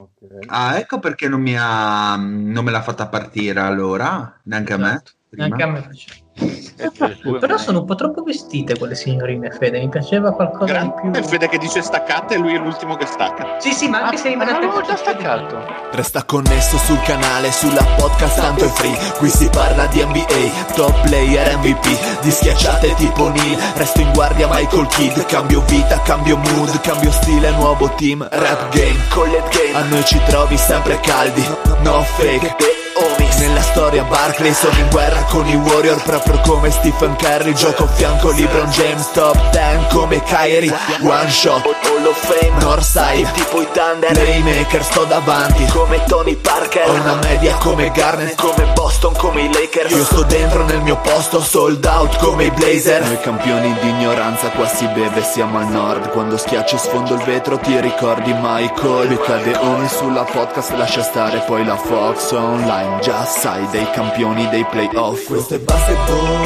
Okay. Ah, ecco perché non me l'ha fatta partire allora, neanche a me. Prima. Neanche a me faceva. Però sono un po' troppo vestite quelle signorine, Fede. Mi piaceva qualcosa di più. È Fede che dice staccate e lui è l'ultimo che stacca. Sì, ma anche se rimane l'avevo già staccato. Resta connesso sul canale, sulla podcast tanto è free. Qui si parla di NBA, top player MVP, di schiacciate tipo Neil. Resto in guardia Michael Kidd. Cambio vita, cambio mood, cambio stile, nuovo team. Rap game, collet game, a noi ci trovi sempre caldi. No fake, nella storia Barkley, sono in guerra con i Warrior proprio come Stephen Curry. Gioco a fianco LeBron James, top 10 come Kyrie. One shot, Hall of Fame, Northside, tipo i Thunder, Playmaker, sto davanti come Tony Parker. Ho una media come Garnett, come Boston, come i Lakers. Io sto dentro nel mio posto, sold out come i Blazer. Noi campioni di ignoranza, qua si beve, siamo al nord. Quando schiacci sfondo il vetro ti ricordi Michael. Mi cade Omi sulla podcast, lascia stare poi la Fox online. Già sai, dei campioni dei playoff. Questo è basketball.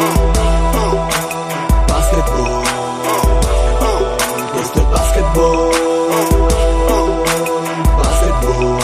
Basketball. Questo è basketball. Basketball.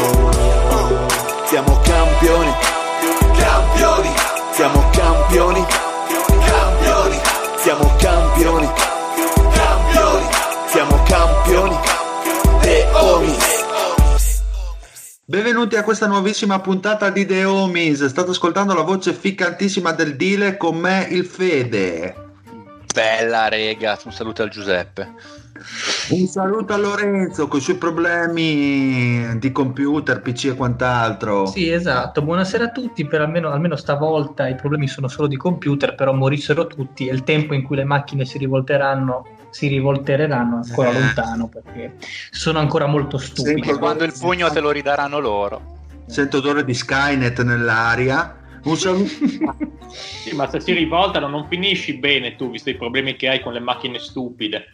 Siamo campioni. Campioni. Siamo campioni. Campioni. Siamo campioni. Campioni. Siamo campioni. The Homies. Benvenuti a questa nuovissima puntata di The Homies. State ascoltando la voce ficcantissima del Dile, con me il Fede. Bella rega, un saluto al Giuseppe. Un saluto a Lorenzo con i suoi problemi di computer, PC e quant'altro. Sì, esatto. Buonasera a tutti. Per almeno stavolta i problemi sono solo di computer, però morissero tutti e il tempo in cui le macchine si rivoltereranno ancora lontano, perché sono ancora molto stupidi. Sento quando il pugno te lo ridaranno loro. Sento odore di Skynet nell'aria. Un saluto. Sì, ma se si rivoltano non finisci bene tu, visto i problemi che hai con le macchine stupide.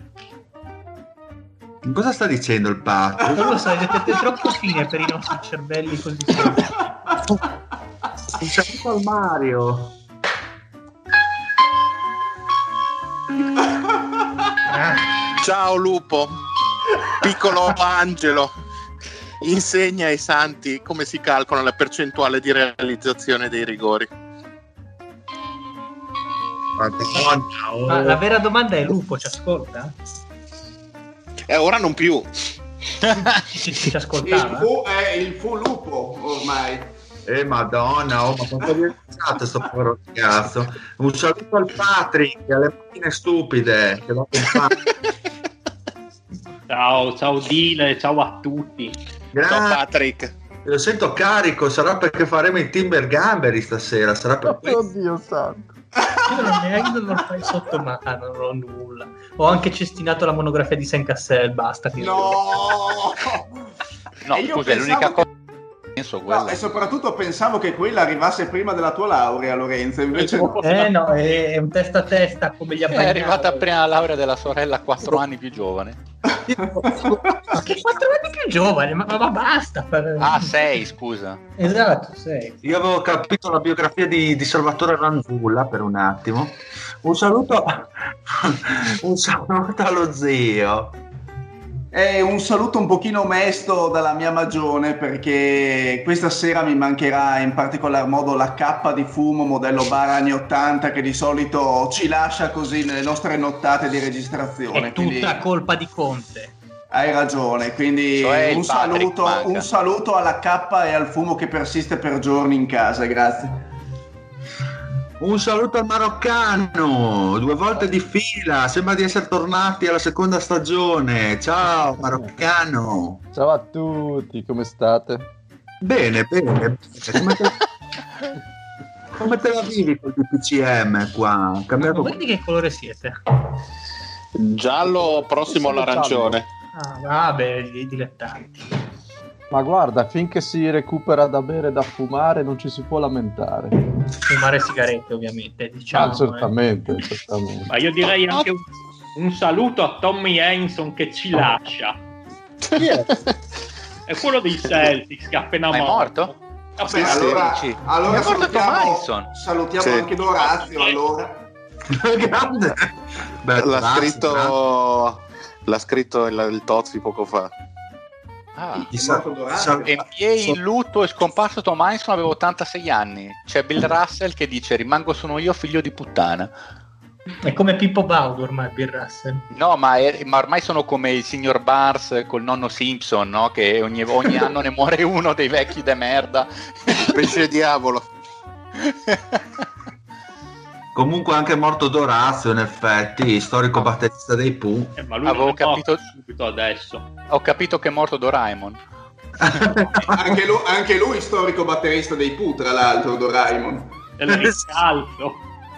Cosa sta dicendo il Pato? Non lo so, siete troppo fine per i nostri cervelli così. Un saluto al Mario. Ciao lupo, piccolo angelo, insegna ai santi come si calcola la percentuale di realizzazione dei rigori. Ma la vera domanda è: Lupo ci ascolta? Ora non più. Ci ascoltava? Il fu lupo ormai. Madonna, ma quanto è pensato sto povero ragazzo. Un saluto al Patrick e alle macchine stupide che lo Ciao Dile, ciao a tutti. Ciao Patrick. Lo sento carico, sarà perché faremo i Timber Gamberi stasera, sarà per Oddio santo. Io non lo fai sotto mano, non ho nulla. Ho anche cestinato la monografia di Saint Cassel, basta. No, Scusa, è l'unica cosa che penso quella. No, e soprattutto pensavo che quella arrivasse prima della tua laurea, Lorenzo, invece no. No, è un testa a testa come gli È abbagliati. arrivata appena la laurea della sorella, 4 anni più giovane. Che 4 anni più giovane, ma basta. 6, scusa. Esatto, 6. Io avevo capito la biografia di Salvatore Ranzulla per un attimo. Un saluto allo zio. Un saluto un pochino mesto dalla mia magione, perché questa sera mi mancherà in particolar modo la cappa di fumo modello bar anni 80 che di solito ci lascia così nelle nostre nottate di registrazione. È tutta colpa di Conte. Hai ragione, quindi Cioè un saluto alla cappa e al fumo che persiste per giorni in casa, grazie. Un saluto al maroccano, 2 volte di fila, sembra di essere tornati alla seconda stagione. Ciao maroccano. Ciao a tutti, come state? Bene. Come te la vivi col DPCM qua? Cambiato... Ma di che colore siete? Giallo prossimo all'arancione. Vabbè, i dilettanti. Ma guarda, finché si recupera da bere e da fumare non ci si può lamentare. Fumare sigarette, ovviamente, diciamo. Certamente. Ma io direi anche un saluto a Tommy Henson che ci lascia. Chi è? È quello dei Celtics che è appena Ma è morto? Vabbè, allora è morto Tom Henson. Salutiamo anche Dorazio, allora. Grande. Beh, L'ha scritto il Tozzi poco fa. NBA in lutto, è scomparso Tom Heinsohn, avevo 86 anni. C'è Bill Russell che dice rimango sono io figlio di puttana. È come Pippo Baudo ormai Bill Russell. No, ma ormai sono come il signor Barnes col nonno Simpson, no? Che ogni anno ne muore uno dei vecchi de merda. Pesce diavolo. Comunque anche morto Dorazio, in effetti, storico batterista dei Pooh. Ma lui avevo non è capito morto subito adesso. Ho capito che è morto Doraemon. Anche lui storico batterista dei Pooh, tra l'altro, Doraemon. È riscalzo.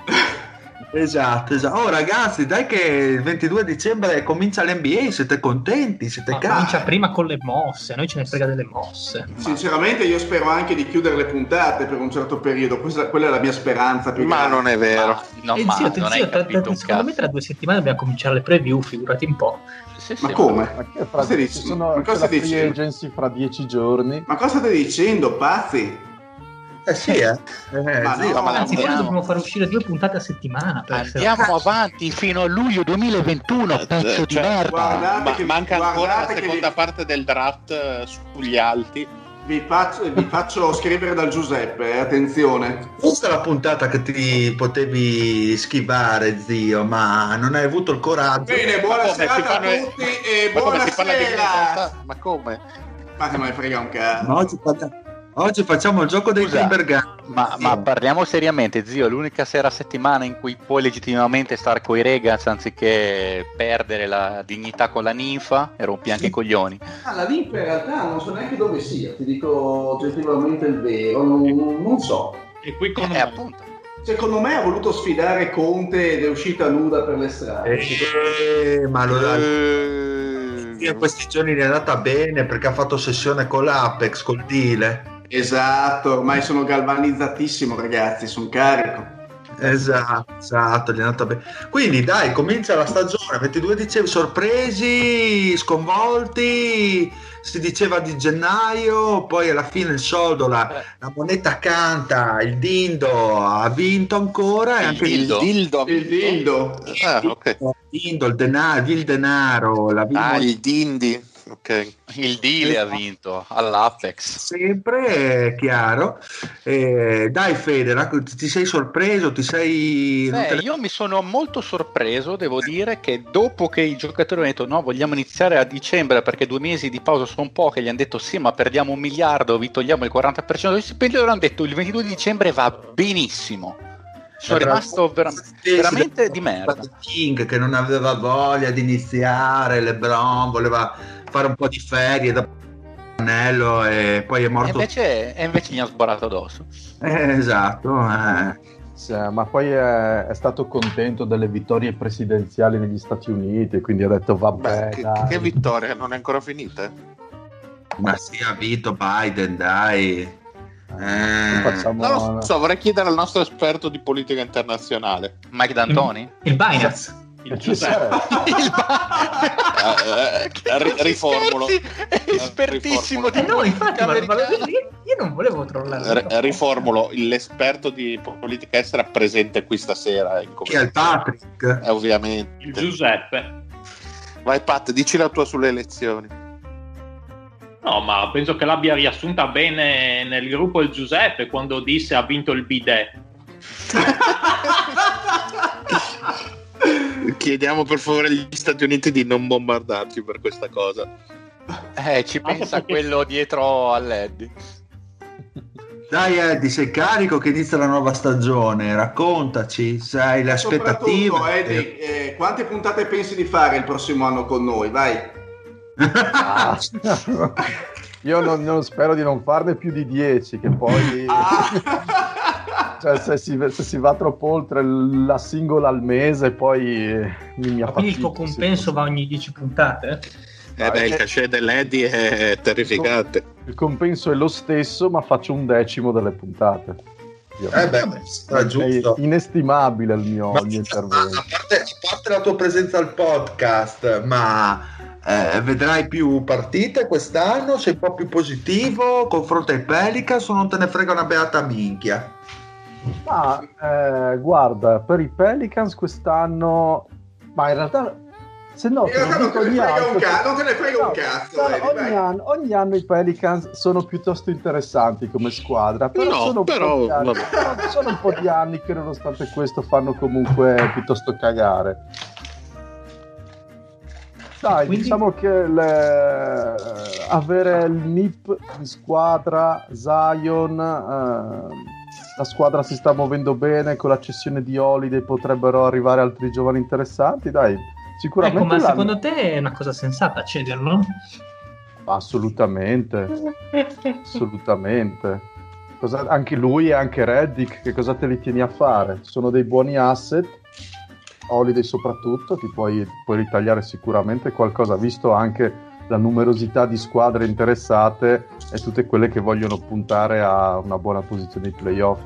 Esatto. Oh ragazzi, dai che il 22 dicembre comincia l'NBA, siete contenti? Comincia prima con le mosse, a noi ce ne frega delle mosse. Sinceramente io spero anche di chiudere le puntate per un certo periodo, quella è la mia speranza più grande. Non è vero. Secondo me tra 2 settimane dobbiamo cominciare le preview, figurati un po'. Ma come? Ma che cosa stai dicendo? C'è la free agency fra 10 giorni. Ma cosa stai dicendo, pazzi? Sì, Anzi, poi dobbiamo far uscire 2 puntate a settimana. Andiamo avanti fino a luglio 2021, pezzo di merda. Manca ancora la seconda parte del draft sugli alti. Vi faccio scrivere dal Giuseppe, attenzione. Questa è la puntata che ti potevi schivare, zio, ma non hai avuto il coraggio. Bene, buona serata a tutti e buonasera. Ma come? Ma che me ne frega un cazzo. Oggi facciamo il gioco dei Timbergani. Ma parliamo seriamente, zio. L'unica sera a settimana in cui puoi legittimamente stare coi Regaz anziché perdere la dignità con la ninfa e rompi anche i coglioni. La ninfa in realtà non so neanche dove sia, ti dico oggettivamente il vero, non so. E qui con appunto. Secondo me ha voluto sfidare Conte ed è uscita nuda per le strade. Ma allora in questi giorni gli è andata bene perché ha fatto sessione con l'Apex, col Dile. Esatto, ormai sono galvanizzatissimo, ragazzi, sono carico. Esatto, gli è andata bene. Quindi dai, comincia la stagione, 22 dicembre, sorpresi, sconvolti, si diceva di gennaio, poi alla fine il soldo, la moneta canta, il Dindo ha vinto ancora. Il Dildo. Il denaro, il Dindi. Okay. Il Dile ha vinto all'Apex, sempre chiaro. Dai Fede, ti sei sorpreso? Io mi sono molto sorpreso, devo dire che dopo che i giocatori hanno detto no, vogliamo iniziare a dicembre perché 2 mesi di pausa sono poche, gli hanno detto sì, ma perdiamo 1 miliardo, vi togliamo il 40% del stipendio, loro hanno detto il 22 dicembre va benissimo. Sono rimasto veramente di merda. King che non aveva voglia di iniziare, LeBron voleva fare un po' di ferie dopo l'anello e poi è morto. E invece gli ha sborato addosso. Esatto. Ma poi è stato contento delle vittorie presidenziali negli Stati Uniti, quindi ha detto vabbè. Che vittoria? Non è ancora finita? Ma sì, ha vinto Biden, dai. Non lo so, vorrei chiedere al nostro esperto di politica internazionale, Mike D'Antoni. Il Binance. Riformulo. È espertissimo di noi. Infatti, io non volevo trollare. Riformulo, l'esperto di politica estera presente qui stasera. Chi è il Patrick? Ovviamente. Il Giuseppe. Vai Pat, dici la tua sulle elezioni. No, ma penso che l'abbia riassunta bene nel gruppo il Giuseppe quando disse ha vinto il bidet. Chiediamo per favore agli Stati Uniti di non bombardarci per questa cosa. Ci pensa quello dietro all'Eddie. Dai Eddie, sei carico che inizia la nuova stagione, raccontaci, sai le aspettative. Eddie, quante puntate pensi di fare il prossimo anno con noi? Vai. Io non spero di non farne più di 10, che poi cioè, se si va troppo oltre la singola al mese poi mi quindi il tuo compenso va ogni 10 puntate? Il cachet dell'Eddie è terrificante. Il compenso è lo stesso, ma faccio 1/10 delle puntate. È giusto. È inestimabile il mio intervento. A parte la tua presenza al podcast, ma vedrai più partite quest'anno? Sei un po' più positivo confronto ai Pelicans o non te ne frega una beata minchia? Guarda, per i Pelicans quest'anno, ma in realtà Se no, in realtà non te ne frega un cazzo, non te ne frega un cazzo. Ogni anno i Pelicans sono piuttosto interessanti come squadra, però sono un po' di anni che nonostante questo fanno comunque piuttosto cagare. Dai, quindi... diciamo che avere il NIP in squadra, Zion, la squadra si sta muovendo bene, con la cessione di Holiday potrebbero arrivare altri giovani interessanti, dai, sicuramente. Ma secondo te è una cosa sensata cederlo? Assolutamente. Anche lui e anche Redick, che cosa te li tieni a fare? Sono dei buoni asset. Holiday soprattutto, ti puoi ritagliare sicuramente qualcosa, visto anche la numerosità di squadre interessate e tutte quelle che vogliono puntare a una buona posizione di playoff.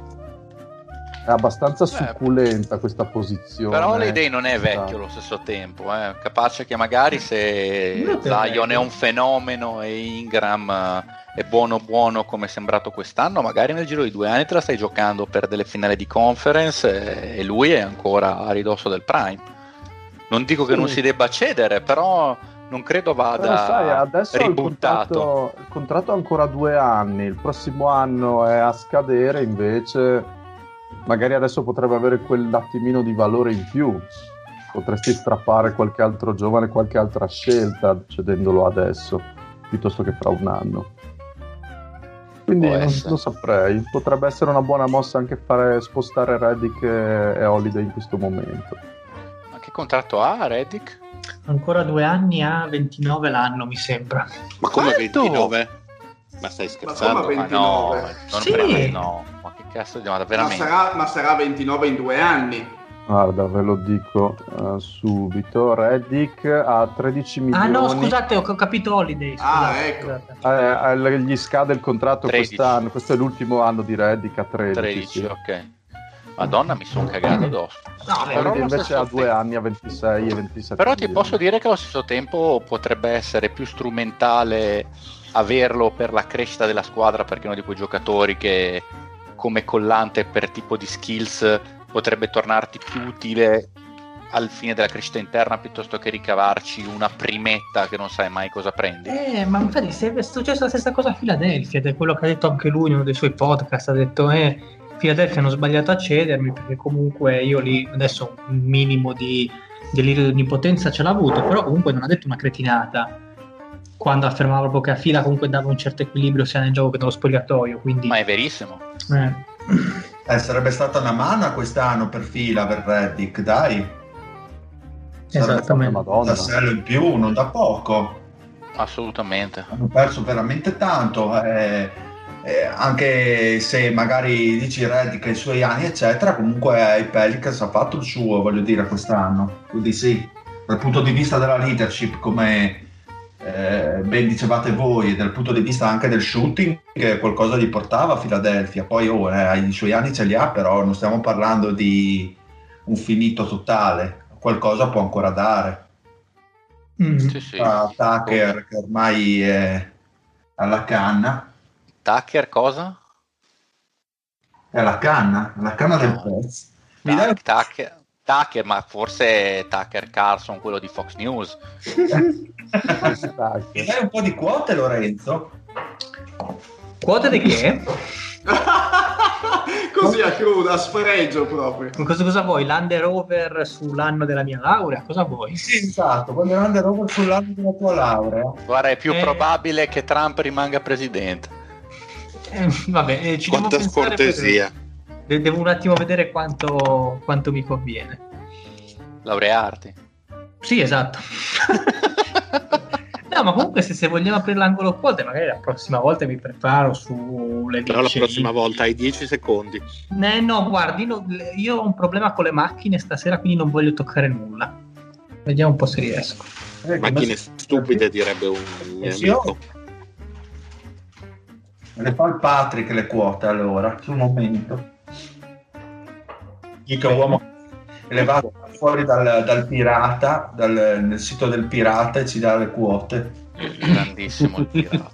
È abbastanza succulenta questa posizione. Però Holiday non è vecchio allo stesso tempo, capace che magari se Zion è un fenomeno e Ingram è buono come è sembrato quest'anno, magari nel giro di 2 anni te la stai giocando per delle finali di conference e lui è ancora a ridosso del prime. Non dico che non si debba cedere, però non credo vada però sai, adesso ributtato. Il contratto ha ancora 2 anni, il prossimo anno è a scadere, invece magari adesso potrebbe avere quell'attimino di valore in più. Potresti strappare qualche altro giovane, qualche altra scelta cedendolo adesso piuttosto che fra un anno. Quindi non saprei, potrebbe essere una buona mossa anche spostare Redick e Holiday in questo momento. Ma che contratto ha Redick? Ancora 2 anni, a 29 l'anno mi sembra. Ma come 29? Ma stai scherzando? Ma no, ma che cazzo ma veramente? Ma sarà 29 in 2 anni. Guarda, ve lo dico subito. Redick ha 13 milioni. Ah no, scusate, ho capito Holiday. Ecco. Gli scade il contratto 13. quest'anno. Questo è l'ultimo anno di Redick a 13. Sì. Ok. Madonna, mi sono cagato addosso. Però invece ha 2 anni a 26 e 27. Però ti posso dire che allo stesso tempo potrebbe essere più strumentale averlo per la crescita della squadra, perché è uno di quei giocatori che come collante per tipo di skills potrebbe tornarti più utile al fine della crescita interna piuttosto che ricavarci una primetta che non sai mai cosa prendi. Ma infatti è successa la stessa cosa a Philadelphia, ed è quello che ha detto anche lui in uno dei suoi podcast. Ha detto Philadelphia hanno sbagliato a cedermi, perché comunque io lì adesso un minimo di delirio di onnipotenza ce l'ha avuto, però comunque non ha detto una cretinata quando affermava proprio che a Fila comunque dava un certo equilibrio sia nel gioco che nello spogliatoio, quindi... Ma è verissimo. Sarebbe stata una mana quest'anno per Fila, per Redick, dai. Esattamente. Un tassello in più, non da poco. Assolutamente. Hanno perso veramente tanto, anche se magari dici Redick ai suoi anni eccetera, comunque i Pelicans ha fatto il suo, voglio dire, quest'anno. Quindi sì, dal punto di vista della leadership, come ben dicevate voi, dal punto di vista anche del shooting, che qualcosa gli portava a Philadelphia. Poi i suoi anni ce li ha, però non stiamo parlando di un finito totale, qualcosa può ancora dare. Sì. Tucker che ormai è alla canna. Tucker cosa? È alla canna del pezzo. Tucker, ma forse Tucker Carlson, quello di Fox News. Mi dai un po' di quote, Lorenzo? Quote di che? Così a crudo, a sfregio proprio. Cosa vuoi? L'under over sull'anno della mia laurea? Cosa vuoi? Sì, esatto, voglio l'under over sull'anno della tua laurea. Guarda, è più probabile che Trump rimanga presidente. Vabbè, ci quanta devo pensare, scortesia. Devo un attimo vedere quanto mi conviene. Laurearti. Sì, esatto. No, ma comunque se vogliamo aprire l'angolo quote, magari la prossima volta mi preparo sulle Però la prossima volta hai 10 secondi. No, guardi, io ho un problema con le macchine stasera, quindi non voglio toccare nulla. Vediamo un po' se riesco. Macchine stupide, direbbe un mio amico. Le fa il Patrick le quote, allora, sul momento. Dica uomo, le va fuori dal pirata, nel sito del pirata, e ci dà le quote. Grandissimo il pirata.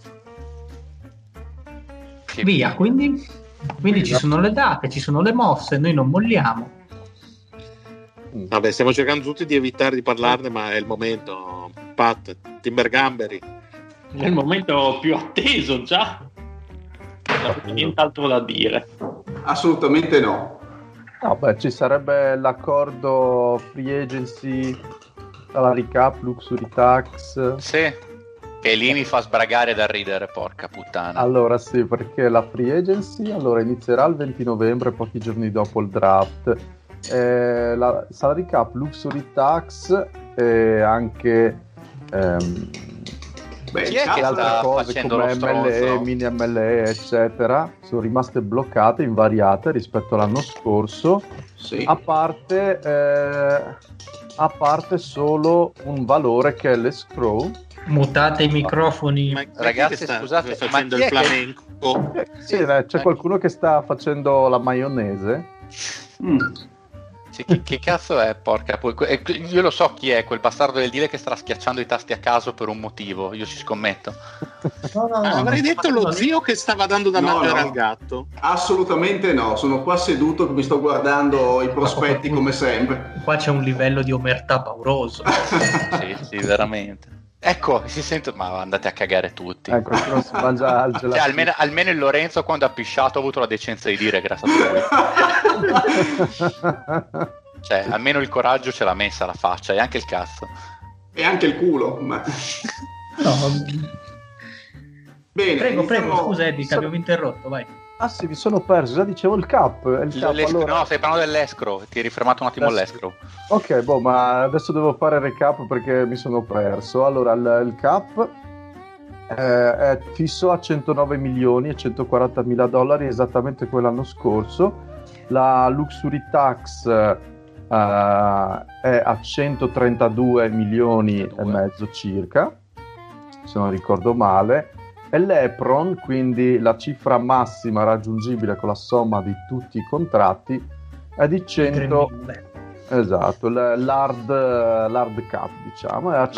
Via, quindi ci sono le date, ci sono le mosse, noi non molliamo. Vabbè, stiamo cercando tutti di evitare di parlarne, ma è il momento. Pat, Timber Gamberi. Nel momento più atteso già. Non c'è nient'altro da dire. Assolutamente no. Beh, ci sarebbe l'accordo free agency, salary cap, luxury tax. Sì, che lì mi fa sbragare da ridere, porca puttana. Allora sì, perché la free agency inizierà il 20 novembre, pochi giorni dopo il draft. La salary cap, luxury tax e anche chi è che altre sta cose facendo come lo stronzo? MLE, mini MLE eccetera sono rimaste bloccate, invariate rispetto all'anno scorso, Sì. a parte solo un valore che è l'escrow. Mutate i microfoni. Ma Ragazzi, chi è che sta scusate, facendo ma il chi è che- flamenco? Sì, c'è qualcuno che sta facendo la maionese. Sì, che cazzo è, porca io lo so chi è quel bastardo del dealer che starà schiacciando i tasti a caso per un motivo, io ci scommetto. Avrei detto lo zio che stava dando da No, mangiare no. al gatto. Assolutamente no, sono qua seduto che mi sto guardando i prospetti come sempre. Qua c'è un livello di omertà pauroso. Sì, veramente. Ecco, si sente, ma andate a cagare tutti. Qualcuno si mangia al Cioè, gelatino. almeno il Lorenzo quando ha pisciato ha avuto la decenza di dire che era stato lui. Cioè, almeno il coraggio ce l'ha messa alla faccia e anche il cazzo. E anche il culo. Ma... No, Bene, prego, iniziamo- scusa Eddie, ti abbiamo interrotto, vai. Ah sì, mi sono perso, già dicevo il cap. Allora... No, stai parlando dell'escro, ti eri fermato un attimo all'escro. Ok, ma adesso devo fare il recap perché mi sono perso. Allora, il cap è fisso a 109 milioni e 140 mila dollari, esattamente come l'anno scorso. La luxury tax è a 132 milioni e mezzo circa, se non ricordo male. E l'Epron, quindi la cifra massima raggiungibile con la somma di tutti i contratti, è di 100. 3.000. Esatto, l'hard cap diciamo è a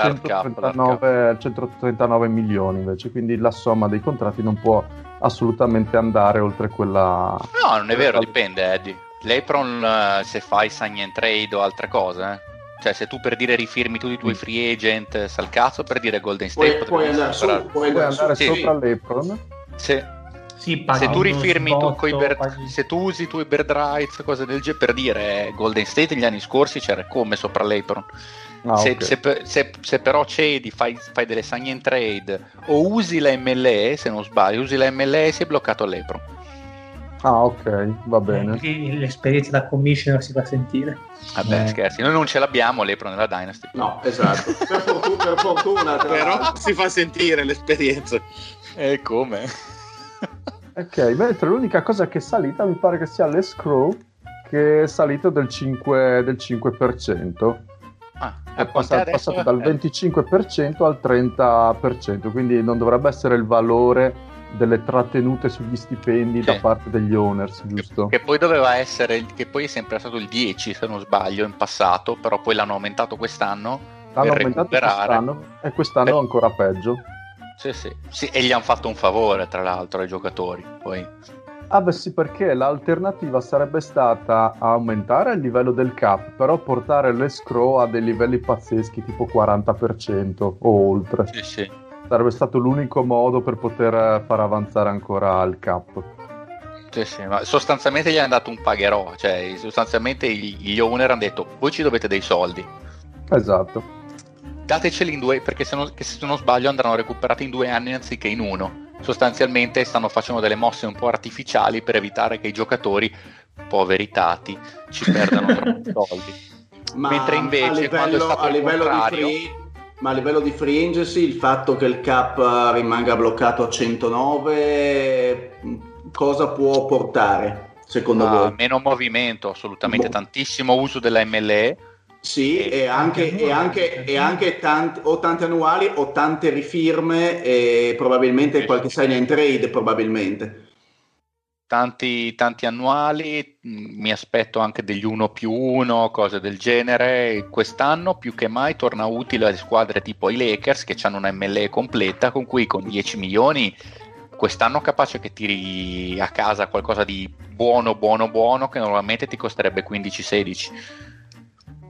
139 milioni invece, quindi la somma dei contratti non può assolutamente andare oltre quella. No, non è vero, dipende, Eddie. L'Apron, se fai sign and trade o altre cose, Cioè, se tu per dire rifirmi tutti i tuoi free agent, sal cazzo, per dire Golden State puoi andare su, Puoi andare Sì, sopra sì. l'Apron. Sì, paghi Se tu uno rifirmi sbotto, paghi- se tu usi i tuoi bird rights, cose del genere, per dire Golden State negli anni scorsi c'era come sopra l'Apron. Ok. Se però cedi, fai delle sign and trade o usi la MLE, se non sbaglio, usi la MLE, si è bloccato l'Apron. Ah, ok, va bene. Qui l'esperienza da commissioner si fa sentire. Vabbè, scherzi, noi non ce l'abbiamo l'Apron nella Dynasty. No, esatto. Per fortuna, tra Però l'altro. si fa sentire l'esperienza. E come? Ok, mentre l'unica cosa che è salita mi pare che sia l'escrow, che è salito del 5%. È passato dal 25% al 30%, quindi non dovrebbe essere il valore delle trattenute sugli stipendi da parte degli owners, giusto? Che poi doveva essere, che poi è sempre stato il 10 se non sbaglio in passato, però poi l'hanno aumentato quest'anno L'hanno per aumentato recuperare. quest'anno e quest'anno ancora peggio. Sì, e gli hanno fatto un favore tra l'altro ai giocatori poi. Ah beh sì, perché l'alternativa sarebbe stata aumentare il livello del cap, però portare l'escrow a dei livelli pazzeschi tipo 40% o oltre. Sì. Sarebbe stato l'unico modo per poter far avanzare ancora il cap. Sì, ma sostanzialmente gli hanno dato un pagherò, cioè sostanzialmente gli owner hanno detto voi ci dovete dei soldi, Esatto. dateceli in due, perché se non sbaglio andranno recuperati in 2 anni anziché in uno. Sostanzialmente stanno facendo delle mosse un po' artificiali per evitare che i giocatori poveritati ci perdano troppi soldi. Mentre invece quando è stato il contrario, ma a livello di free agency il fatto che il cap rimanga bloccato a 109 cosa può portare secondo voi? meno movimento, assolutamente, tantissimo uso della MLE. Sì, e anche tante annuali o tante rifirme e probabilmente qualche sign and trade probabilmente. Tanti annuali, mi aspetto anche degli 1+1, cose del genere. Quest'anno più che mai torna utile alle squadre tipo i Lakers che hanno una MLE completa, con cui con 10 milioni quest'anno capace che tiri a casa qualcosa di buono che normalmente ti costerebbe 15-16.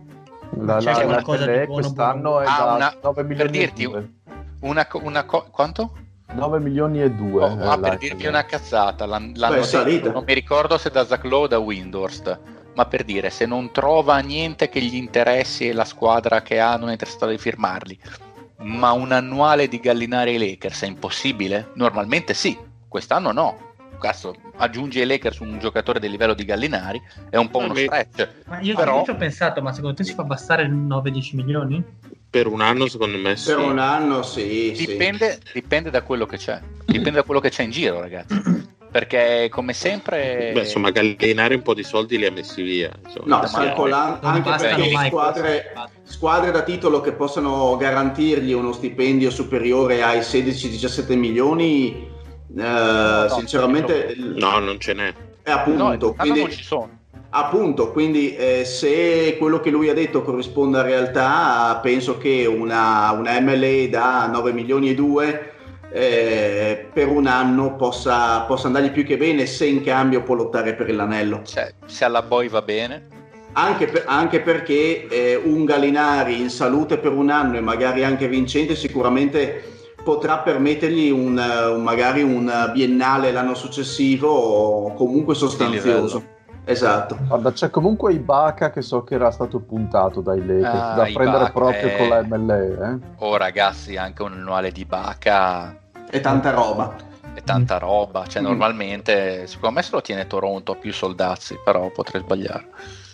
C'è qualcosa di buono, quest'anno è da 9 milioni per dirti quanto? 9 milioni e 2. Per dirvi una cazzata, l'hanno detto, non mi ricordo se da Zach Lowe o da Windhorst, ma per dire, se non trova niente che gli interessi e la squadra che ha non è interessato di firmarli, ma un annuale di Gallinari ai Lakers è impossibile? Normalmente sì, quest'anno no. Cazzo, aggiungi ai Lakers un giocatore del livello di Gallinari, è un po' uno stretch. Ma io però ci ho pensato, ma secondo te si fa bastare 9-10 milioni? Per un anno secondo me sì. Per un anno sì. Dipende da quello che c'è. Dipende da quello che c'è in giro, ragazzi. Perché come sempre... Beh, insomma, Gallinari un po' di soldi li ha messi via. Insomma. No, calcolando anche perché squadre da titolo che possano garantirgli uno stipendio superiore ai 16-17 milioni, sinceramente... No, non ce n'è. Appunto, quindi, non ci sono. Appunto, quindi se quello che lui ha detto corrisponde a realtà, penso che una MLA da 9 milioni e 2 per un anno possa andargli più che bene, se in cambio può lottare per l'anello. Cioè, se alla Boy va bene. Anche perché un Gallinari in salute per un anno e magari anche vincente sicuramente potrà permettergli magari un biennale l'anno successivo o comunque sostanzioso. Esatto. Guarda, c'è comunque Ibaka che so che era stato puntato dai Lakers da prendere proprio con la MLE. Oh ragazzi, anche un annuale di Ibaka è tanta roba. Cioè normalmente secondo me se lo tiene Toronto più soldazzi, però potrei sbagliare.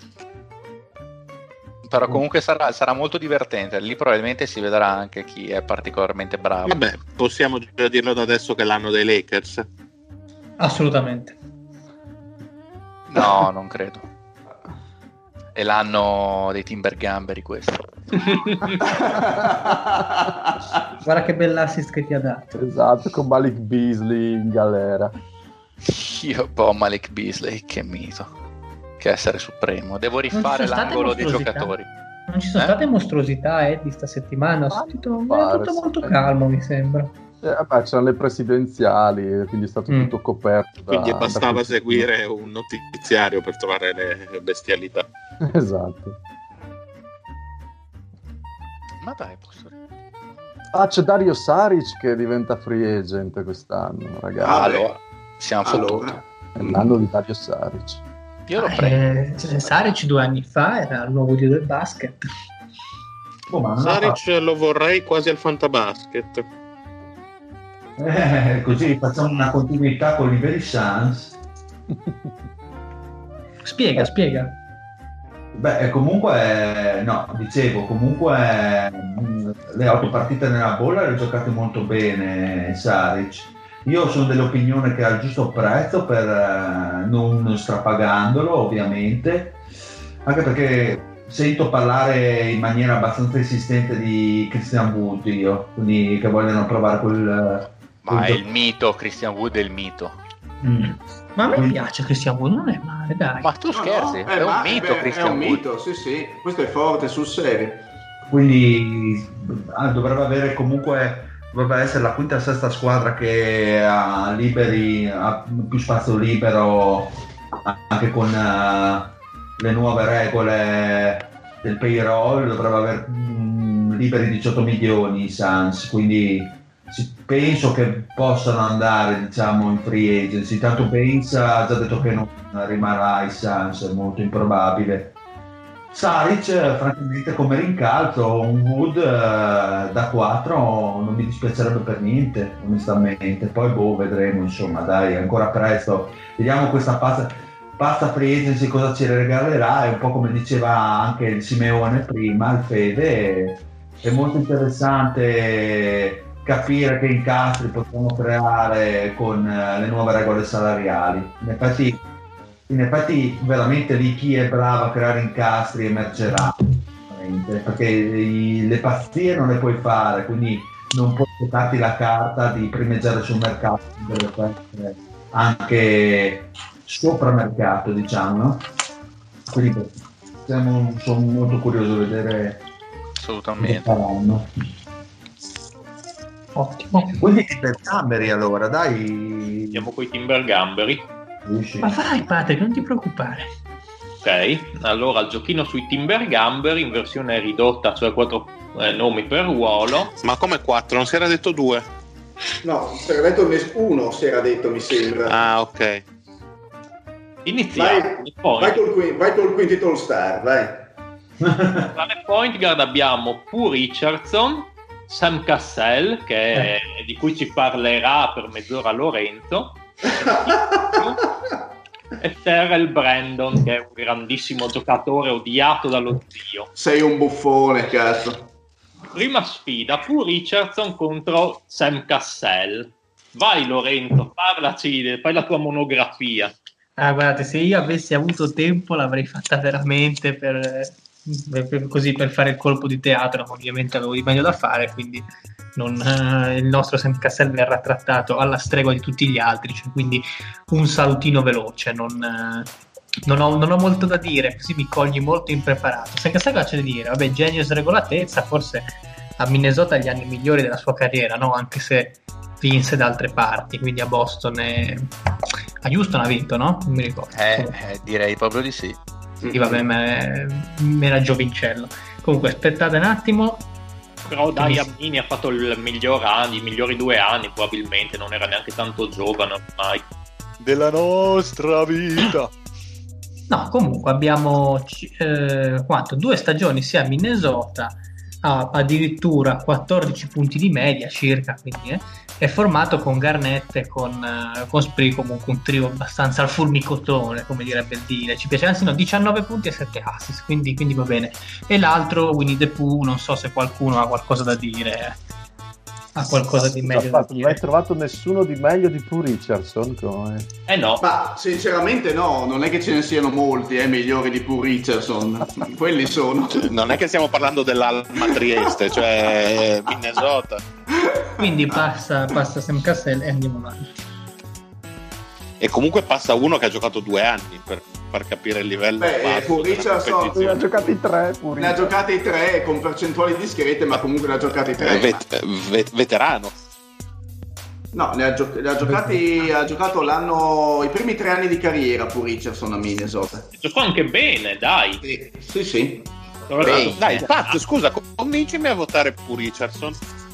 Però comunque sarà molto divertente, lì probabilmente si vedrà anche chi è particolarmente bravo. Vabbè, possiamo già dirlo da adesso che è l'anno dei Lakers? Assolutamente. No, non credo. È l'anno dei Timber Gamberi questo. Guarda che bell'assist che ti ha dato. Esatto, con Malik Beasley in galera. Malik Beasley, che mito. Che essere supremo. Devo rifare l'angolo dei giocatori. Non ci sono state mostruosità di sta settimana. È tutto molto calmo, mi sembra. C'erano le presidenziali, quindi è stato tutto coperto. Quindi bastava seguire un notiziario per trovare le bestialità. Esatto. Ma dai, posso... c'è Dario Saric che diventa free agent quest'anno, ragazzi. Allora, siamo fottuti. È l'anno di Dario Saric. Io lo prendo. Saric 2 anni fa era il nuovo dio del basket. Saric lo vorrei quasi al fantabasket. Così facciamo una continuità con i veri Suns. Spiega. Beh, comunque le 8 partite nella bolla le ha giocate molto bene Saric. Io sono dell'opinione che ha il giusto prezzo per non strapagandolo, ovviamente, anche perché sento parlare in maniera abbastanza insistente di Christian Wood, quindi che vogliono provare quel ma è il mito, Christian Wood è il mito. Ma a me piace Christian Wood, non è male, dai. Ma tu scherzi? No, è un mito Christian Wood. È un mito, sì, questo è forte, sul serio. Quindi dovrebbe essere la quinta o sesta squadra che ha più spazio libero, anche con le nuove regole del payroll, dovrebbe aver liberi 18 milioni i Suns, quindi penso che possano andare in free agency. Tanto Baines ha già detto che non rimarrà ai Suns, è molto improbabile. Saric francamente come rincalzo un Wood da 4 non mi dispiacerebbe per niente, onestamente. Poi vedremo, insomma, dai, ancora presto, vediamo questa pasta free agency cosa ci regalerà. È un po' come diceva anche il Simeone prima, il Fede, è molto interessante capire che incastri possiamo creare con le nuove regole salariali. In effetti veramente lì chi è bravo a creare incastri emergerà, perché le pazzie non le puoi fare, quindi non puoi portarti la carta di primeggiare sul mercato, deve essere anche sopra mercato, diciamo, no? Quindi sono molto curioso di vedere assolutamente. Faranno. Ottimo. Quindi Timber Gamberi, allora dai, andiamo con i Timber Gamberi. Ma vai Patrick, non ti preoccupare. Ok, allora il giochino sui Timber Gamber in versione ridotta, cioè 4 nomi per ruolo. Ma come 4? Non si era detto 2? No, si era detto uno, si era detto, mi sembra. Ah, ok. Iniziamo. Vai col quintetto All Star, vai. Tra point guard abbiamo Pooh Richardson, Sam Cassell, di cui ci parlerà per mezz'ora Lorenzo, e Terrell Brandon, che è un grandissimo giocatore odiato dallo zio. Sei un buffone, cazzo. Prima sfida, Pooh Richardson contro Sam Cassell. Vai Lorenzo, parlaci, fai la tua monografia. Guardate, se io avessi avuto tempo l'avrei fatta veramente per fare il colpo di teatro, ma ovviamente avevo di meglio da fare, quindi il nostro Sam Cassell verrà trattato alla stregua di tutti gli altri, cioè, quindi un salutino veloce, non ho molto da dire, così mi cogli molto impreparato. Sam Cassell c'è da dire, vabbè, genio e sregolatezza, forse a Minnesota gli anni migliori della sua carriera, no? Anche se vinse da altre parti, quindi a Boston a Houston ha vinto, no? Non mi ricordo. Direi proprio di sì. Sì, vabbè, ma era giovincello. Comunque, aspettate un attimo. Però dai, Amini ha fatto il miglior anno, i migliori 2 anni, probabilmente non era neanche tanto giovane ormai. Della nostra vita. No, comunque abbiamo 2 stagioni sia a Minnesota, ha addirittura 14 punti di media circa, quindi è formato con Garnett e con Spree, comunque un trio abbastanza al fulmicotone, come direbbe il dire. Ci piace, anzi no, 19 punti e 7 assist, quindi va bene. E l'altro, Winnie the Pooh, non so se qualcuno ha qualcosa da dire, ha qualcosa di meglio da dire. Non hai trovato nessuno di meglio di Pooh Richardson? Come? No. Ma sinceramente no, non è che ce ne siano molti migliori di Pooh Richardson. Quelli sono. Non è che stiamo parlando dell'Alma Trieste, cioè Minnesota. Quindi passa Sam Cassell e andiamo avanti. E comunque passa uno che ha giocato 2 anni per far capire il livello. Pooh Richardson ne ha giocati 3. Ne ha giocati 3 con percentuali discrete, ma comunque ne ha giocati 3. Veterano. No, ha giocato i primi 3 anni di carriera Pooh Richardson a Minnesota. Giocò anche bene, dai. Sì. Dai, Pat, scusa, convincimi a votare Pooh Richardson.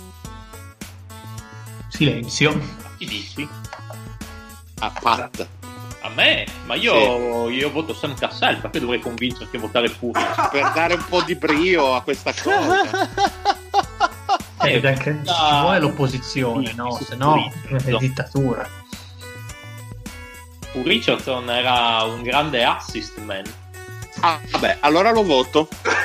Silenzio. Chi dici? A Pat. A me? Ma io voto Sam Cassell, perché dovrei convincerti a votare Pooh Richardson? Per dare un po' di brio a questa cosa. Anche ci vuole l'opposizione, no? Se no è dittatura. Pooh Richardson era un grande assist man. Vabbè, allora lo voto.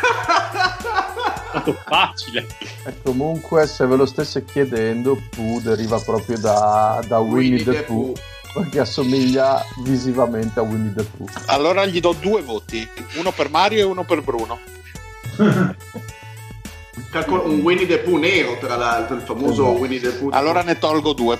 È stato facile. E comunque, se ve lo stesse chiedendo, Pooh deriva proprio da Winnie the Pooh, perché assomiglia visivamente a Winnie the Pooh. Allora gli do 2 voti, uno per Mario e uno per Bruno. Un Winnie the Pooh nero, tra l'altro, il famoso Winnie the Pooh. Allora ne tolgo 2.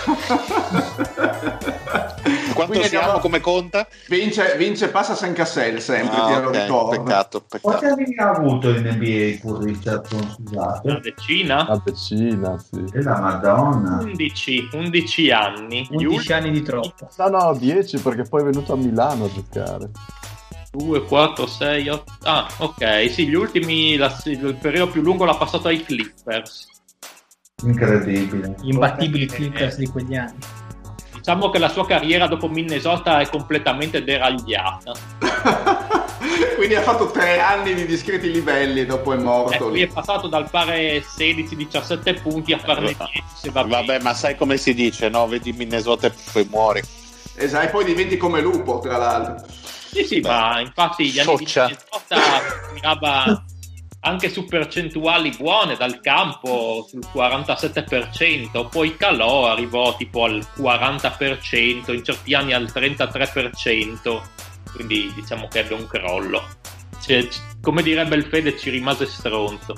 Quanto Quindi siamo, come conta? Vince passa Sam Cassell sempre, ti lo ricordo. Peccato. Quanti anni ha avuto in NBA Pooh Richardson, scusate? Una decina, sì. E la Madonna. 11 anni. 11 anni di troppo. No, 10, perché poi è venuto a Milano a giocare. 2, 4, 6, 8. Ah, ok, sì, gli ultimi, il periodo più lungo l'ha passato ai Clippers. Incredibile. Gli imbattibili Clippers di quegli anni. Diciamo che la sua carriera dopo Minnesota è completamente deragliata. Quindi ha fatto 3 anni di discreti livelli e dopo è morto. Lui è passato dal fare 16-17 punti a farne 10 se va bene. Vabbè, ma sai come si dice, no? Vedi Minnesota e poi muori. Esatto, e poi diventi come Lupo, tra l'altro. Sì, ma infatti gli anni di Minnesota tirava anche su percentuali buone dal campo, sul 47%, poi calò, arrivò tipo al 40%, in certi anni al 33%, quindi diciamo che ebbe un crollo. Come direbbe il Fede, ci rimase stronzo.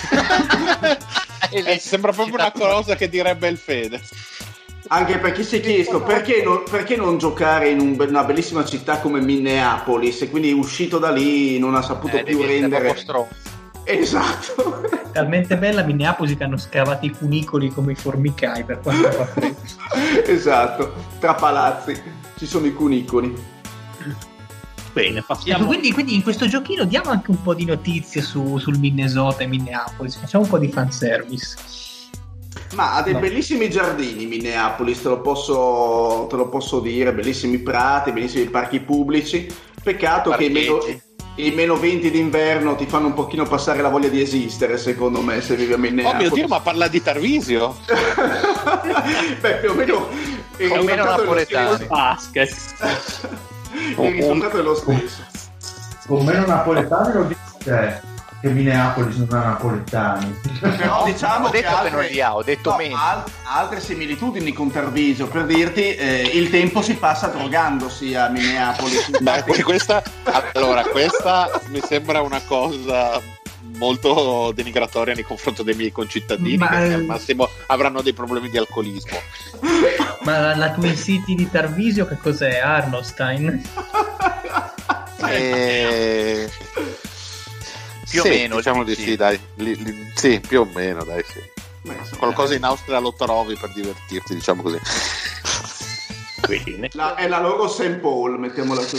Sembra proprio una cosa che direbbe il Fede. Anche perché si è chiesto perché non giocare in una bellissima città come Minneapolis, e quindi uscito da lì non ha saputo più rendere. Esatto. Talmente bella Minneapolis che hanno scavato i cunicoli come i formicai, per quanto fa freddo. Esatto, tra palazzi ci sono i cunicoli. Bene, passiamo. Quindi in questo giochino diamo anche un po' di notizie sul Minnesota e Minneapolis, facciamo un po' di fanservice. Ma ha dei bellissimi giardini Minneapolis, te lo posso dire, bellissimi prati, bellissimi parchi pubblici. Peccato che i meno 20 d'inverno ti fanno un pochino passare la voglia di esistere, secondo me, se vivi a Minneapolis. Oh mio Dio, ma parla di Tarvisio? Beh, più o meno napoletano. Basket. Il risultato è lo stesso. Con meno napoletani lo dice che Minneapolis non ha napoletani. Però diciamo che ho detto meno. Altre similitudini con Tarvisio, per dirti, il tempo si passa drogandosi a Minneapolis. Beh, questa mi sembra una cosa molto denigratoria nei confronti dei miei concittadini, che al massimo avranno dei problemi di alcolismo. Ma la Twin City di Tarvisio che cos'è? Arnostein? Più o meno, diciamo di sì, dai. Sì, più o meno, dai, sì. Qualcosa in Austria lo trovi per divertirti, diciamo così. È la loro St. Paul, mettiamola così.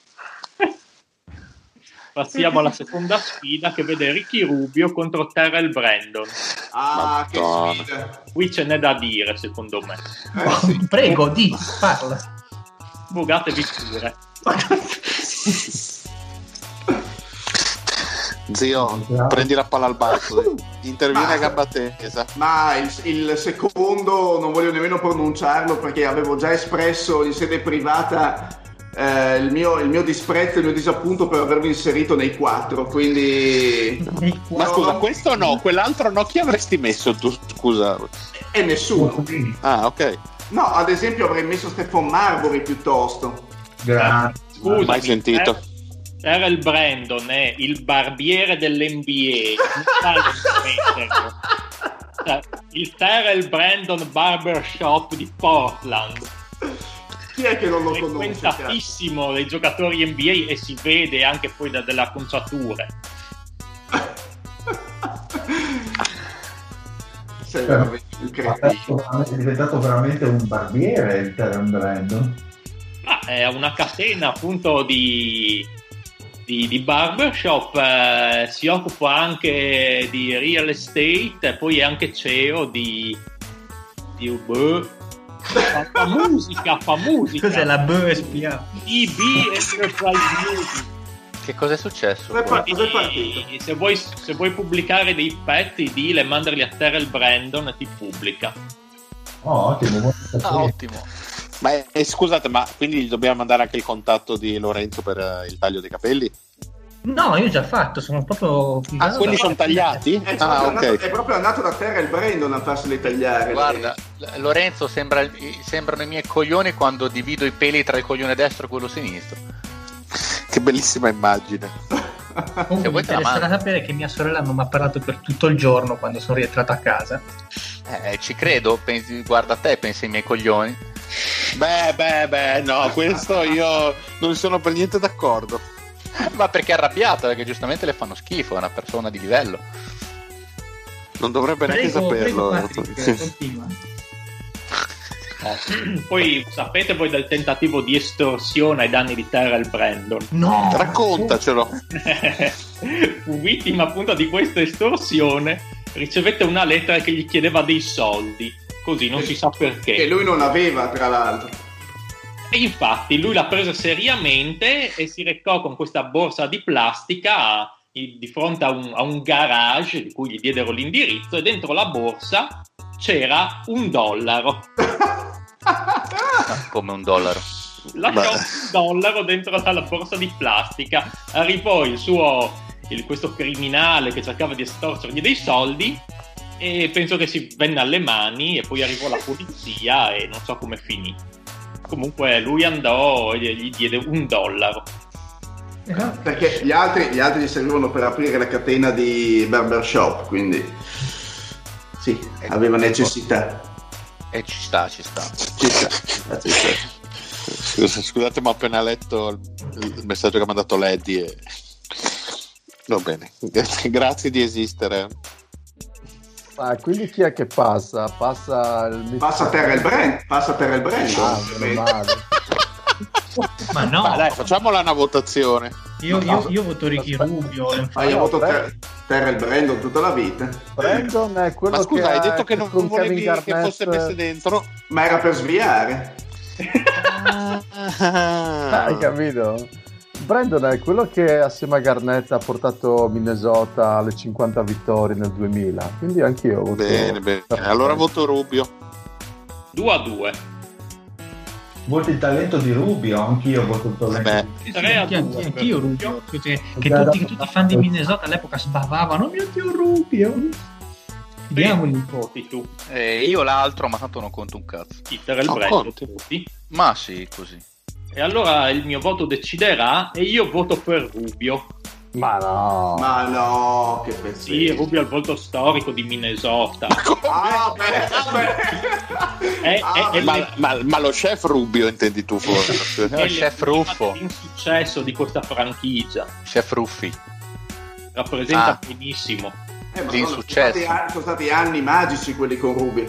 Passiamo alla seconda sfida, che vede Ricky Rubio contro Terrell Brandon. Che sfida! Qui ce n'è da dire, secondo me. Sì. Prego, parla. Sfogatevi pure. Zio, prendi la palla al balzo, interviene a gamba tesa. Ma il secondo non voglio nemmeno pronunciarlo, perché avevo già espresso in sede privata il mio disprezzo, il mio disappunto per averlo inserito nei 4, quindi... Ma scusa, questo no, quell'altro no, chi avresti messo tu, scusa? E nessuno. Ah, ok. No, ad esempio avrei messo Stephon Marbury piuttosto. Grazie. Scusa, mai sentito. Terrell Brandon è il barbiere dell'NBA, il Terrell Brandon Barbershop di Portland. Chi è che non lo conosce? Frequentatissimo dei giocatori NBA, e si vede anche poi dalle acconciature. Sei veramente un cretino. È diventato veramente un barbiere il Terrell Brandon. È una catena appunto di barbershop, si occupa anche di real estate e poi è anche CEO di fa musica. Cos'è la BSPA? EB Enterprise Music. Che cosa è successo? Se vuoi pubblicare dei pezzi, dile, mandarli a Terrell Brandon e ti pubblica. Ottimo. Ottimo. Ma scusate, ma quindi gli dobbiamo mandare anche il contatto di Lorenzo per il taglio dei capelli? No, io ho già fatto, sono proprio... quelli sono tagliati? Ok. È proprio andato da Terrell Brandon a farseli tagliare. Guarda, Lorenzo, sembrano i miei coglioni quando divido i peli tra il coglione destro e quello sinistro. Che bellissima immagine. Comunque mi interessa sapere che mia sorella non mi ha parlato per tutto il giorno quando sono rientrato a casa. Ci credo, guarda te, pensi ai miei coglioni. Beh, no, questo io non sono per niente d'accordo. Ma perché è arrabbiata? Perché giustamente le fanno schifo, è una persona di livello. Non dovrebbe neanche saperlo. Continua. Poi sapete voi del tentativo di estorsione ai danni di Terrell Brandon? No! Raccontacelo. Fu vittima appunto di questa estorsione, ricevette una lettera che gli chiedeva dei soldi, così non si sa perché. Che lui non aveva, tra l'altro. E infatti lui l'ha presa seriamente e si recò con questa borsa di plastica di fronte a un garage di cui gli diedero l'indirizzo, e dentro la borsa c'era $1. Come $1? Lasciò $1 dentro la borsa di plastica. Arrivò questo criminale che cercava di estorcergli dei soldi, e penso che si venne alle mani, e poi arrivò la polizia e non so come finì. Comunque lui andò e gli diede $1. Perché gli altri gli servivano per aprire la catena di barbershop, quindi sì, aveva necessità. E ci sta. Scusate, ma ho appena letto il messaggio che ha mandato Lady e... Va bene, grazie di esistere. Quindi chi è che passa? Passa Terrell Brandon. Meno male. Ma no, Ma dai, facciamola una votazione. io voto Ricky Rubio. Io voto Terrell Brandon tutta la vita. Brandon è quello Ma scusa, che hai detto che non con volevi Kevin che Garnett... fosse messo dentro? Ma era per sviare. Hai capito? Brandon è quello che assieme a Garnett ha portato Minnesota alle 50 vittorie nel 2000, quindi anch'io voto. Bene. Allora voto Rubio. 2-2. Molto il talento di Rubio, anch'io voto il talento. 3-2. Anch'io Rubio. Che tutti i fan di Minnesota all'epoca sbavavano: mio Dio Rubio. Diamogli un po'. Tu. Io l'altro, ma tanto non conto un cazzo. Terrell Brandon. Ma sì, così. E allora il mio voto deciderà e io voto per Rubio. Ma no, che pensi? Sì, Rubio è il volto storico di Minnesota. Ma lo chef Rubio intendi tu forse? No, chef Ruffo. Il successo di questa franchigia. Chef Ruffi. Rappresenta benissimo. L'insuccesso. Sono stati anni magici quelli con Rubio.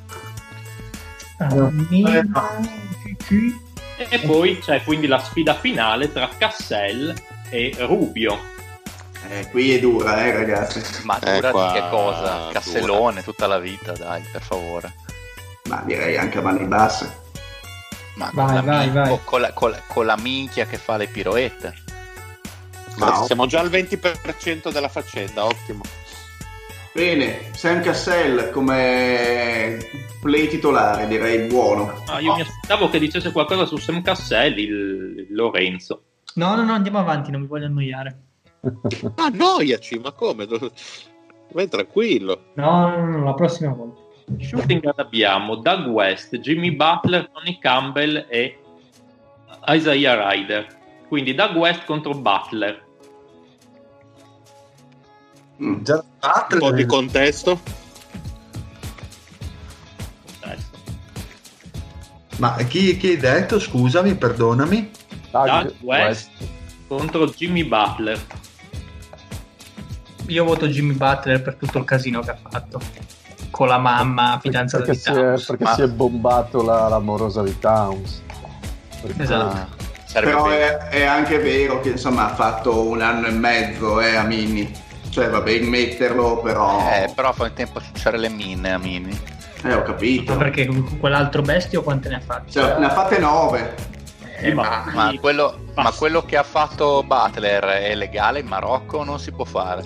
E poi c'è quindi la sfida finale tra Cassell e Rubio. Qui è dura, ragazzi. Ma dura di che cosa? Castellone tutta la vita, dai, per favore. Ma direi anche a mani basse. Ma vai. Con la minchia che fa le piroette. Ma siamo già al 20% della faccenda, ottimo. Bene, Sam Cassell come play titolare, direi buono. Io mi aspettavo che dicesse qualcosa su Sam Cassell, il Lorenzo. No, andiamo avanti, non mi voglio annoiare. Annoiaci, ma come? Vai tranquillo. No, la prossima volta. Shooting abbiamo Doug West, Jimmy Butler, Tony Campbell e Isaiah Ryder. Quindi Doug West contro Butler. Già Un po' di contesto. Ma chi hai detto? Scusami, perdonami. Doug West contro Jimmy Butler. Io voto Jimmy Butler per tutto il casino che ha fatto con la mamma fidanzata di Towns. Perché si è bombato l'amorosa di Towns. Esatto. Però è anche vero che insomma ha fatto 1 anno e mezzo a Mini. Cioè va bene metterlo, però fa il tempo a ciucciare le mine a Mini. Ho capito. Ma perché quell'altro bestio quante ne ha fatte? Cioè, ne ha fatte 9. Ma quello che ha fatto Butler è legale in Marocco? Non si può fare.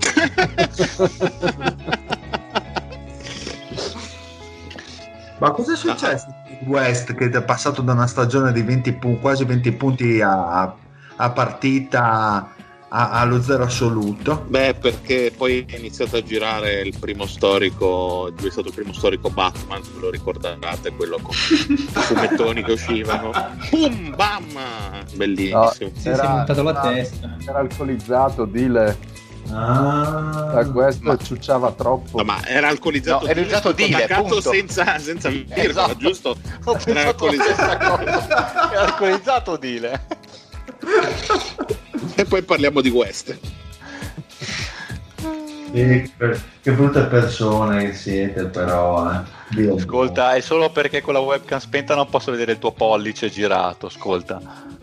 Ma cosa è successo West che è passato da una stagione di quasi 20 punti a partita allo zero assoluto? Beh, perché poi è iniziato a girare il primo storico, è stato il primo storico Batman, se ve lo ricordate, quello con i fumettoni che uscivano. Boom, bam! Bellissimo. No, si è montato la testa. Era alcolizzato, dile. Questo ciucciava troppo. No, ma era alcolizzato. No, era usato Dile, senza virgola, esatto. Giusto? Era alcolizzato Dile. E poi parliamo di West. Che brutte persone che siete, però. Ascolta, è solo perché con la webcam spenta non posso vedere il tuo pollice girato. Ascolta.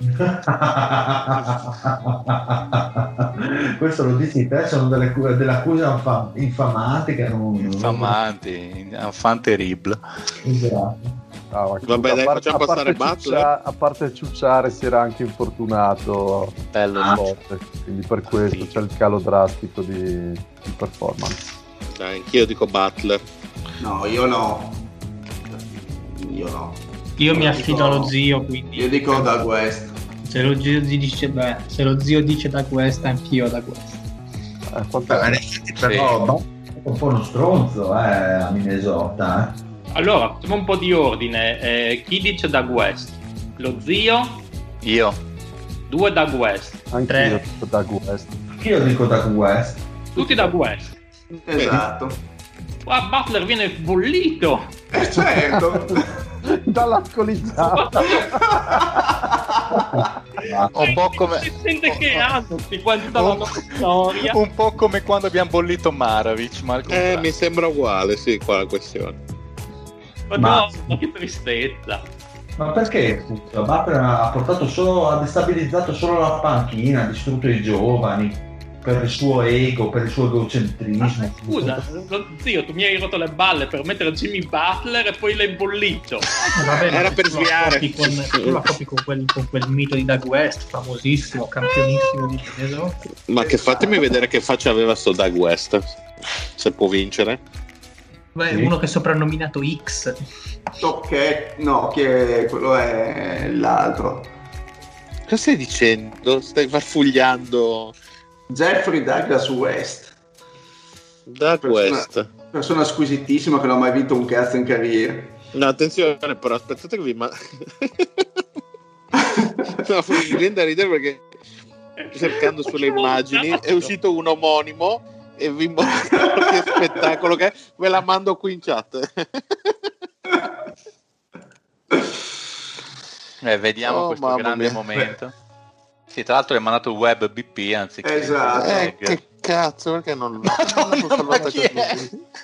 Questo lo dici te, sono delle accuse infamanti che non. Infamanti, enfant terrible. Esatto. Vabbè, dai, facciamo passare Butler. A parte ciucciare, si era anche infortunato bello forte, quindi per questo c'è il calo drastico di performance. Dai, anch'io dico Butler. No, io no. Io mi affido allo zio, quindi io dico Doug West. Se lo zio dice Doug West, anch'io Doug West. Però è un po' uno stronzo a Minnesota. Allora, facciamo un po' di ordine. Chi dice Doug West? Lo zio? Io. 2 Doug West. Anch'io dico Doug West. Io dico Doug West. Tutti Doug West. Esatto. Qua Butler viene bollito. Certo. Dall'alcolizzato. Un po' come si sente che hanno quanta la loro storia. Un po' come quando abbiamo bollito Maravic, ma mi sembra uguale, sì, qua la questione. Ma no, che tristezza. Ma perché? Butler ha destabilizzato solo la panchina, ha distrutto i giovani per il suo ego, per il suo egocentrismo. Scusa, zio, tu mi hai rotto le balle per mettere Jimmy Butler e poi l'hai bollito. Era per sviare. Tu la copi con quel mito di Doug West, famosissimo, campionissimo di Minnesota. Ma che fatemi vedere che faccia aveva sto Doug West, se può vincere. Beh, sì. Uno che è soprannominato X. Che quello è l'altro. Cosa stai dicendo? Stai farfugliando Jeffrey Douglas West. Persona squisitissima che non ha mai vinto un cazzo in carriera. No, attenzione, però aspettate che mi mi viene da ridere perché cercando sulle immagini è uscito un omonimo e vi mostro che spettacolo che è. Ve la mando qui in chat. Vediamo questo grande momento. Sì, tra l'altro è mandato il web BP anziché. Esatto. Che cazzo, perché non ma chi è?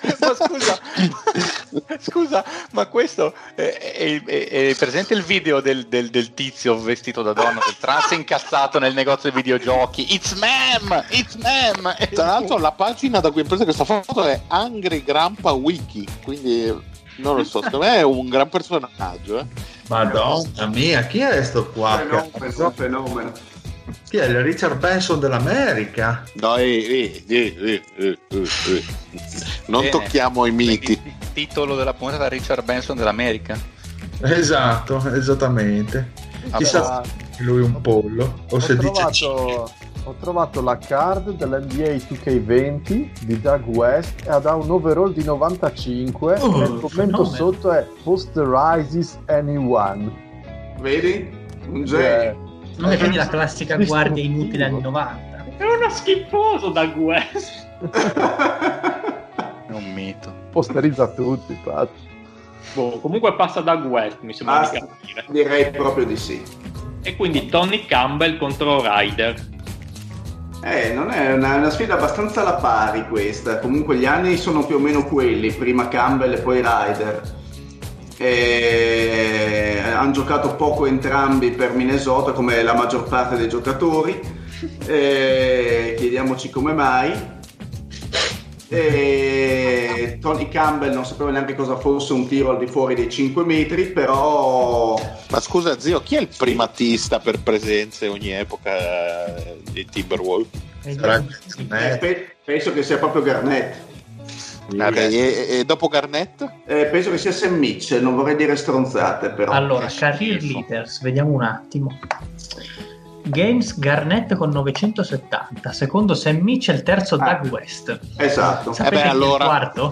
Ma scusa, ma questo è presente il video del tizio vestito da donna, del trans incazzato nel negozio di videogiochi? It's ma'am! Tra l'altro la pagina da cui è presa questa foto è Angry Grandpa Wiki, quindi non lo so, secondo me è un gran personaggio. Madonna mia, chi è sto qua? Fenomeno. Chi è il Richard Benson dell'America? No, non Bene. Tocchiamo i miti. Il titolo della puntata è Richard Benson dell'America. Esatto, esattamente. Chissà se lui è un pollo o se dice ho trovato la card dell'NBA 2K20 di Doug West e ha un overall di 95 e il commento sotto è Posterizes Anyone. Vedi? Un genio. Non è quindi la classica guardia inutile anni 90. È uno schifoso Doug West. È un mito. Posterizza tutti, infatti. Comunque passa Doug West, mi sembra di capire. Direi proprio di sì. E quindi Tony Campbell contro Ryder. Non è una sfida abbastanza alla pari questa. Comunque gli anni sono più o meno quelli, prima Campbell e poi Ryder. Hanno giocato poco entrambi per Minnesota come la maggior parte dei giocatori, chiediamoci come mai. Tony Campbell non sapeva neanche cosa fosse un tiro al di fuori dei 5 metri, però... Ma scusa zio, chi è il primatista per presenze ogni epoca di Timberwolves? Penso che sia proprio Garnett. E dopo Garnett? Penso che sia Sam Mitchell, non vorrei dire stronzate però. Allora, career leaders, vediamo un attimo. Games Garnett con 970, secondo Sam Mitchell, terzo Doug West. Esatto. Sapete allora... il quarto?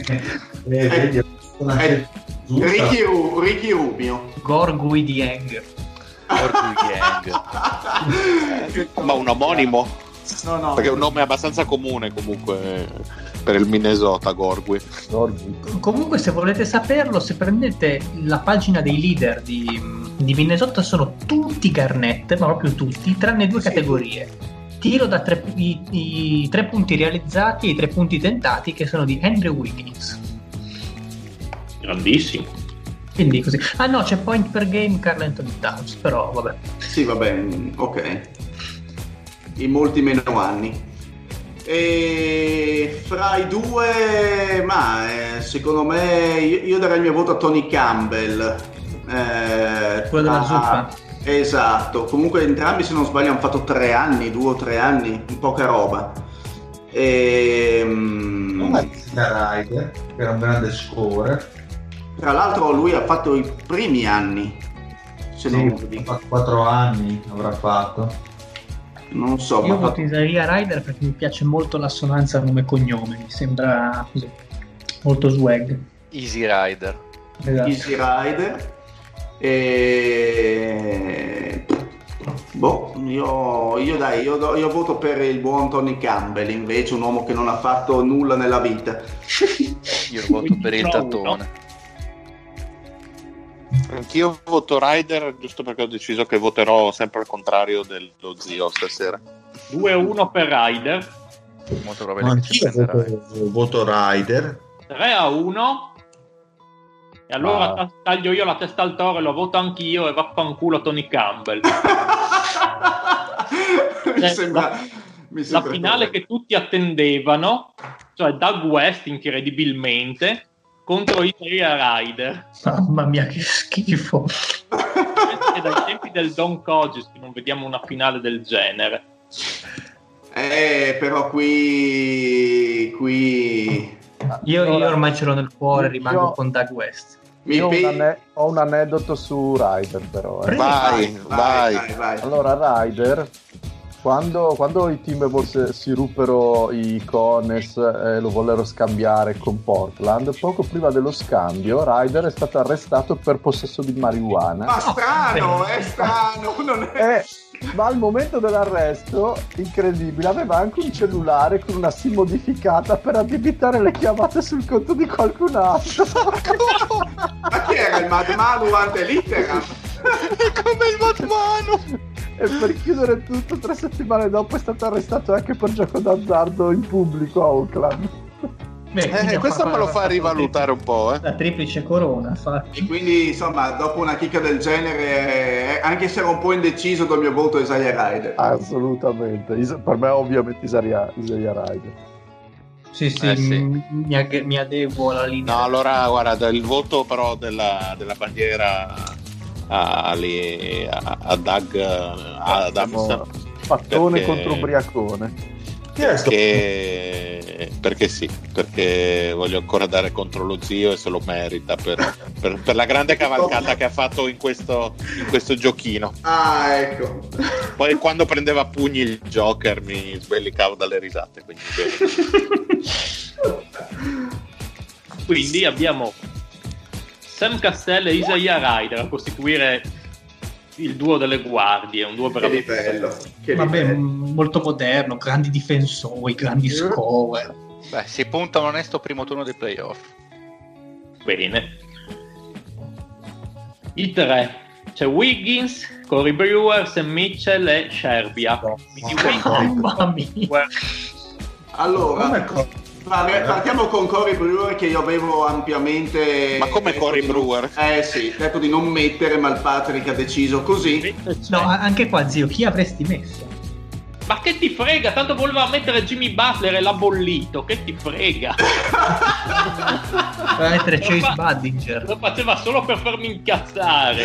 Ricky Rubio. Gorgui Dieng. Ma un omonimo? No. Perché è un nome abbastanza comune comunque per il Minnesota, Gorgui. Comunque, se volete saperlo, se prendete la pagina dei leader di Minnesota, sono tutti Garnett, ma proprio tutti, tranne due categorie: tiro da i 3 punti realizzati e i 3 punti tentati, che sono di Andrew Wiggins. Grandissimo. Quindi così. Ah no, c'è point per game Karl Anthony Towns, però vabbè. Sì, vabbè, ok. In molti meno anni. E fra i due, secondo me io darei il mio voto a Tony Campbell. Quello della zuppa. Esatto. Comunque entrambi, se non sbaglio, hanno fatto 2 o 3 anni, poca roba. Non è Ryder, che era un grande scorer. Tra l'altro lui ha fatto i primi anni, se non ha fatto 4 anni, avrà fatto. Non so. Io votizzaria Ryder perché mi piace molto l'assonanza nome e cognome, mi sembra così molto swag. Easy Rider. Esatto. Easy Rider. Io voto per il buon Tony Campbell, invece, un uomo che non ha fatto nulla nella vita. Io voto per il tattone. Anch'io voto Ryder, giusto perché ho deciso che voterò sempre al contrario dello zio stasera. 2-1 per Ryder. Molto probabilmente voto Ryder. 3-1. E allora taglio io la testa al toro e lo voto anch'io e vaffanculo Tony Campbell. La finale che tutti attendevano, cioè Doug West incredibilmente contro Isaiah Rider. Mamma mia, che schifo. È dai tempi del Don Cogis che non vediamo una finale del genere. Però qui io ormai ce l'ho nel cuore, rimango con Doug West. Ho un aneddoto su Ryder, però. Vai. Allora, Ryder, quando i Timberwolves si ruppero i cones e lo vollero scambiare con Portland, poco prima dello scambio Ryder è stato arrestato per possesso di marijuana. Ma strano, è strano, non è... Ma al momento dell'arresto, incredibile, aveva anche un cellulare con una SIM modificata per addebitare le chiamate sul conto di qualcun altro. Ma chi era il Madmanu ante litteram? Come il Madmanu! E per chiudere tutto, 3 settimane dopo è stato arrestato anche per gioco d'azzardo in pubblico a Oakland. Questo me lo fa rivalutare un po', La triplice corona, infatti. E quindi, insomma, dopo una chicca del genere, anche se ero un po' indeciso, do il mio voto a Isaiah Rider. Assolutamente, per me ovviamente Isaiah Rider. Sì. Mi adeguo alla linea. No, allora guarda, il voto però della bandiera a Doug Adams, fattone contro ubriacone. Perché sì, perché voglio ancora dare contro lo zio e se lo merita per la grande cavalcata che ha fatto in questo giochino. Ecco. Poi quando prendeva a pugni il Joker mi sbellicavo dalle risate, quindi abbiamo Sam Cassell e Isaiah Rider a costituire il duo delle guardie, un duo veramente bello. Molto moderno, grandi difensori, grandi scorer. Beh, si punta a un onesto primo turno dei playoff. Bene. I 3 c'è Wiggins, Corey Brewer, Sam Mitchell e Sherbia. Mamma mia. Allora, partiamo con Corey Brewer, che io avevo ampiamente... Ma come Corey Brewer? Sì, detto di non mettere, ma il Patrick ha deciso così. No, anche qua, zio, chi avresti messo? Ma che ti frega, tanto voleva mettere Jimmy Butler e l'ha bollito, che ti frega? Voleva mettere Chase Budinger. Lo faceva solo per farmi incazzare.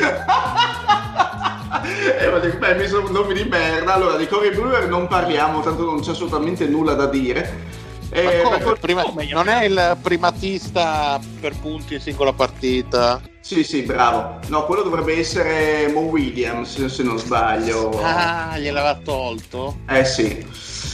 Mi sono nomi di merda. Allora, di Corey Brewer non parliamo, tanto non c'è assolutamente nulla da dire. Non è il primatista per punti in singola partita? Sì, bravo. No, quello dovrebbe essere Mo Williams, se non sbaglio. Gliel'aveva tolto? Sì.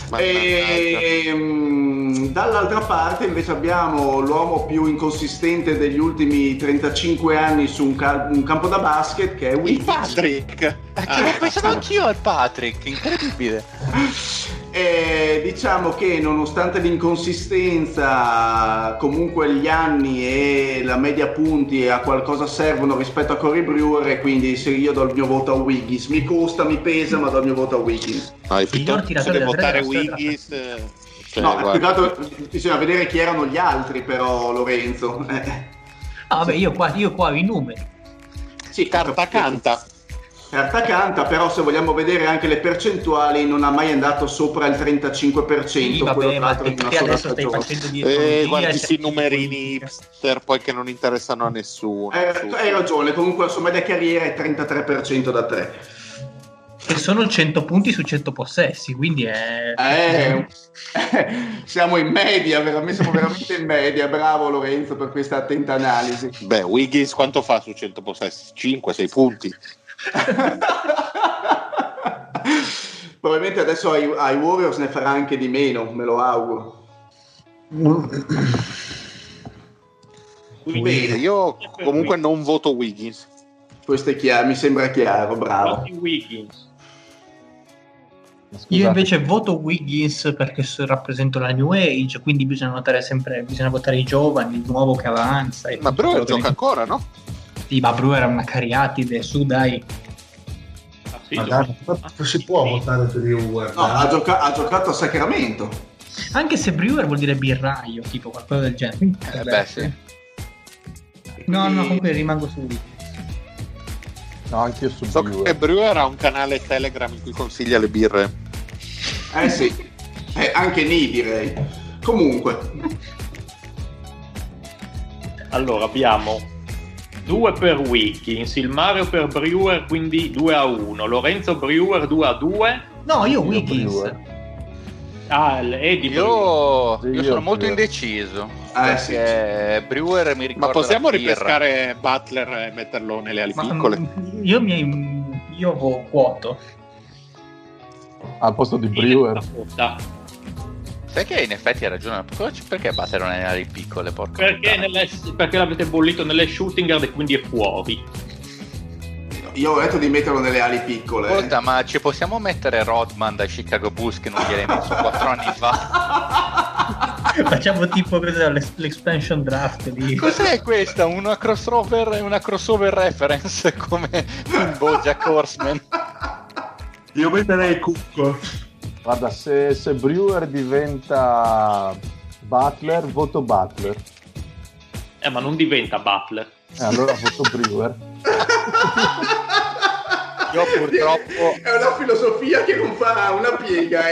Dall'altra parte invece abbiamo l'uomo più inconsistente degli ultimi 35 anni su un campo da basket, che è Wiggins. Il Patrick! L'ho pensato anch'io al Patrick, incredibile. Diciamo che nonostante l'inconsistenza, comunque gli anni e la media punti a qualcosa servono rispetto a Corey Brewer, e quindi se io do il mio voto a Wiggins, mi costa, mi pesa, ma do il mio voto a Wiggins. Piuttosto che votare Wiggins, bisogna vedere chi erano gli altri, però, Lorenzo. Vabbè, io qua ho i numeri. Sì, carta canta, però se vogliamo vedere anche le percentuali, non ha mai andato sopra il 35%. Sì, vabbè, ma te adesso stai facendo guarda questi numerini hipster poi che non interessano a nessuno. Hai ragione, comunque la sua media carriera è 33% da 3. E sono 100 punti su 100 possessi, quindi siamo in media, siamo veramente in media. Bravo Lorenzo per questa attenta analisi. Beh, Wiggins quanto fa su 100 possessi? 5-6 punti. Probabilmente adesso ai Warriors ne farà anche di meno, me lo auguro. Bene, io comunque non voto Wiggins. Questo è chiaro, mi sembra chiaro, bravo. Wiggins. Io invece voto Wiggins perché rappresento la New Age, quindi bisogna votare i giovani, il nuovo che avanza. Ma Brewer gioca ancora, no? Sì, ma Brewer è una cariatide, su dai. Si può votare Brewer? No, ha giocato a Sacramento. Anche se Brewer vuol dire birraio, tipo qualcosa del genere. Beh, sì. No, comunque rimango su. No, anche io su So Brewer. che Brewer ha un canale Telegram in cui consiglia le birre. Sì, anche Ni direi. Comunque. Allora abbiamo 2 per Wiggins, il Mario per Brewer, quindi 2-1. Lorenzo Brewer 2-2. No, io Wiggins. Brewer. Eddie Io Io sono molto Brewer. indeciso. Sì. Perché Brewer mi ricorda Ma possiamo la birra. ripescare Butler e metterlo nelle ali Ma piccole? io quoto. Al posto di Brewer. Sai che in effetti hai ragione, perché Butler non è nelle ali piccole, porca Perché, puttana? perché l'avete bollito nelle shooting guard e quindi è fuori. Io ho detto di metterlo nelle ali piccole. Ascolta, ma ci possiamo mettere Rodman dai Chicago Bulls che non gliel'hai messo 4 anni fa? Facciamo tipo l'expansion draft di... Cos'è questa? Una crossover reference come in BoJack Horseman? Io metterei Cook. Guarda, se Brewer diventa Butler, voto Butler. Ma non diventa Butler. Allora voto Brewer. Io purtroppo È una filosofia che non fa una piega,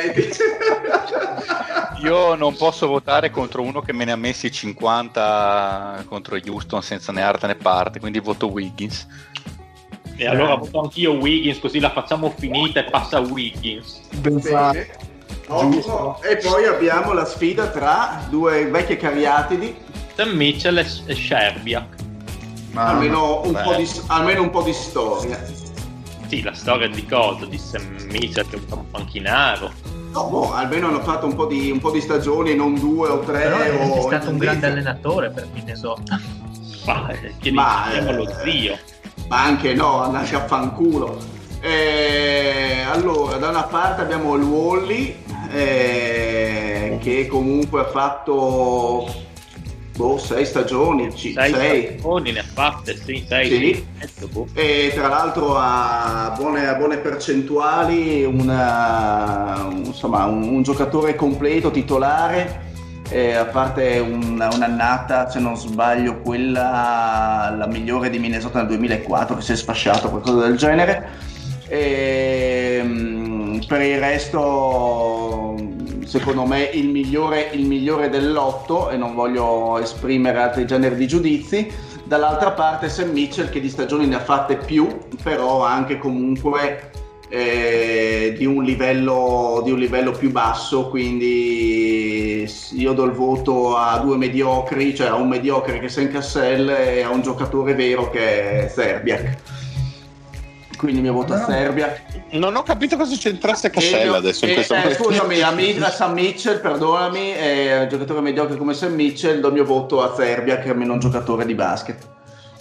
io non posso votare contro uno che me ne ha messi 50 contro Houston senza né arte né parte, quindi voto Wiggins. E allora voto anch'io Wiggins, così la facciamo finita e passa Wiggins. Bene. Ottimo. E poi abbiamo la sfida tra due vecchie cariatidi. Sam Mitchell e Sherbiak. Almeno un po' di storia. Sì, la storia di cosa? Di Sam Mitchell che è un panchinaro. No, almeno hanno fatto un po' di stagioni, non 2 o 3. Però è o stato un grande allenatore per Minnesota. Chiediamo lo zio. Ma anche no, andate a fanculo. Allora, da una parte abbiamo il Wally che comunque ha fatto 6 stagioni, 6 stagioni ne ha fatte, sì, 6. Sì. E tra l'altro ha buone percentuali, un giocatore completo, titolare, a parte un'annata, se non sbaglio, quella la migliore di Minnesota nel 2004, che si è sfasciato, qualcosa del genere. Per il resto, secondo me, il migliore del lotto, e non voglio esprimere altri generi di giudizi. Dall'altra parte Sam Mitchell, che di stagioni ne ha fatte più, però anche comunque di un livello più basso, quindi io do il voto a due mediocri, cioè a un mediocre che è Sam Cassell e a un giocatore vero che è Serbiak. Quindi il mio voto è Serbiak. Non ho capito cosa c'entrasse Cassell adesso in questo momento. Scusami, a Sam Mitchell, perdonami, è un giocatore mediocre come Sam Mitchell, do il mio voto a Serbiak, che è almeno un giocatore di basket.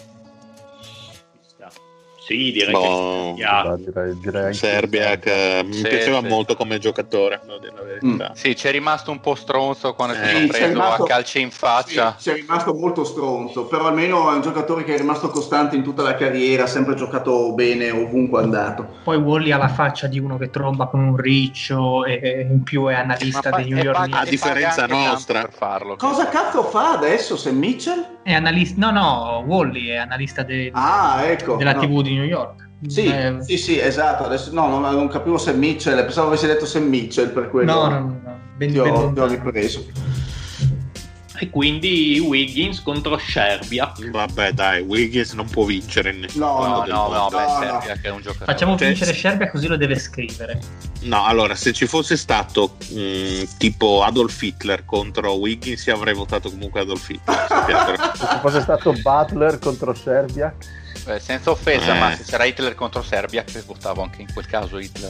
Sì, direi direi Serbiak mi piaceva molto come giocatore, devo dire la verità. Sì, c'è rimasto un po' stronzo quando è stato preso a calci in faccia. Sì, c'è rimasto molto stronzo, però almeno è un giocatore che è rimasto costante in tutta la carriera, ha sempre giocato bene ovunque è andato. Poi Wally ha la faccia di uno che tromba con un riccio e in più è analista dei New York Knicks. A differenza nostra per farlo. Cosa cazzo fa adesso Sam Mitchell? È analista, no, Wally è analista della TV di New York. Sì, esatto. Adesso non capivo Sam Mitchell, pensavo avessi detto Sam Mitchell, per quello. No. Ti ho ripreso. E quindi Wiggins contro Sherbiak. Vabbè, dai, Wiggins non può vincere in nessun modo. Serbiak è un giocatore. Facciamo vincere Sherbiak, così lo deve scrivere. No, allora, se ci fosse stato tipo Adolf Hitler contro Wiggins, io avrei votato comunque Adolf Hitler. Se ci fosse stato Butler contro Serbiak, senza offesa, ma se c'era Hitler contro Serbiak, votavo anche in quel caso Hitler.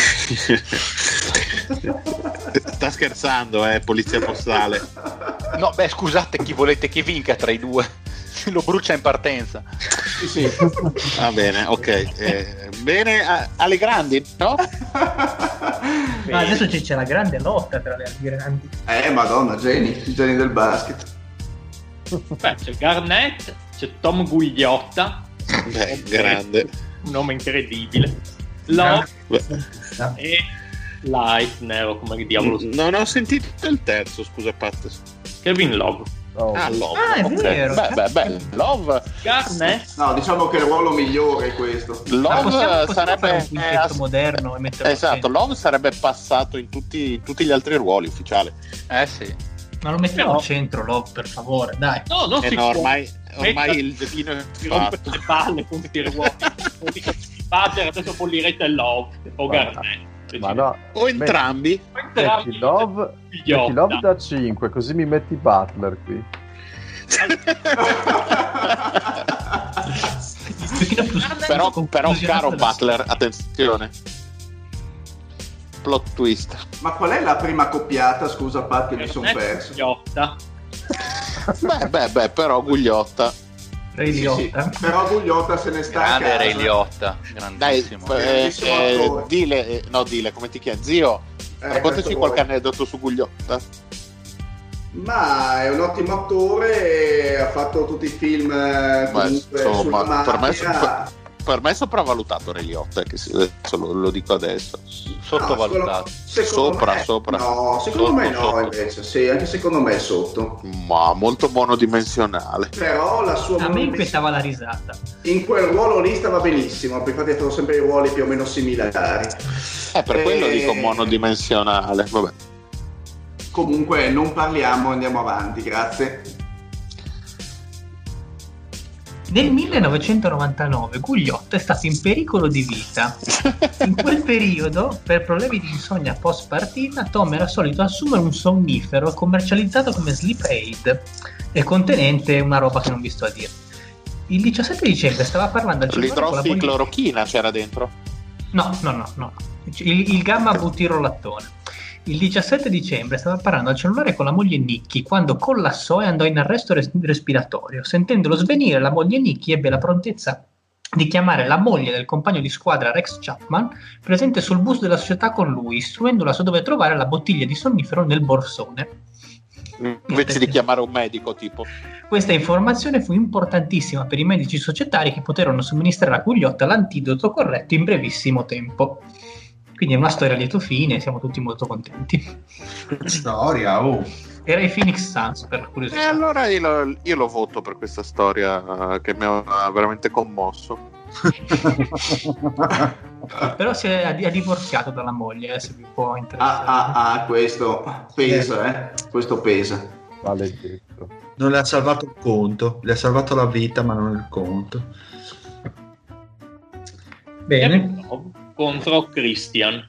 Sta scherzando, polizia postale. No, scusate, chi volete che vinca tra i due? Lo brucia in partenza. Sì. Va bene, ok. Bene, alle grandi, no? Ma adesso c'è la grande lotta tra le grandi. Madonna, geni del basket. Beh, c'è Garnett, c'è Tom Gugliotta. Grande. Un nome incredibile. Love e Leitner, o come diavolo. Non ho sentito il terzo, scusa Pat. Kevin Love. Love. È vero. Beh, Love. Garnet? No, diciamo che il ruolo migliore è questo. Love possiamo sarebbe fare un quintetto moderno e metterlo esatto, Love sarebbe passato in tutti gli altri ruoli ufficiali. Sì. Ma lo mettiamo al centro, Love, per favore, dai. No, non si può. Ormai il declino è Si rompe fatto. le palle con questi ruoli. Adesso bollirete Love o Garnet. Ma no, O entrambi. metti Love da 5, così mi metti Butler qui. però caro Butler, attenzione, plot twist. Ma qual è la prima coppiata? Scusa Pat, che mi sono perso. Gugliotta. Beh, però Gugliotta. Ray Liotta. Però Gugliotta se ne sta Grande a casa. Ray Liotta, Dai, grandissimo. dile, come ti chiami? Zio, raccontaci qualche aneddoto su Gugliotta. Ma è un ottimo attore, ha fatto tutti i film sulla mafia. Per me è sopravvalutato Ray Liotta, che adesso lo dico adesso. Sottovalutato. Sopra. No, secondo me no, invece. Sì, anche secondo me è sotto. Ma molto monodimensionale. Però la sua A me inquietava la risata. in quel ruolo lì stava benissimo, perché infatti ha fatto sempre i ruoli più o meno similari. Per quello dico monodimensionale. Vabbè. Comunque non parliamo, andiamo avanti, grazie. Nel 1999 Gugliotta è stato in pericolo di vita. In quel periodo, per problemi di insonnia post partita, Tom era solito assumere un sonnifero commercializzato come sleep aid e contenente una roba che non vi sto a dire. Il 17 dicembre stava parlando al cellulare con la moglie. L'idrossiclorochina c'era dentro? No. Il gamma butirolattone. Il 17 dicembre stava parlando al cellulare con la moglie Nicky quando collassò e andò in arresto respiratorio. Sentendolo svenire, la moglie Nicky ebbe la prontezza di chiamare la moglie del compagno di squadra Rex Chapman, presente sul bus della società con lui, istruendola su dove trovare la bottiglia di sonnifero nel borsone. Invece di chiamare un medico, tipo. Questa informazione fu importantissima per i medici societari che poterono somministrare a Gugliotta l'antidoto corretto in brevissimo tempo. Quindi è una storia a lieto fine, siamo tutti molto contenti. Storia, Era i Phoenix Suns, per curiosità. Allora io lo voto per questa storia che mi ha veramente commosso. Però ha divorziato dalla moglie, se vi può interessare. Questo pesa, Questo pesa. Maledetto. Non le ha salvato il conto, le ha salvato la vita, ma non il conto. Bene. Contro Christian.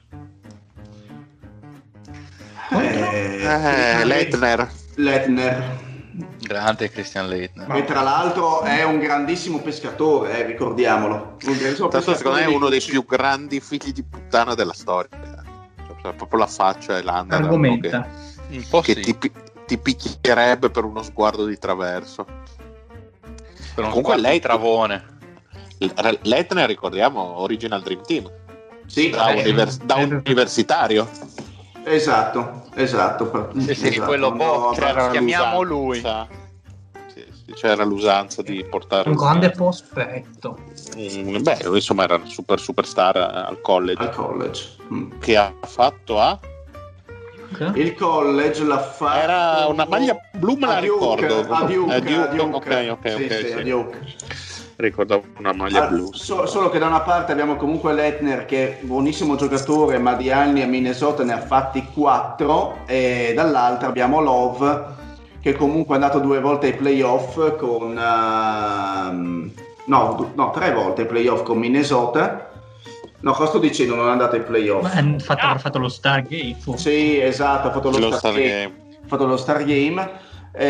Leitner. Grande Christian Leitner. E tra l'altro è un grandissimo pescatore, ricordiamolo. Tanto secondo me è uno dei più grandi figli di puttana della storia. Cioè, proprio la faccia e l'anda. Argomenta. Che ti picchierebbe per uno sguardo di traverso. Per comunque lei travone. Leitner, ricordiamo, Original Dream Team. Sì, da universitario. Esatto. Sì, quello chiamiamo lui. Sì, c'era l'usanza di portare un grande prospetto. Insomma era una superstar al college. Che ha fatto il college l'ha fatto. Era una maglia blu, me la ricordo. A Duke. Ok. Ricordavo una maglia blu. Solo che da una parte abbiamo comunque Leitner, che è buonissimo giocatore, ma di anni a Minnesota ne ha fatti 4, e dall'altra abbiamo Love, che comunque è andato 2 volte ai playoff con 3 volte ai playoff con Minnesota. No, cosa sto dicendo? Non è andato ai playoff. Ha fatto lo Stargame. Sì, esatto, ha fatto lo Stargame.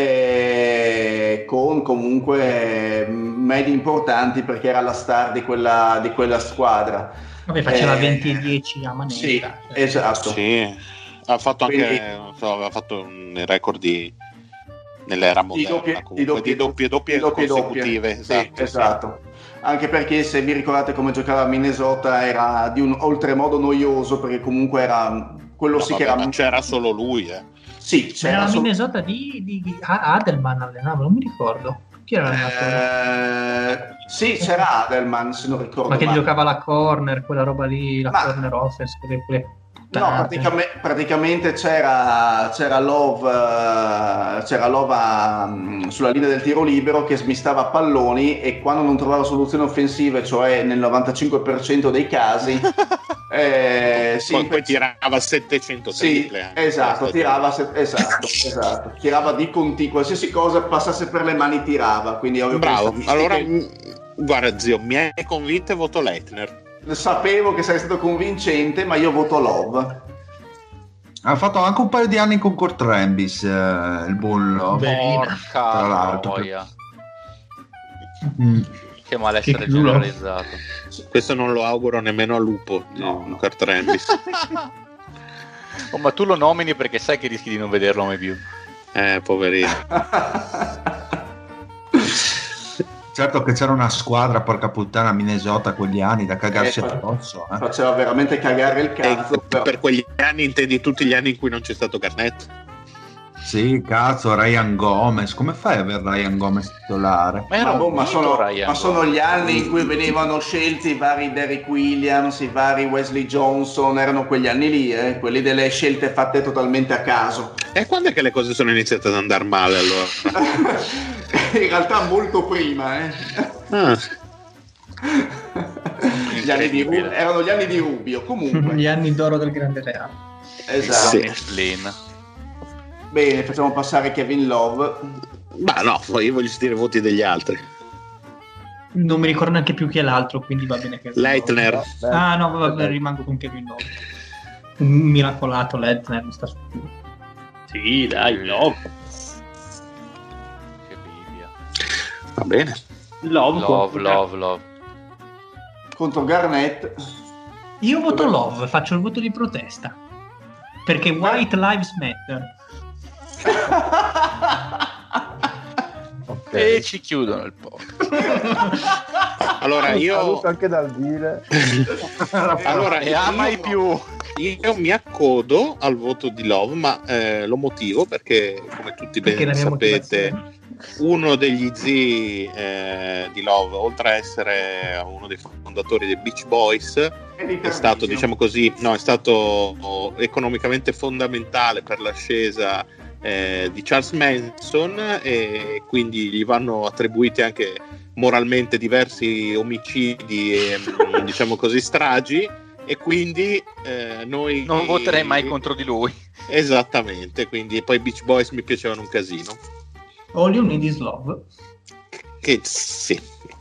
Con comunque medi importanti, perché era la star di quella squadra. Vabbè, faceva 20-10 a manetta. Sì, esatto. Sì. Ha fatto anche aveva fatto un record nell'era moderna di doppie consecutive. Esatto. Anche perché, se vi ricordate come giocava a Minnesota, era di un oltremodo noioso, perché comunque era quello che era. Ma c'era solo lui, Sì, c'era la Minnesota di Adelman allenava, non mi ricordo. Chi era l'allenatore? Sì, c'era Adelman, se non ricordo. Ma che giocava la corner, quella roba lì, corner offense, quelle No, praticamente c'era Love sulla linea del tiro libero che smistava palloni, e quando non trovava soluzioni offensive, cioè nel 95% dei casi, poi tirava 700 triple. Esatto, tirava di continuo, qualsiasi cosa passasse per le mani tirava. Quindi bravo. Allora, guarda zio, mi hai convinto e voto Leitner. Sapevo che sarei stato convincente, ma io voto Love. Ha fatto anche un paio di anni con Kurt Rambis, il buon Love. Tra l'altro. Che malessere generalizzato. Questo non lo auguro nemmeno a Lupo, no. Kurt Rambis. Ma tu lo nomini perché sai che rischi di non vederlo mai più. Poverino. Certo che c'era una squadra, porca puttana, Minnesota quegli anni da cagarsi addosso. Faceva veramente cagare il cazzo. Per quegli anni intendi tutti gli anni in cui non c'è stato Garnett? Sì, cazzo, Ryan Gomez. Come fai a avere Ryan Gomez titolare? Ma sono gli anni in cui venivano scelti i vari Derrick Williams, i vari Wesley Johnson. Erano quegli anni lì, quelli delle scelte fatte totalmente a caso. E quando è che le cose sono iniziate ad andare male allora? In realtà molto prima. Erano gli anni di Rubio, comunque. Gli anni d'oro del Grande Reale. Esatto. Sì. Bene, facciamo passare Kevin Love. Ma no, io voglio sentire i voti degli altri. Non mi ricordo neanche più chi è l'altro, quindi va bene Kevin Leitner. Love. No, vabbè, rimango con Kevin Love. Un miracolato Leitner, mi sta su. Sì, dai, Love. Che Bibbia. Va bene. Love. Contro Garnett. Io voto Love, faccio il voto di protesta. Perché White Lives Matter. E ci chiudono il podcast. Allora io anche dal dire. Allora mai più. Io mi accodo al voto di Love, ma lo motivo perché, come tutti bene sapete, uno degli zii di Love, oltre a essere uno dei fondatori dei Beach Boys, è stato, diciamo così, è stato economicamente fondamentale per l'ascesa di Charles Manson, e quindi gli vanno attribuiti anche moralmente diversi omicidi e diciamo così stragi, e quindi noi non voterei mai contro di lui. Esattamente, quindi poi i Beach Boys mi piacevano un casino. All You Need Is Love. Che sì,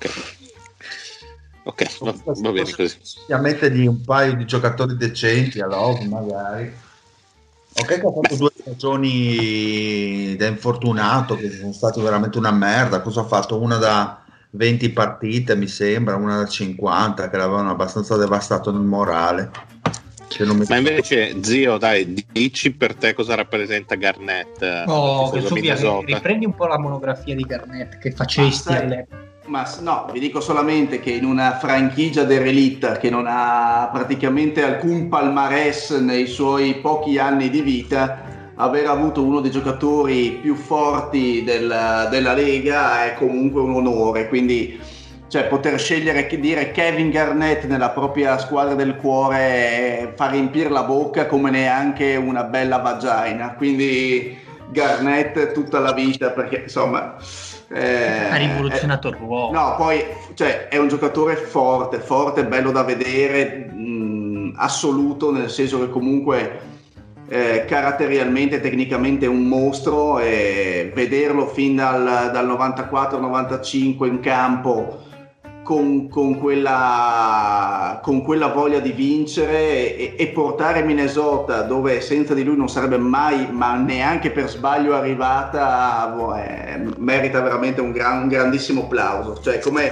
ok, va bene così. A mettergli un paio di giocatori decenti a Love, magari. Ok, che ha fatto 2 stagioni da infortunato che sono state veramente una merda. Cosa ha fatto? Una da 20 partite, mi sembra, una da 50, che l'avevano abbastanza devastato nel morale. Ma invece, zio, dai, dici per te cosa rappresenta Garnett? Riprendi un po' la monografia di Garnett che facesti all'epoca. Ma no, vi dico solamente che in una franchigia derelitta che non ha praticamente alcun palmarès nei suoi pochi anni di vita, aver avuto uno dei giocatori più forti della Lega è comunque un onore. Quindi, cioè, poter scegliere dire Kevin Garnett nella propria squadra del cuore fa riempire la bocca come neanche una bella vagina. Quindi Garnett tutta la vita, perché insomma ha rivoluzionato il ruolo. No, poi cioè, è un giocatore forte, bello da vedere, assoluto, nel senso che comunque caratterialmente, tecnicamente è un mostro, e vederlo fin dal 94-95 in campo con quella voglia di vincere e portare Minnesota, dove senza di lui non sarebbe mai, ma neanche per sbaglio arrivata, merita veramente un grandissimo applauso. Cioè, come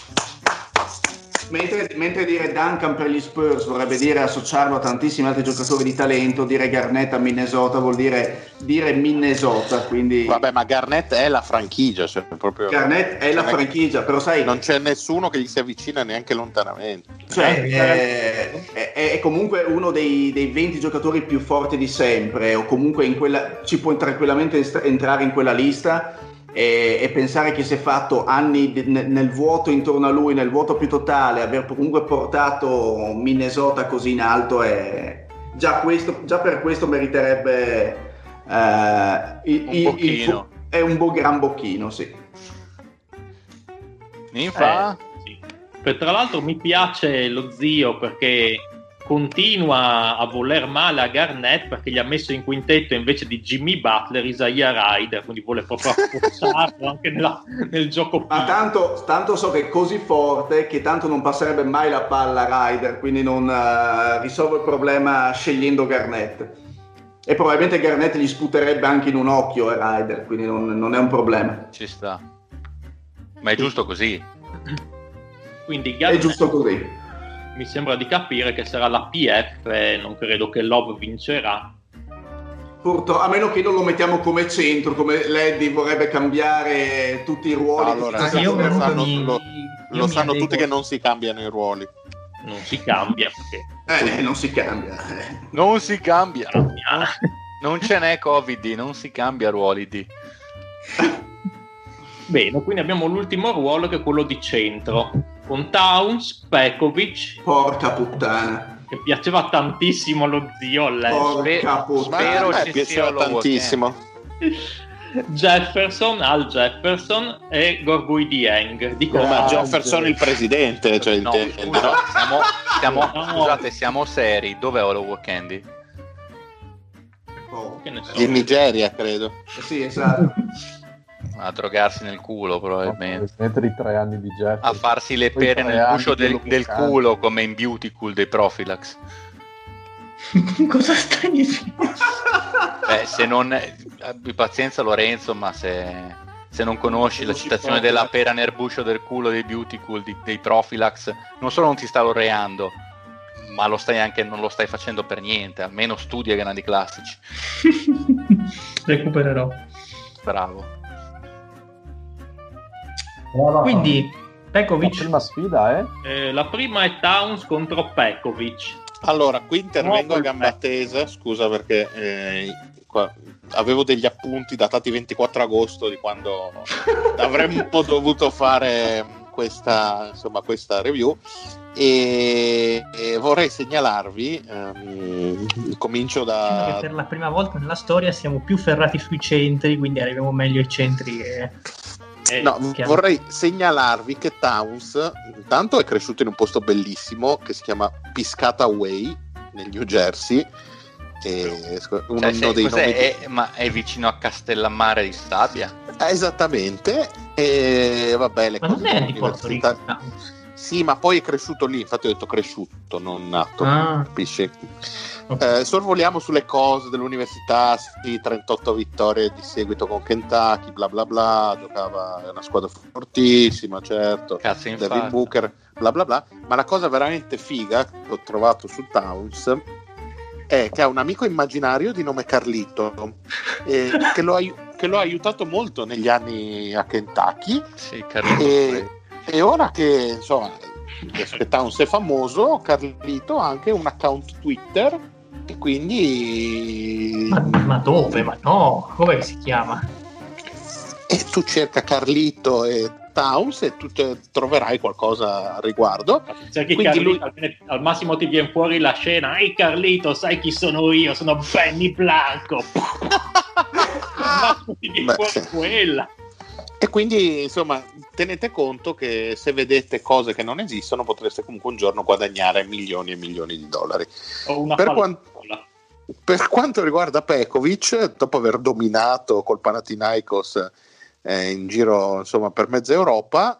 mentre dire Duncan per gli Spurs vorrebbe dire associarlo a tantissimi altri giocatori di talento, dire Garnett a Minnesota vuol dire Minnesota. Quindi vabbè, ma Garnett è la franchigia, cioè proprio Garnett è la franchigia, però sai, non c'è nessuno che gli si avvicina neanche lontanamente. Cioè è comunque uno dei 20 giocatori più forti di sempre, o comunque ci può tranquillamente entrare in quella lista. E pensare che si è fatto anni nel vuoto intorno a lui, nel vuoto più totale, aver comunque portato Minnesota così in alto è già per questo meriterebbe un bocchino. È un gran bocchino, sì. Ninfa? Sì. Tra l'altro mi piace lo zio perché continua a voler male a Garnett perché gli ha messo in quintetto invece di Jimmy Butler Isaiah Ryder, quindi vuole proprio affossarlo anche nel gioco. Ma tanto so che è così forte che tanto non passerebbe mai la palla a Ryder, quindi non risolve il problema scegliendo Garnett. E probabilmente Garnett gli sputerebbe anche in un occhio a Ryder, quindi non è un problema. Ci sta. Ma è giusto così. Quindi Garnett, è giusto così. Mi sembra di capire che sarà la PF e non credo che Love vincerà. A meno che non lo mettiamo come centro, come Leddy vorrebbe cambiare tutti i ruoli. Allora, lo sanno tutti che non si cambiano i ruoli. Non si cambia perché... non si cambia. Non si cambia. Non ce n'è Covid, non si cambia ruoli di. Bene, quindi abbiamo l'ultimo ruolo che è quello di centro, con Towns, Pekovic. Porca puttana. Che piaceva tantissimo allo zio. Porca puttana. Spero ci piaceva sia tantissimo. Jefferson, Al Jefferson e Gorgui Dieng. Ma Jefferson il presidente, cioè no, scusa, scusate, siamo seri. Dov'è Olo Candy? Che ne so. In Nigeria, credo. Sì, esatto. A drogarsi nel culo probabilmente. Di 3 anni di Jeff. A farsi le pere nel guscio del culo come in Beautiful dei Profilax. Cosa stai dicendo? Se non abbi pazienza Lorenzo, ma se non conosci la citazione della pera nel guscio del culo dei Beautiful dei Profilax, non solo non ti sta laureando, ma non lo stai facendo per niente. Almeno studia grandi classici. Recupererò. Bravo. Quindi Pekovic. La prima sfida la prima è Towns contro Pekovic. Allora, qui intervengo a gamba tesa, scusa perché qua avevo degli appunti datati 24 agosto di quando avremmo dovuto fare questa review e vorrei segnalarvi, comincio da... Per la prima volta nella storia siamo più ferrati sui centri, quindi arriviamo meglio ai centri vorrei segnalarvi che Towns intanto è cresciuto in un posto bellissimo che si chiama Piscataway nel New Jersey, ma è vicino a Castellammare di Stabia? Esattamente, e vabbè, ma non è di Porto Rico, sì, ma poi è cresciuto lì, infatti ho detto cresciuto, non nato, capisci? Okay. Sorvoliamo sulle cose dell'università, sì, 38 vittorie di seguito con Kentucky, bla bla bla, giocava una squadra fortissima, certo, Devin Booker, bla bla bla, ma la cosa veramente figa che ho trovato su Towns è che ha un amico immaginario di nome Carlito, che lo ha aiutato molto negli anni a Kentucky, sì, Carlito, e ora che insomma che Towns è famoso, Carlito ha anche un account Twitter e quindi ma dove? Ma no, come si chiama? E tu cerca Carlito e Towns e tu troverai qualcosa a riguardo. Quindi Carlito, al massimo ti viene fuori la scena: ehi Carlito, sai chi sono io? Sono Benny Blanco. Al massimo ti viene fuori quella. E quindi insomma tenete conto che se vedete cose che non esistono potreste comunque un giorno guadagnare milioni e milioni di dollari. Per quanto riguarda Pekovic, dopo aver dominato col Panathinaikos in giro insomma per mezza Europa,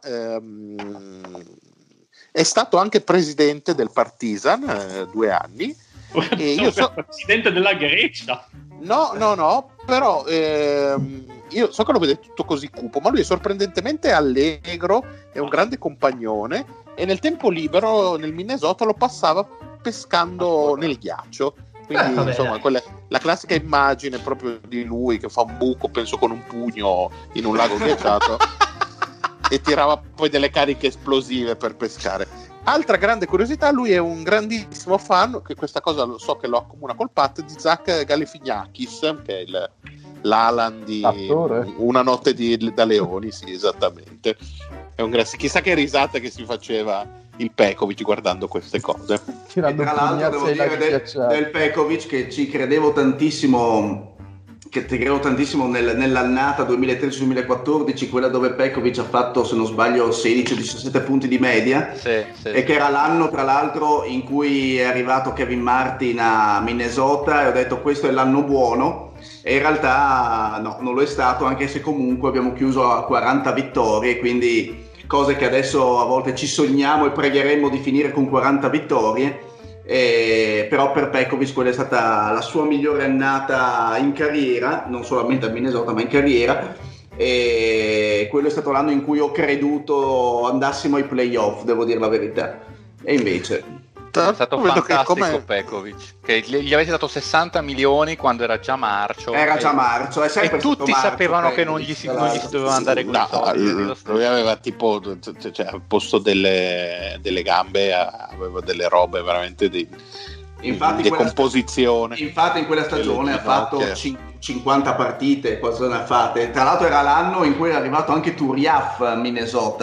è stato anche presidente del Partizan 2 anni. E io presidente della Grecia. No, però io so che lo vedete tutto così cupo, ma lui è sorprendentemente allegro, è un grande compagnone e nel tempo libero nel Minnesota lo passava pescando nel ghiaccio. Quindi insomma la classica immagine proprio di lui che fa un buco, penso con un pugno in un lago ghiacciato e tirava poi delle cariche esplosive per pescare. Altra grande curiosità, lui è un grandissimo fan, che questa cosa lo so che lo accomuna col Pat, di Zach Galifianakis, che è l'Alan di Una notte da leoni, sì, esattamente. È un chissà che risate che si faceva il Pekovic guardando queste cose. E tra l'altro devo dire del Pekovic che ci credevo tantissimo nell'annata 2013-2014, quella dove Pekovic ha fatto, se non sbaglio, 16 o 17 punti di media, e che era l'anno tra l'altro in cui è arrivato Kevin Martin a Minnesota, e ho detto questo è l'anno buono, e in realtà no, non lo è stato, anche se comunque abbiamo chiuso a 40 vittorie, quindi cose che adesso a volte ci sogniamo e pregheremmo di finire con 40 vittorie. Però per Pekovic quella è stata la sua migliore annata in carriera, non solamente a Minnesota ma in carriera, e quello è stato l'anno in cui ho creduto andassimo ai playoff, devo dire la verità, e invece è stato fantastico Pekovic, che gli avete dato 60 milioni quando era già marcio, è sempre e tutti marcio, sapevano che non gli si doveva andare con lui aveva tipo, cioè, al posto delle gambe aveva delle robe veramente di decomposizione. Infatti in quella stagione ha fatto 50 partite, quasi ne ha fatte. Tra l'altro era l'anno in cui era arrivato anche Turiaf a Minnesota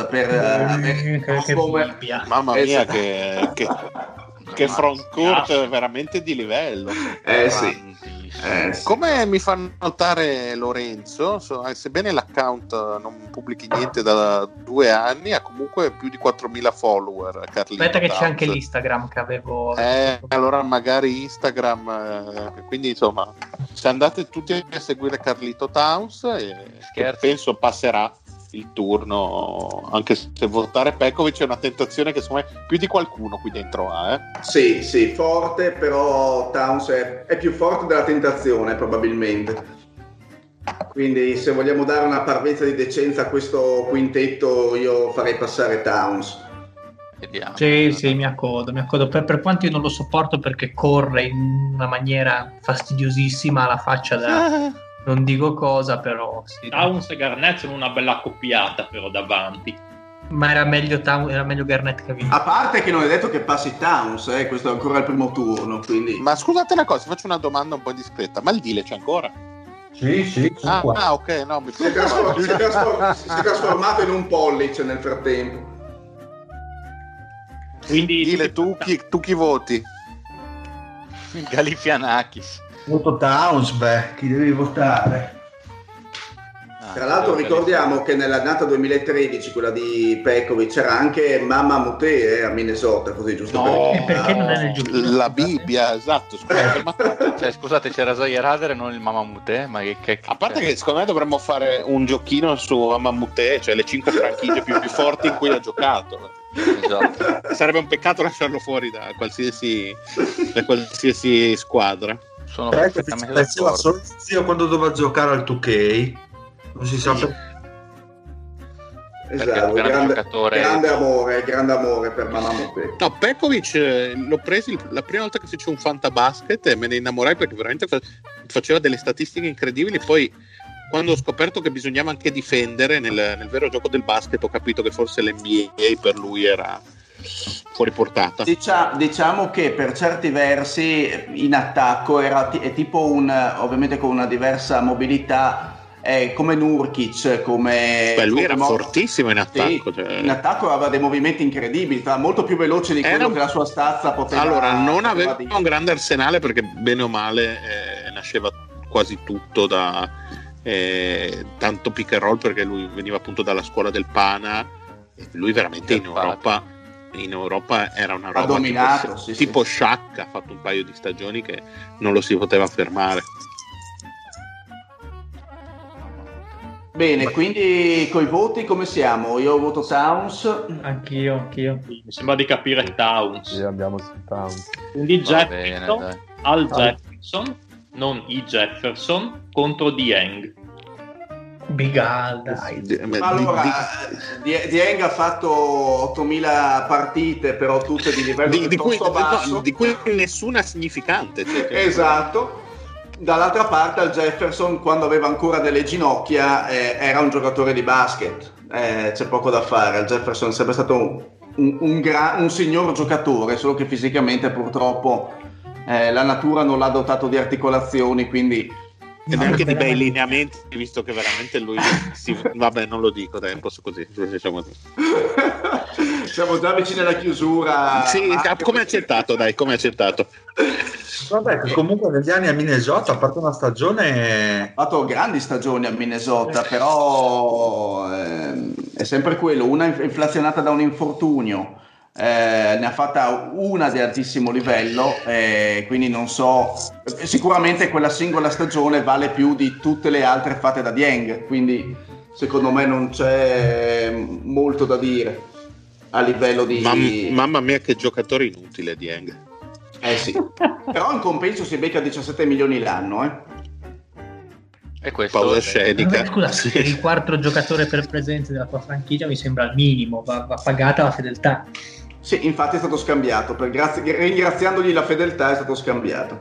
mamma mia, che frontcourt veramente di livello. Sì. Come mi fa notare Lorenzo, sebbene l'account non pubblichi niente da 2 anni, ha comunque più di 4.000 follower. Carlito Aspetta che Towns. c'è anche l'Instagram che avevo. Allora magari Instagram, quindi insomma, se andate tutti a seguire Carlito Towns, penso passerà il turno, anche se votare Pekovic è una tentazione che secondo me più di qualcuno qui dentro ha. Sì, forte, però Towns è più forte della tentazione probabilmente, quindi se vogliamo dare una parvenza di decenza a questo quintetto io farei passare Towns. Vediamo. Sì, mi accodo per quanto io non lo sopporto, perché corre in una maniera fastidiosissima, alla faccia da non dico cosa, però sì. Towns e Garnett sono una bella accoppiata però davanti. Ma era meglio Garnett che vinto. A parte che non è detto che passi Towns, questo è ancora il primo turno, quindi. Ma scusate una cosa, faccio una domanda un po' indiscreta, ma il deal c'è ancora? Sì. Ok, no, si è trasformato in un pollice nel frattempo. Quindi Dile, tu chi voti? Galifianakis. Voto Towns, chi devi votare? Tra l'altro ricordiamo che nell'annata 2013, quella di Pekovic, c'era anche Mama Mute a Minnesota, così giusto perché non è nel giochino? La Bibbia, esatto. Scusate, c'era Zaire Rader e non il Mama Mute, ma che a parte che secondo me dovremmo fare un giochino su Mama Mute, cioè le 5 franchigie più forti in cui ha giocato. Esatto. Sarebbe un peccato lasciarlo fuori da qualsiasi squadra. Sono perfettamente d'accordo. Solo zio quando doveva giocare al 2K, non si sa esatto, grande amore per Mamma Mute. No, Pekovic l'ho preso la prima volta che fece un fantabasket e me ne innamorai perché veramente faceva delle statistiche incredibili. Poi quando ho scoperto che bisognava anche difendere nel vero gioco del basket, ho capito che forse l'NBA per lui era fuori portata. Diciamo che per certi versi in attacco è tipo ovviamente con una diversa mobilità, come Nurkic, lui era fortissimo in attacco, sì, in attacco aveva dei movimenti incredibili, molto più veloce di quello che la sua stazza poteva. Allora non aveva un grande arsenale, perché bene o male nasceva quasi tutto da tanto pick and roll, perché lui veniva appunto dalla scuola del Pana e lui veramente in Europa era una roba dominato, tipo Shaq, ha fatto un paio di stagioni che non lo si poteva fermare. Bene, quindi coi voti come siamo? Io voto Towns. Anch'io. Mi sembra di capire Towns. Sì, andiamo su Towns. Quindi Jefferson, Jefferson, non i Jefferson, contro Dieng. Big Al, dai. Allora, Dieng ha fatto 8000 partite, però tutte di livello piuttosto basso. Di cui nessuna significante. Esatto. Dall'altra parte al Jefferson, quando aveva ancora delle ginocchia, era un giocatore di basket, c'è poco da fare. Al Jefferson è sempre stato un signor giocatore, solo che fisicamente purtroppo la natura non l'ha dotato di articolazioni, quindi ed anche di bei lineamenti, visto che veramente lui vabbè, non lo dico, dai, posso così, diciamo. Siamo già vicini alla chiusura. Sì, come accettato, dai, come accettato. Vabbè, comunque negli anni a Minnesota ha fatto una stagione. Ha fatto grandi stagioni a Minnesota, però è sempre quello, una inflazionata da un infortunio. Ne ha fatta una di altissimo livello, quindi non so, sicuramente quella singola stagione vale più di tutte le altre fatte da Dieng, quindi secondo me non c'è molto da dire a livello di... Mamma mia che giocatore inutile Dieng. Sì, però in compenso si becca 17 milioni l'anno, E questo pausa scenica. Scusa, per il quarto giocatore per presenza della tua franchigia mi sembra il minimo, va pagata la fedeltà. Sì, infatti è stato scambiato, ringraziandogli la fedeltà è stato scambiato.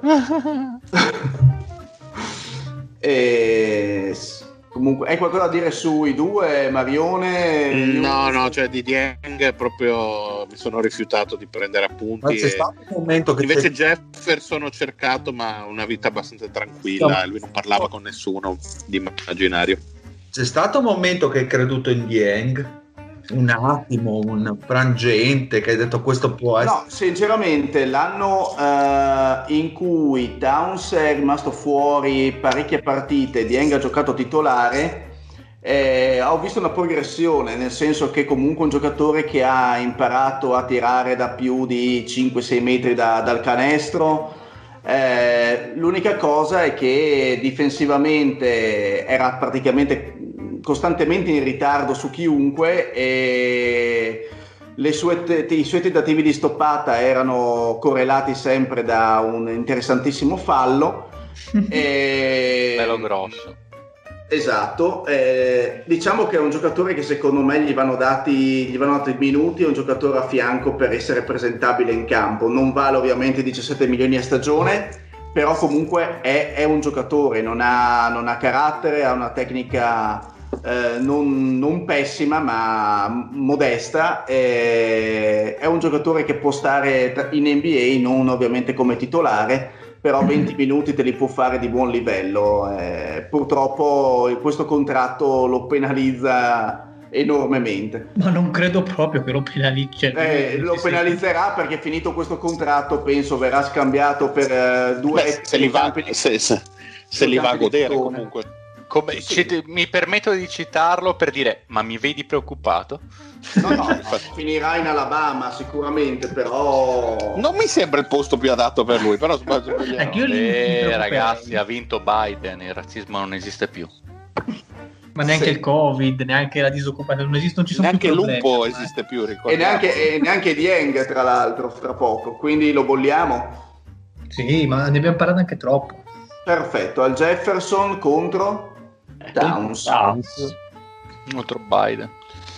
Comunque, hai qualcosa da dire sui due, Marione? No, cioè di Dieng proprio mi sono rifiutato di prendere appunti. C'è stato un momento che invece Jefferson ho cercato, ma una vita abbastanza tranquilla, lui non parlava con nessuno di immaginario. C'è stato un momento che hai creduto in Dieng? Un attimo, un frangente che hai detto questo può essere? No, sinceramente l'anno in cui Towns è rimasto fuori parecchie partite, Dieng ha giocato titolare, ho visto una progressione, nel senso che comunque un giocatore che ha imparato a tirare da più di 5-6 metri dal canestro. L'unica cosa è che difensivamente era praticamente costantemente in ritardo su chiunque e i suoi tentativi di stoppata erano correlati sempre da un interessantissimo fallo. Bello grosso. Esatto, diciamo che è un giocatore che secondo me gli vanno dati minuti, è un giocatore a fianco per essere presentabile in campo, non vale ovviamente 17 milioni a stagione, però comunque è un giocatore, non ha carattere, ha una tecnica non pessima ma modesta, è un giocatore che può stare in NBA, non ovviamente come titolare, però 20 minuti te li può fare di buon livello. Purtroppo questo contratto lo penalizza enormemente. Ma non credo proprio che lo penalizzi. Lo penalizzerà perché finito questo contratto penso verrà scambiato per due se li va a godere comunque. Mi permetto di citarlo per dire, ma mi vedi preoccupato? No, finirà in Alabama sicuramente, però non mi sembra il posto più adatto per lui, però ragazzi, ha vinto Biden, il razzismo non esiste più. Ma neanche il Covid, neanche la disoccupazione, non ci sono neanche più problemi. Lupo esiste più, ricordiamo. E neanche Dieng, tra l'altro, fra poco, quindi lo bolliamo? Sì, ma ne abbiamo parlato anche troppo. Perfetto, al Jefferson contro Towns. Contro Biden.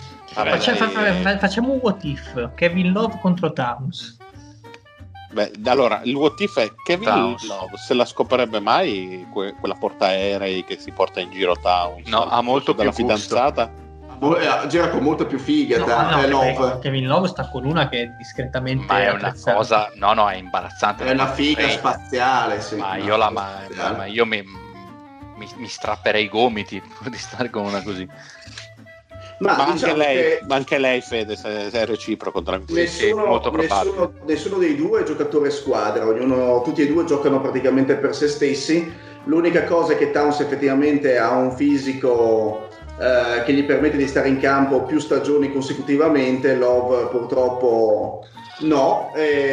Facciamo un what if, Kevin Love contro Towns. Beh, allora il what if è Kevin Love se la scoperebbe mai quella portaerei che si porta in giro Towns? No, ha molto più fidanzata. Gira con molta più figa. Love. Kevin Love sta con una che è discretamente, ma è una cosa, no, è imbarazzante, è una figa spaziale, sì. Ma io mi strapperei i gomiti di stare con una così. Ma anche lei Fede, se è reciproco, tranquillo. Molto probabile. Nessuno dei due è giocatore squadra, tutti e due giocano praticamente per se stessi. L'unica cosa è che Towns effettivamente ha un fisico che gli permette di stare in campo più stagioni consecutivamente. Love purtroppo no.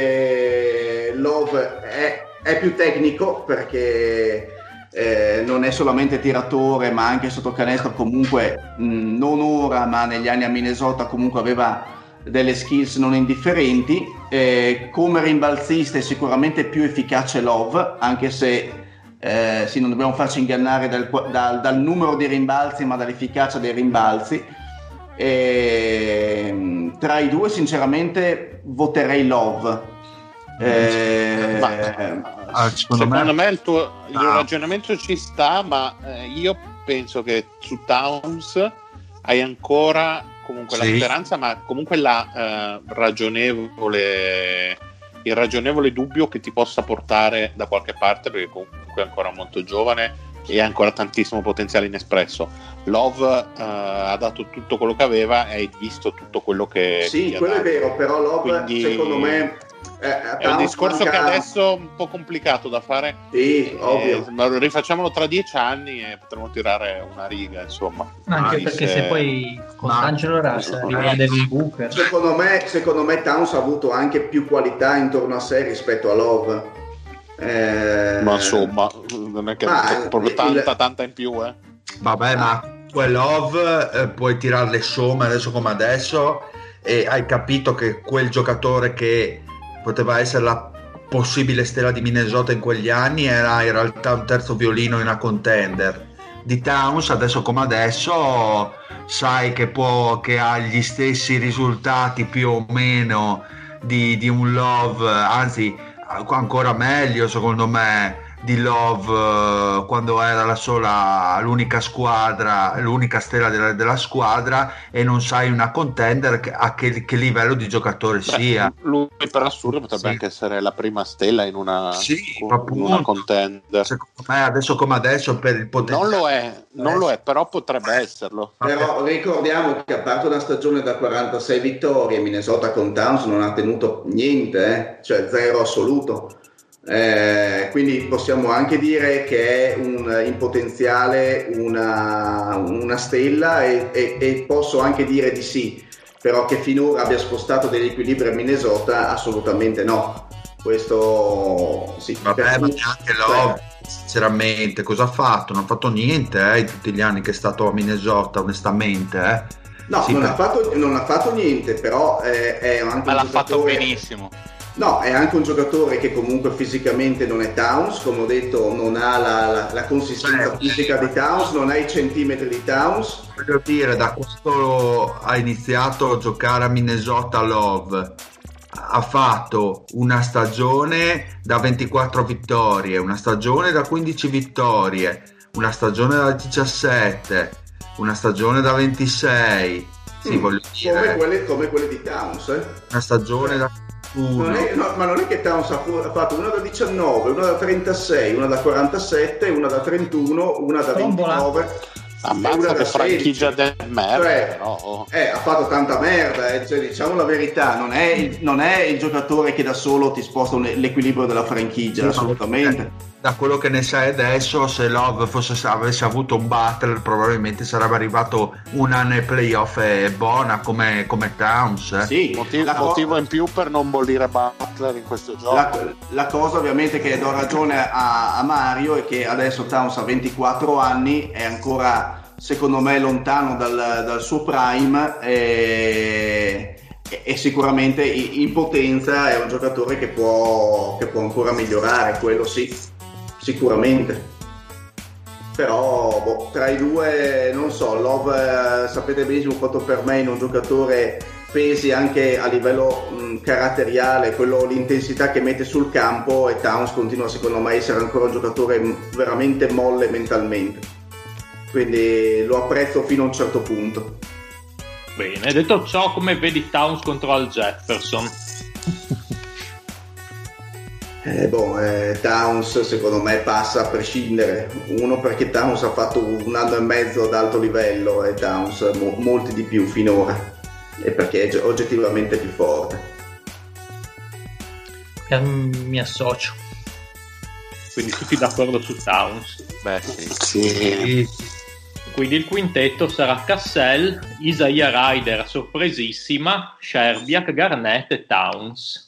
Love è più tecnico perché non è solamente tiratore ma anche sotto canestro, comunque non ora ma negli anni a Minnesota comunque aveva delle skills non indifferenti. Come rimbalzista è sicuramente più efficace Love, anche se sì, non dobbiamo farci ingannare dal numero di rimbalzi ma dall'efficacia dei rimbalzi. Tra i due sinceramente voterei Love. Secondo me il tuo ragionamento ci sta, ma io penso che su Towns hai ancora comunque la speranza, ma comunque il ragionevole dubbio che ti possa portare da qualche parte, perché comunque è ancora molto giovane e ha ancora tantissimo potenziale inespresso. Love ha dato tutto quello che aveva e hai visto tutto quello che sì, quello è vero, però Love secondo me è un discorso che adesso è un po' complicato da fare. Sì, ovvio. Ma rifacciamolo tra 10 anni e potremo tirare una riga, insomma. Anche perché se poi con Angelo Russell arriva Devin Booker. Secondo me Towns ha avuto anche più qualità intorno a sé rispetto a Love. Ma insomma, non è che proprio tanta in più, Vabbè, ma quel Love puoi tirare le somme adesso come adesso e hai capito che quel giocatore che poteva essere la possibile stella di Minnesota in quegli anni era in realtà un terzo violino in una contender. Di Towns adesso come adesso sai che ha gli stessi risultati più o meno di un Love, anzi ancora meglio secondo me di Love quando era l'unica squadra, l'unica stella della squadra, e non sai una contender a che livello di giocatore sia. Lui per assurdo potrebbe anche essere la prima stella in una contender. Secondo me adesso come adesso per il potenziale non lo è, però potrebbe esserlo. Però ricordiamo che a parte una stagione da 46 vittorie, Minnesota con Towns non ha tenuto niente, cioè zero assoluto. Quindi possiamo anche dire che è in potenziale una stella e posso anche dire di sì, però che finora abbia spostato degli equilibri a Minnesota assolutamente no. Questo sì. Vabbè, ma neanche Love sinceramente cosa ha fatto? Non ha fatto niente in tutti gli anni che è stato a Minnesota, onestamente no, sì, non ha fatto niente, però è anche l'ha fatto benissimo. No, è anche un giocatore che comunque fisicamente non è Towns, come ho detto, non ha la consistenza fisica di Towns, non ha i centimetri di Towns. Voglio dire, da quando ha iniziato a giocare a Minnesota Love, ha fatto una stagione da 24 vittorie, una stagione da 15 vittorie, una stagione da 17, una stagione da 26. Sì, voglio dire. Come quelle di Towns, Una stagione da ma non è che Towns ha fatto una da 19, una da 36, una da 47, una da 31, una da 29. Ammazza che franchigia del merda, però. Ha fatto tanta merda, cioè, diciamo la verità, non è il giocatore che da solo ti sposta l'equilibrio della franchigia, sì, assolutamente. Da quello che ne sai adesso, se Love avesse avuto un Butler probabilmente sarebbe arrivato un anno ai playoff e buona come Towns. Sì, motivo in più per non bollire Butler in questo gioco. La cosa ovviamente che do ragione a Mario è che adesso Towns ha 24 anni, è ancora secondo me lontano dal suo prime e sicuramente in potenza è un giocatore che può ancora migliorare, quello sì, sicuramente. Però tra i due non so, Love sapete benissimo quanto per me in un giocatore pesi anche a livello caratteriale, l'intensità che mette sul campo, e Towns continua secondo me a essere ancora un giocatore veramente molle mentalmente, quindi lo apprezzo fino a un certo punto. Bene, detto ciò, come vedi Towns contro Al Jefferson? Towns secondo me passa a prescindere. Uno, perché Towns ha fatto un anno e mezzo ad alto livello e Towns molti di più finora, e perché è oggettivamente più forte. Mi associo. Quindi tutti d'accordo su Towns? Beh sì. Quindi il quintetto sarà Cassell, Isaiah Ryder sorpresissima, Szczerbiak, Garnett e Towns.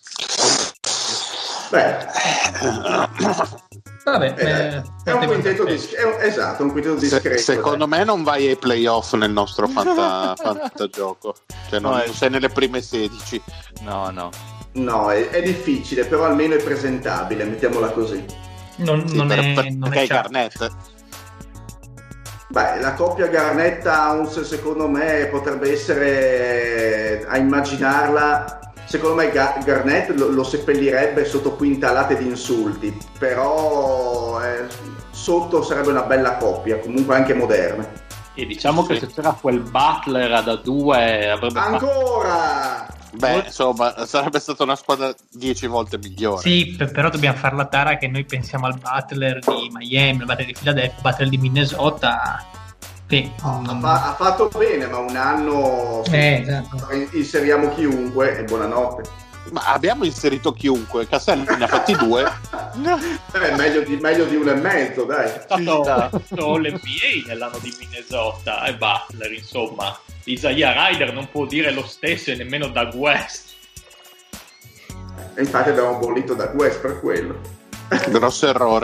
Vabbè, è un quintetto esatto, un quintetto discreto. Secondo me non vai ai playoff nel nostro fantagioco, cioè non sei nelle prime 16. No, è difficile, però almeno è presentabile, mettiamola così. Non è Garnett. La coppia Garnett-Towns secondo me potrebbe essere, a immaginarla, secondo me Garnett lo seppellirebbe sotto quintalate di insulti, però sotto sarebbe una bella coppia, comunque anche moderna. E diciamo che se c'era quel Butler da 2 avrebbe ancora insomma sarebbe stata una squadra 10 volte migliore. Sì, però dobbiamo far la tara che noi pensiamo al Butler di Miami, al Butler di Philadelphia, al Butler di Minnesota Sì. Ha fatto bene, ma un anno esatto. inseriamo chiunque e buonanotte. Ma abbiamo inserito chiunque, Castelli ne ha fatti 2. Meglio di 1,5, dai. È stato l'NBA nell'anno di Minnesota e Butler, insomma. Isaiah Ryder non può dire lo stesso e nemmeno Doug West. E infatti abbiamo bollito Doug West per quello. Grosso errore.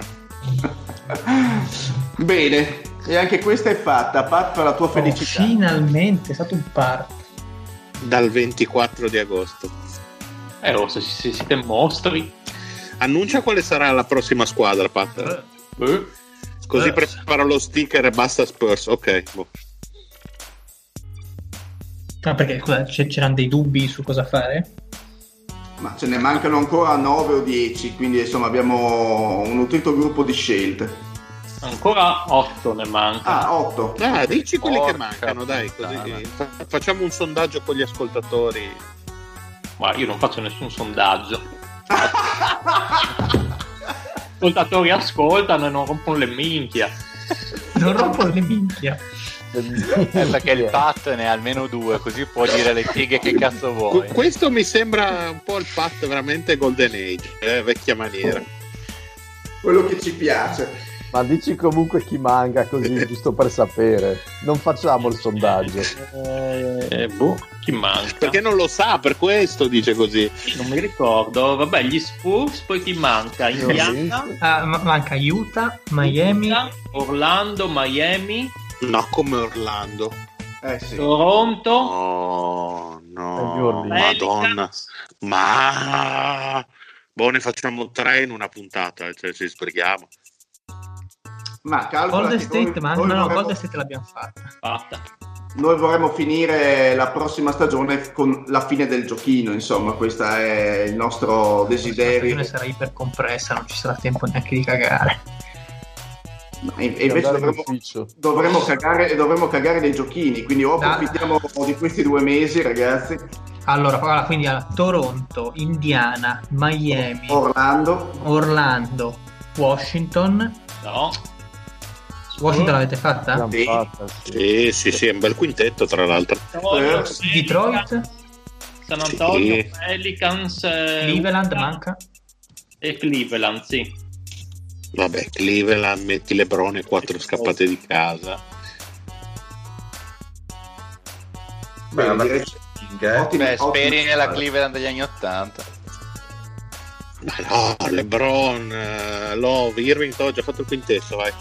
Bene, e anche questa è fatta. Pat, per la tua felicità. Finalmente è stato un part. Dal 24 di agosto. Se siete mostri. Annuncia quale sarà la prossima squadra, Pat. Così preparo lo sticker e basta Spurs. Ok. Boh. No, perché scusa, c'erano dei dubbi su cosa fare? Ma ce ne mancano ancora 9 o 10, quindi insomma abbiamo un nutrito gruppo di scelte. Ancora 8 ne mancano. 8. Dici quelli che mancano, dai, così facciamo un sondaggio con gli ascoltatori. Ma io non faccio nessun sondaggio. Ascoltatori ascoltano e non rompono le minchia. Non rompono le minchia. Perché il Pat ne ha almeno 2, così può dire le fighe che cazzo vuoi. Questo mi sembra un po' il Pat veramente Golden Age, vecchia maniera. Quello che ci piace. Ma dici comunque chi manca, così giusto per sapere. Non facciamo il sondaggio. Chi manca? Perché non lo sa, per questo dice così. Non mi ricordo. Vabbè, gli Spurs, poi chi manca? Indiana? Manca Utah, Miami, Orlando, Miami. No, come Orlando. Sì. Toronto. Oh no, Madonna. Ma ne facciamo 3 in una puntata, cioè ci sbrighiamo. Ma calcola Golden State, Golden State l'abbiamo fatta. Noi vorremmo finire la prossima stagione con la fine del giochino, insomma, questo è il nostro desiderio. La stagione sarà ipercompressa, non ci sarà tempo neanche di cagare. E invece dovremmo cagare dei giochini, quindi approfittiamo di questi 2 mesi, ragazzi. Allora, quindi Toronto, Indiana, Miami, Orlando, Washington. No. Washington l'avete fatta? Sì, è un bel quintetto, tra l'altro. Detroit, San Antonio, Pelicans, Cleveland manca. E Cleveland, sì. Vabbè, Cleveland, metti LeBron e 4 scappate di casa. Speri nella Cleveland degli anni 80. Ma no, LeBron, Love, Irving, ho già fatto il quintetto, vai.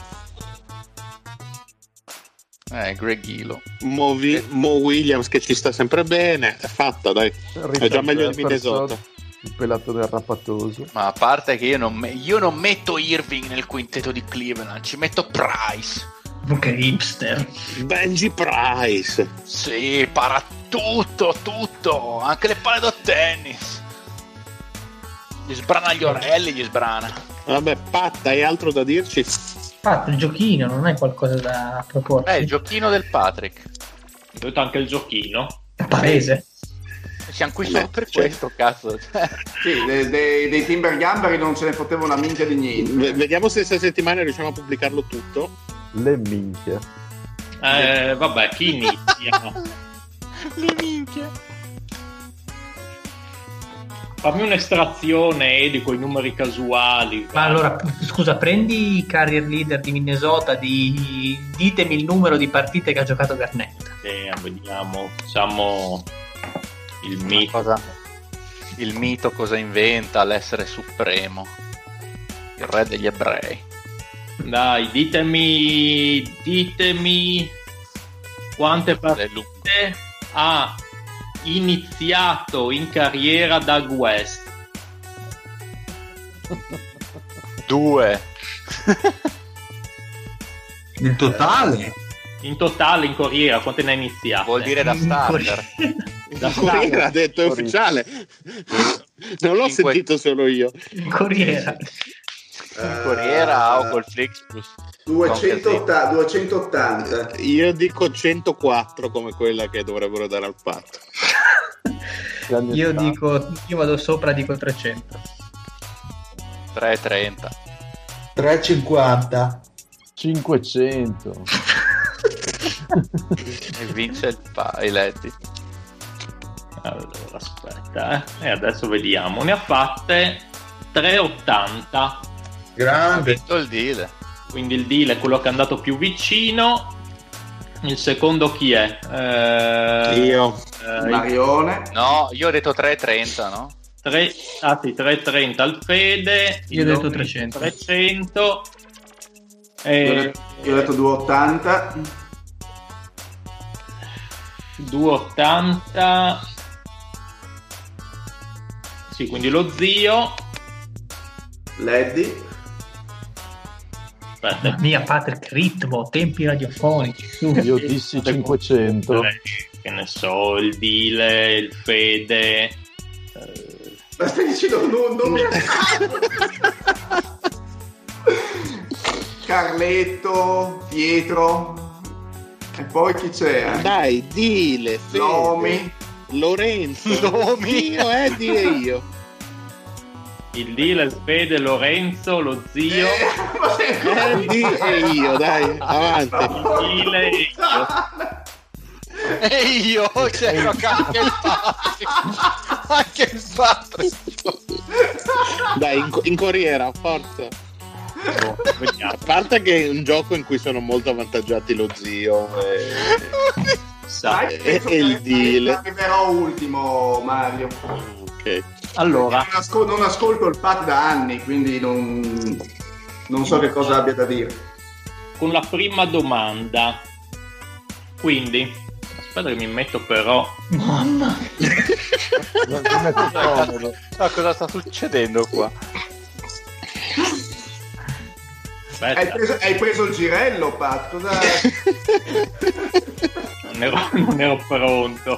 Greg Hilo. Mo Williams che ci sta sempre bene, è fatta, dai. È già meglio di Minnesota. Il pelato del rappatoso. Ma a parte che io non metto Irving nel quintetto di Cleveland, ci metto Price. Che hipster. Benji Price. Sì, para tutto, anche le palle da tennis. Gli sbrana gli orelli, gli sbrana. Vabbè, Pat, hai altro da dirci? Pat, il giochino, non hai qualcosa da proporre? Il giochino del Patrick. Ho detto anche il giochino. È palese. Siamo qui solo per questo, cazzo. Sì, dei Timber Gambari non ce ne poteva una minchia di niente. Vediamo se questa settimana riusciamo a pubblicarlo tutto. Le minchie. Vabbè, chi inizia? Le minchie. Fammi un'estrazione di quei numeri casuali. Ma allora, scusa, prendi i career leader di Minnesota, ditemi il numero di partite che ha giocato Garnett. Vediamo, diciamo il mito cosa inventa l'essere supremo, il re degli ebrei. Dai, ditemi quante partite ha iniziato in carriera Doug West. 2. In totale in carriera quante ne ha iniziate? Vuol dire da starter. Da Corriera ha detto, è ufficiale. Non l'ho sentito solo io. In Corriera. In Corriera o col Flixbus? 280. Io dico 104 come quella che dovrebbero dare al Pat. Io vado sopra, dico 300. 330. 350. 500. E vince il Leddy. Allora, aspetta, e adesso vediamo. Ne ha fatte 380. Grande. Ha vinto il deal. Quindi il deal è quello che è andato più vicino. Il secondo chi è? Io. Marione. No, io ho detto 3,30, no? 3,30 al Fede. Io ho detto 300. 300. Io ho detto 280. 280. Sì, quindi lo zio. Leddy. Aspetta. Mia Patrick, ritmo, tempi radiofonici. Su. Io dissi 500. Che ne so, il Dile, il Fede. Ma stai dicendo non mi Carletto, Pietro. E poi chi c'è? Dai, Dile, Fede, Lomi. Lorenzo, Lomi. io, Eddie e io. Il Dile, il Fede, Lorenzo, lo zio. Eddie e io, dai, avanti. Il Dile e io. E io c'ero anche il Patrick. Anche il Patrick. Dai, in corriera, forza. A parte che è un gioco in cui sono molto avvantaggiati lo zio Dai, e il deal. Arriverò ultimo, Mario. Ok. Allora, Non ascolto il Pat da anni, quindi non so che cosa abbia da dire. con la prima domanda. Quindi, aspetta che mi metto però. Mamma. Non ti metto comodo. Ma cosa sta succedendo qua? Aspetta, Hai preso il girello, Pat? Cosa... non ero pronto.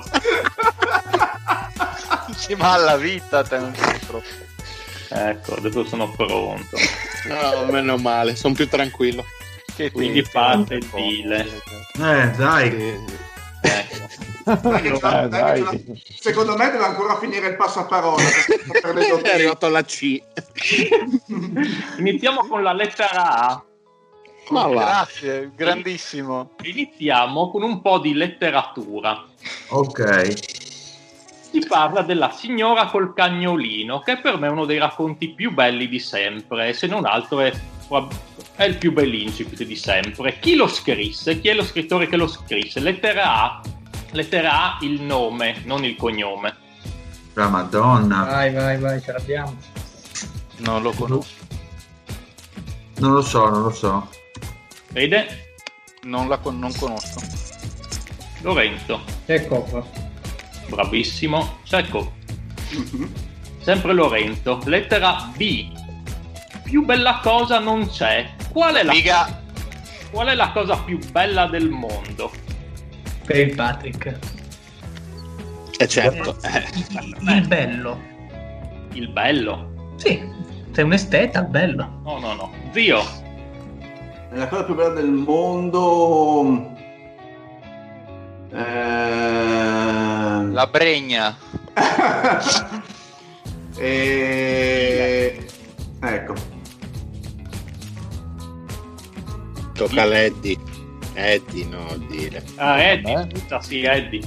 Ma alla vita te non sei troppo. Ecco, adesso sono pronto. No, meno male, sono più tranquillo. Che Quindi parte il Dile. Dai. Ecco. Dai. Secondo me deve ancora finire il passaparola. È arrivato alla C. Iniziamo con la lettera A. Ma va. Grazie, grandissimo. Iniziamo con un po' di letteratura. Ok. Si parla della signora col cagnolino, che per me è uno dei racconti più belli di sempre, se non altro è il più bell'incipit di sempre. Chi lo scrisse? Chi è lo scrittore che lo scrisse? Lettera A, il nome, non il cognome. La Madonna. Vai, ce l'abbiamo. Non lo conosco. Non lo so. Vede? Non conosco. Lorenzo. Ecco. Bravissimo. Secco. Sempre Lorenzo. Lettera B. Più bella cosa non c'è. Qual è la cosa più bella del mondo? Per il Patrick. Certo. Il bello. Il bello? Sì, sei un esteta, bello. No. Zio. La cosa più bella del mondo... La Bregna. Ecco. Tocca a Eddie. Eddie, no, dire. Ah, Eddie. Sì, Eddie.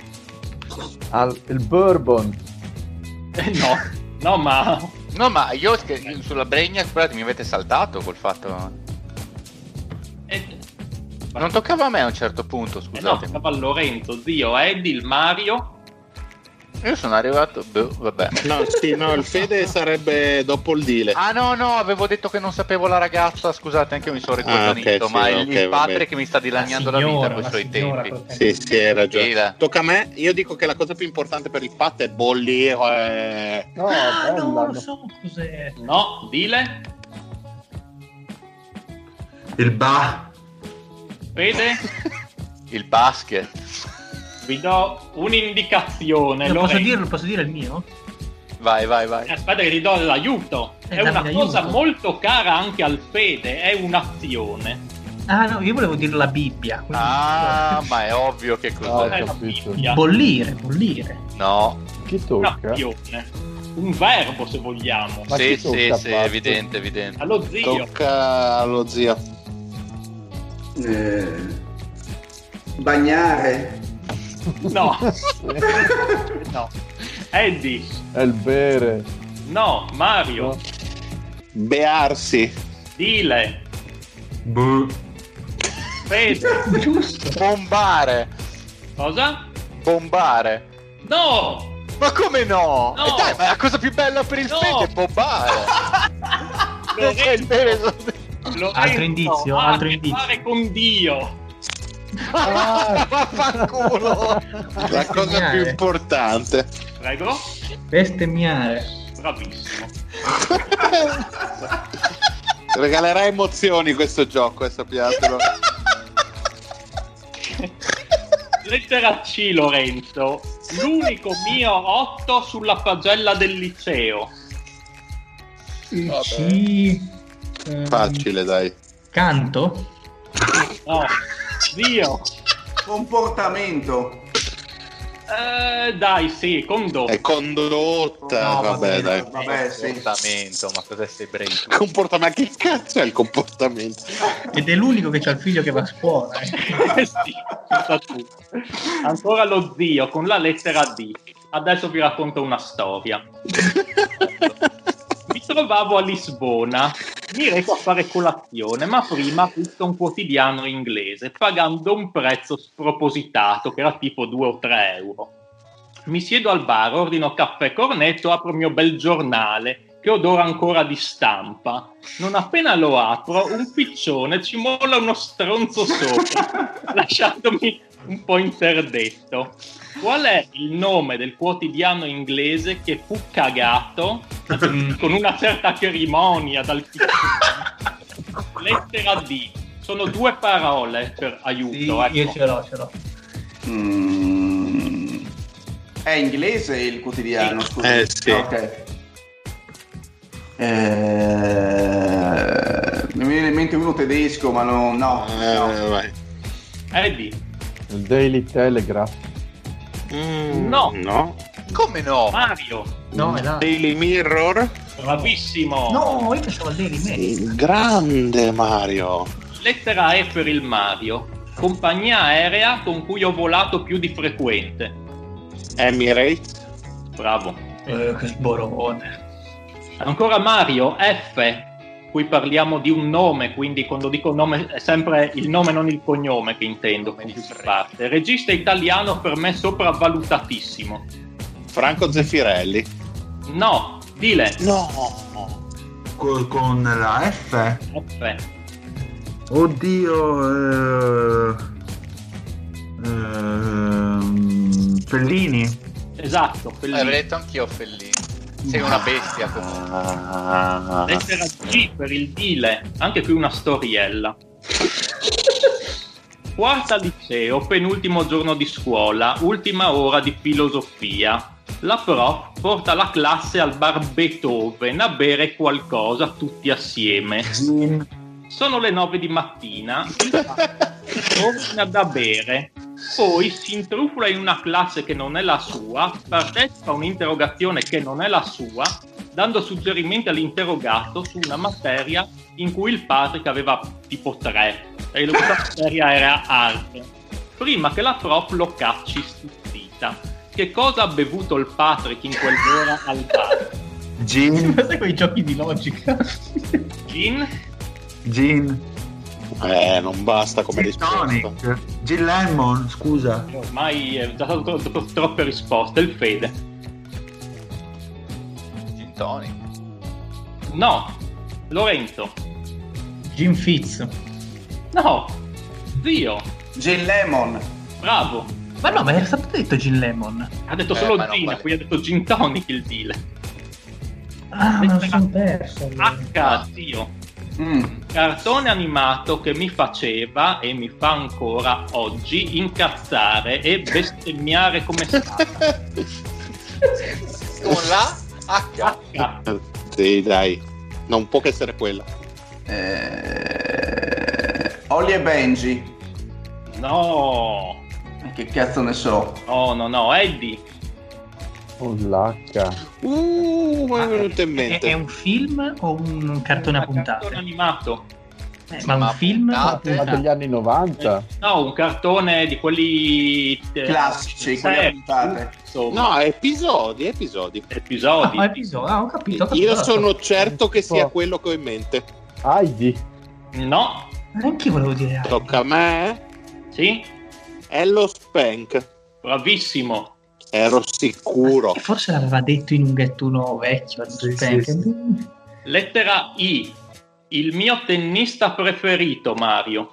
Il bourbon. No, ma io sulla Bregna, scusate, mi avete saltato col fatto. Non toccava a me a un certo punto, scusate. No, toccava a Lorenzo, zio, Eddie, il Mario. Io sono arrivato, vabbè. No, il Fede sarebbe dopo il Dile. Ah no, avevo detto che non sapevo la ragazza, scusate, anche io mi sono riconosciuto, okay, ma sì, il padre che mi sta dilaniando la vita con i suoi tempi. Sì, hai ragione. Tocca a me. Io dico che la cosa più importante per il Pat è bollire. No, non lo so cos'è. No, Dile. Il ba. Vede? Il basket. Vi do un'indicazione. Posso dire il mio? Vai. Aspetta che ti do l'aiuto. È una cosa molto cara anche al Fede, è un'azione. Ah no, io volevo dire la Bibbia. Quindi... Ah, ma è ovvio che cos'è. È la Bibbia. Bollire. No. Chi tocca? Un'azione. Un verbo, se vogliamo. Ma Sì, chi tocca, Pat? evidente. Allo zio. Tocca allo zio. Bagnare. No. No. Eddie. È il bere. No. Mario. No. Bearsi. Dile. Fede. Giusto. Bombare. Cosa? Bombare. No. Ma come no? No. Dai, ma è la cosa più bella per il No. Fede è bombare. Altro indizio, ha altro a che indizio. fare con Dio. Vaffanculo. La cosa più importante. Prego. Bestemmiare. Bravissimo. Regalerà emozioni questo gioco, sappiatelo. Lettera C, Lorenzo. L'unico mio 8 sulla pagella del liceo. C. Facile, dai. Canto. No. Dio. Comportamento. Dai, sì, condotta. È condotta. No, vabbè, dai. Vabbè, sì. Comportamento, ma cosa stai brain? Comportamento, che cazzo è il comportamento? Ed è l'unico che c'ha il figlio che va a scuola. Sì, pensa tu. Ancora lo zio con la lettera D. Adesso vi racconto una storia. Mi trovavo a Lisbona, mi reco a fare colazione, ma prima ho visto un quotidiano inglese pagando un prezzo spropositato che era tipo 2 o 3 euro. Mi siedo al bar, ordino caffè e cornetto, apro il mio bel giornale che odora ancora di stampa. Non appena lo apro, un piccione ci molla uno stronzo sopra, lasciandomi un po' interdetto. Qual è il nome del quotidiano inglese che fu cagato con una certa cerimonia dal piccione? Lettera D. Sono 2 parole per aiuto. Sì, ecco. io ce l'ho. È inglese il quotidiano, scusa. Sì. Ok. Mi viene in mente uno tedesco, ma no. Vai. Eddie. Il Daily Telegraph. No. No. Come no? Mario. No, è là. Daily Mirror. Bravissimo. No, io facevo il Daily Mail. Il grande Mario. Lettera E per il Mario. Compagnia aerea con cui ho volato più di frequente. Emirates. Bravo. Che sborone. Ancora Mario, F. Qui parliamo di un nome, quindi quando dico nome è sempre il nome, non il cognome che intendo. Con più parte. Regista italiano per me sopravvalutatissimo. Franco Zeffirelli. No, dile. No. Con la F? F. Oddio. Fellini. Esatto, Avrei detto anch'io Fellini. Sei una bestia comunque. Lettera G per il Dile, anche qui una storiella. Quarta liceo, penultimo giorno di scuola, ultima ora di filosofia. La prof porta la classe al bar Beethoven a bere qualcosa tutti assieme. Sono le 9 di mattina, il bar ordina da bere. Poi si intrufola in una classe che non è la sua, partecipa a un'interrogazione che non è la sua, dando suggerimenti all'interrogato su una materia in cui il Patrick aveva tipo 3 e la materia era arte. Prima che la prof lo cacci stizzita. Che cosa ha bevuto il Patrick in quell'ora al bar? Gin. Questi quei giochi di logica. Gin? Gin. Non basta come Gin risposta. tonic. Gin lemon, scusa. Ormai è già stato troppe risposte. Il Fede? Gin tonic. No. Lorenzo? Jim Fitz. No. Zio? Gin lemon. Bravo. Ma no, ma era stato detto Gin Lemon. Ha detto solo ma non gin, vale. poi ha detto gin tonic il deal. Ah, me lo sono perso. H, zio. Cartone animato che mi faceva e mi fa ancora oggi incazzare e bestemmiare come sta. Con la H. H. Sì, dai. Non può che essere quella. Oli e Benji. No. Che cazzo ne so. No, Eddie. Con l'H. Mi è venuto in mente. È un film o un cartone a puntate? Cartone animato. Ma un film? Ma degli anni 90? No, un cartone di quelli classici, quelli puntate. No, episodi. Ho capito. Io sono certo che sia quello che ho in mente. Heidi? No. Anche io volevo dire Heidi. Tocca a me? Sì. È lo Spank. Bravissimo. Ero sicuro. Forse l'aveva detto in un ghettuno vecchio. Sì. Lettera I. Il mio tennista preferito, Mario.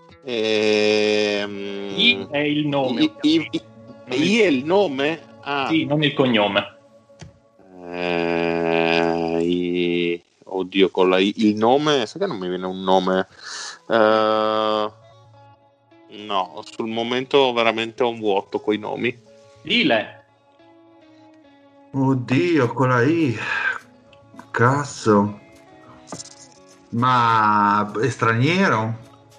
I è il nome. I è il nome? Ah. Sì, non il cognome. Oddio, con la I. Il nome? Sai che non mi viene un nome? No, sul momento veramente ho un vuoto coi nomi. Dile. Oddio, con la I. Cazzo. Ma è straniero?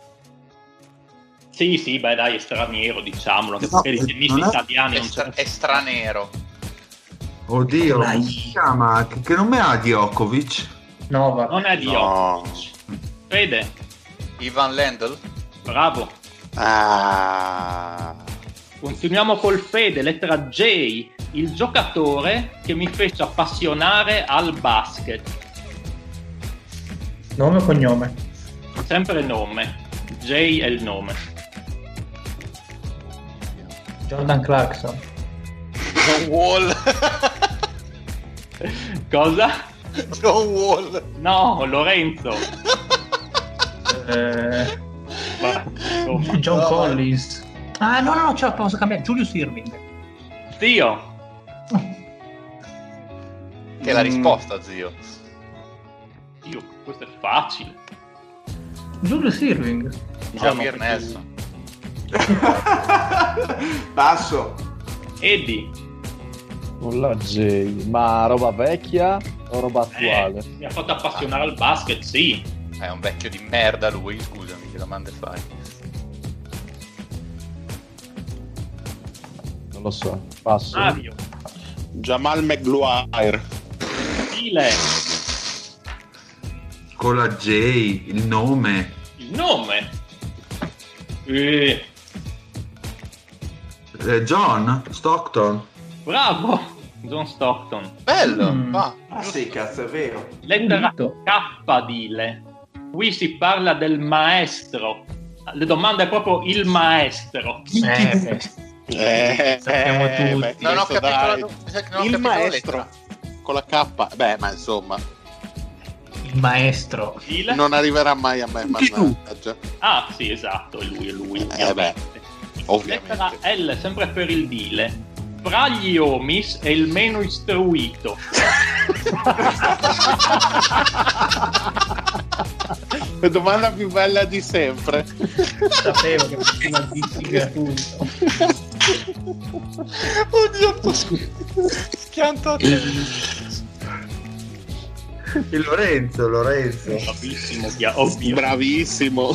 Sì, beh dai, è straniero, diciamolo, anche perché i tennisti italiani non c'è. È stranero. Oddio, come si chiama? Che nome ha Djokovic? Nova. Non è Djokovic. Fede. Ivan Lendl? Bravo. Continuiamo col Fede, lettera J. Il giocatore che mi fece appassionare al basket. Nome o cognome? Sempre nome. J è il nome. Jordan Clarkson. John Wall. Cosa? John Wall. No, Lorenzo. John Collins. No, ce la posso cambiare. Julius Irving. Zio. Che è la risposta, zio. Io, questo è facile. Julius Irving. Javier Nelson. Basso. Eddie. Con la J. Ma roba vecchia o roba attuale? Mi ha fatto appassionare al basket, sì. È un vecchio di merda lui, scusami, che domande fai? Non lo so, passo. Mario. Jamal Maguire. Stile. Con la J, il nome. Il nome. John Stockton. Bravo. John Stockton. Bello. Sì, cazzo, è vero. Lettera K, Dile. Qui si parla del maestro. Le domande è proprio il maestro. Sappiamo tutti. Non ho capito il maestro con la K. Beh, ma insomma, Il maestro. Dile. non arriverà mai a me, mannaggia. Ah, sì, esatto, è lui. Beh, ovviamente. Lettera L, sempre per il Dile. Fra gli omis è il meno istruito. La domanda più bella di sempre. Sapevo che faceva gratuito. Oddio, schianto. Il Lorenzo. Bravissimo, ovvio. Bravissimo.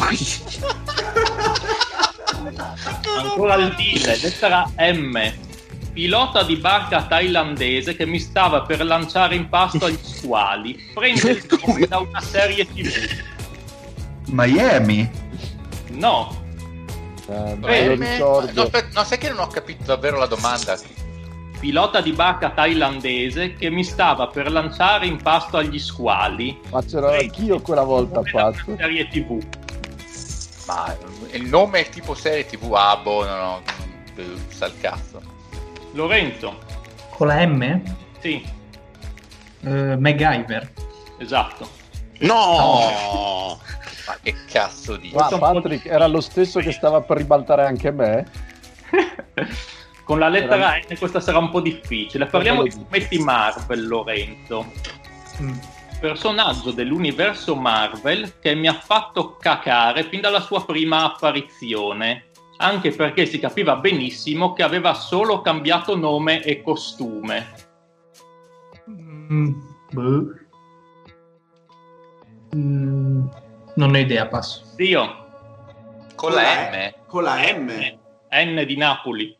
Ancora il Dile, lettera M. Pilota di barca thailandese che mi stava per lanciare in pasto agli squali. Prende il nome da una serie TV. Miami? No. Me lo ricordo. No, sai che non ho capito davvero la domanda. Pilota di barca thailandese che mi stava per lanciare in pasto agli squali. Ma c'ero anch'io quella volta, Prende pazzo. una serie TV. Ma il nome è tipo serie TV, no, sa il cazzo. Lorenzo. Con la M? Sì, MacGyver. esatto. No! Ma che cazzo dici? Ma Patrick era lo stesso che stava per ribaltare anche me? Con la lettera N questa sarà un po' difficile. Parliamo di fumetti Marvel, Lorenzo. Personaggio dell'universo Marvel che mi ha fatto cacare fin dalla sua prima apparizione, anche perché si capiva benissimo che aveva solo cambiato nome e costume. Non ho idea, passo. Zio. Con la M? Con la M. N di Napoli.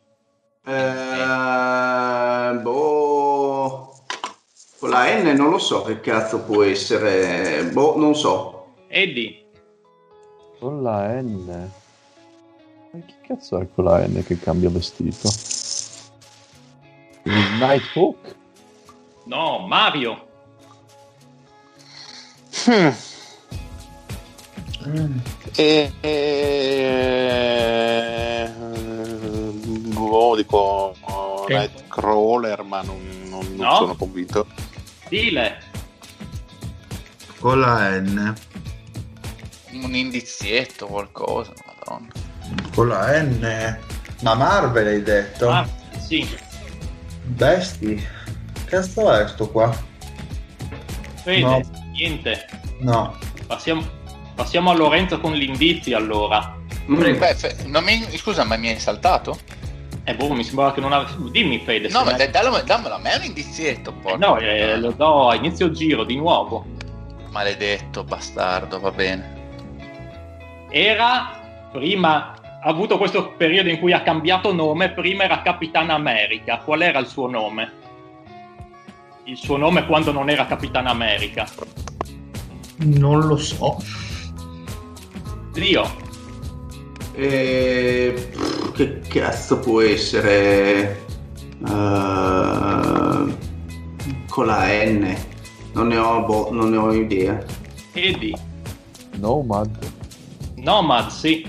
Con la N non lo so che cazzo può essere. Non so. Eddie. Con la N. Chi cazzo è con la N che cambia vestito? Il Nighthawk? No, Mario. Dico Nightcrawler, ma non sono convinto. Dile. Con la N. Un indizietto, qualcosa, madonna. Con la N. Ma Marvel hai detto? Sì. Besti. Cazzo è sto qua? Vede, No. niente. No. Passiamo a Lorenzo con gli indizi allora. Scusa, ma mi hai saltato? Mi sembrava che non avevi... Dimmi Fede. No, ma dammelo a me, è un indizietto. No, lo do a inizio giro di nuovo. Maledetto bastardo, va bene. Era prima, ha avuto questo periodo in cui ha cambiato nome. Prima era Capitan America. Qual era il suo nome? Il suo nome quando non era Capitan America? Non lo so. Dio. Che cazzo può essere? Con la N. Non ne ho idea. Eddie. Nomad, sì.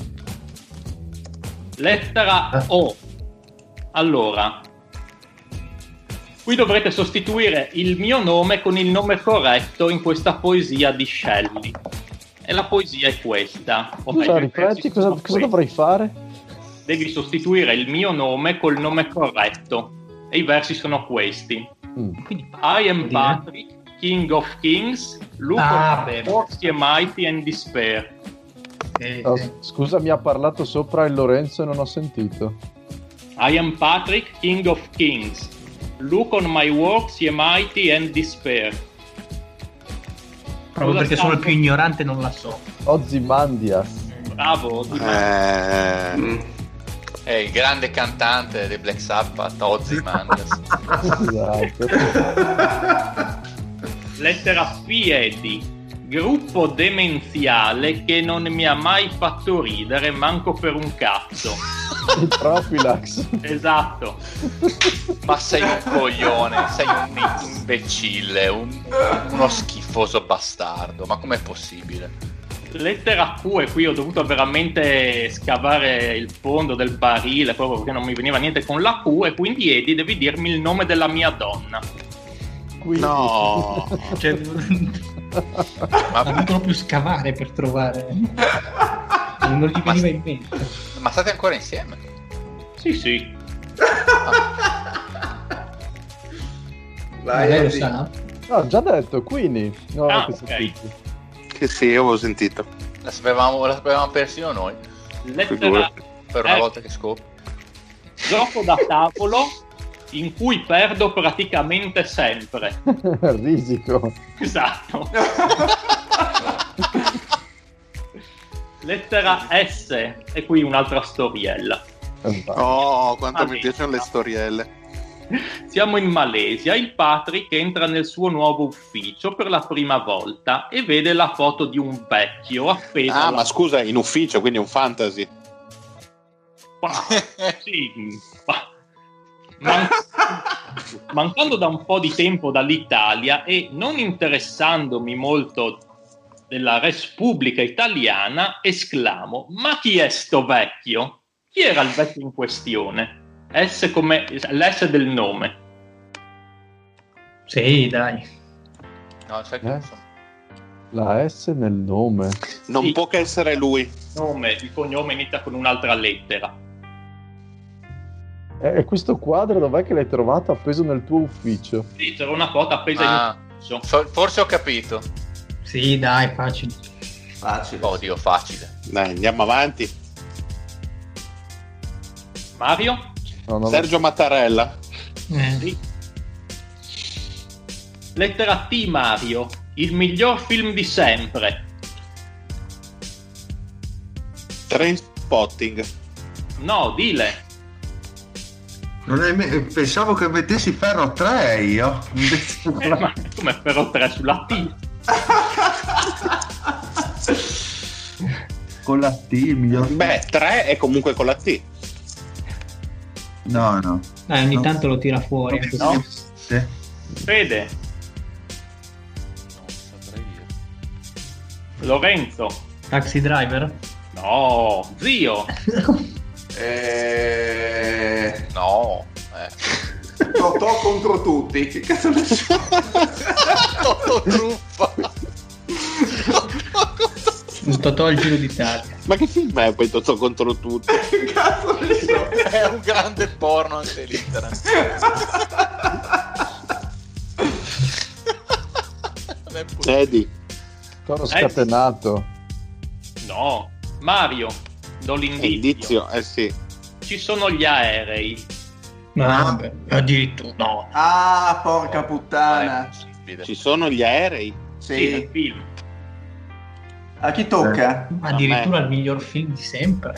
Lettera O. Allora, qui dovrete sostituire il mio nome con il nome corretto in questa poesia di Shelley. E la poesia è questa. Scusa, ripeti, cosa dovrei fare? Devi sostituire il mio nome col nome corretto. E i versi sono questi. Quindi, I am Patrick, King of Kings, look of force mighty and despair. Scusa, mi ha parlato sopra il Lorenzo e non ho sentito. I am Patrick, King of Kings. Look on my works, ye mighty and despair. Proprio perché sono il più ignorante non la so. Ozymandias. Bravo. È il grande cantante dei Black Sabbath, Ozymandias. Esatto. Lettera P, Eddie. Gruppo demenziale che non mi ha mai fatto ridere manco per un cazzo. Il Profilax. Esatto. Ma sei un coglione, sei un imbecille, uno schifoso bastardo. Ma com'è possibile? Lettera Q, e qui ho dovuto veramente scavare il fondo del barile proprio perché non mi veniva niente con la Q, e quindi Eddie devi dirmi il nome della mia donna. No. Cioè, ma ho dovuto proprio scavare per trovare. Non gli veniva in mente. Ma state ancora insieme? Sì. Vai, lei lo sa? No, ho già detto, Queenie. No, ok. Che sì, avevo sentito. La sapevamo persino noi. Lettera Per una volta che scopro. Gioco da tavolo in cui perdo praticamente sempre. Risico. Esatto. Lettera S, e qui un'altra storiella. Oh, quanto mi piacciono le storielle. Siamo in Malesia, il Patrick entra nel suo nuovo ufficio per la prima volta e vede la foto di un vecchio appeso ma scusa, in ufficio, quindi un fantasy. Sì, mancando da un po' di tempo dall'Italia e non interessandomi molto della Res Pubblica Italiana, esclamo: ma chi è sto vecchio? Chi era il vecchio in questione? S come l'S del nome. Sì, dai. No, sai che La S nel nome. Non può che essere lui. Il cognome inizia con un'altra lettera. E questo quadro dov'è che l'hai trovato appeso nel tuo ufficio? Sì, c'era una foto appesa in ufficio. Forse ho capito. Sì, dai, facile. Oddio, facile. Dai, andiamo avanti. Mario? No, Sergio Mattarella. Sì. Lettera T, Mario. Il miglior film di sempre. Trainspotting. No, dile. Pensavo che mettessi Ferro 3 io. Ma come Ferro 3 sulla T? Con la T, il miglior. Beh, 3 è comunque con la T. No. Ogni tanto lo tira fuori. No? Sì. Fede. Non saprei io. Lorenzo. Taxi Driver? No. Zio. No. Totò contro tutti. Che cazzo ne so? Totò truffa. Un Totò al Giro d'Italia. Ma che film è poi Totò contro tutti? Che cazzo ne so? È un grande porno anche litera. Eddie. Toro scatenato. No. Mario. Do l'indizio. Sì. Ci sono gli aerei. Vabbè, addirittura no. Ah, porca puttana. Ci sono gli aerei? Sì, nel Sì. film. A chi tocca? Addirittura il miglior film di sempre.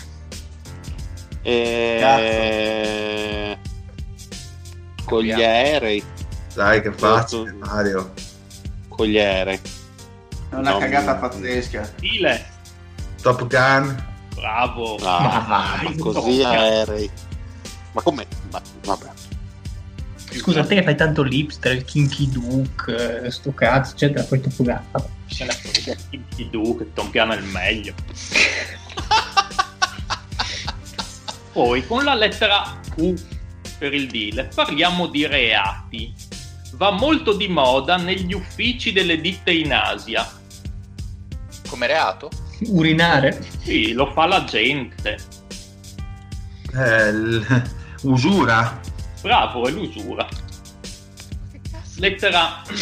Con gli aerei. Dai, che facile, Mario. Con gli aerei. È una No, cagata pazzesca. Stile. Top Gun. Bravo. Ma così tocca. aerei. Ma come? Ma, vabbè. Scusa, te che fai tanto l'hipster, il Kinky Duke, sto cazzo, eccetera, poi tu fugato. Se ne frega chi tu, che Tom Piano è il meglio. Poi con la lettera U per il deal parliamo di reati. Va molto di moda negli uffici delle ditte in Asia. Come reato? Urinare? Sì, lo fa la gente. Usura. Bravo, è l'usura. Lettera B.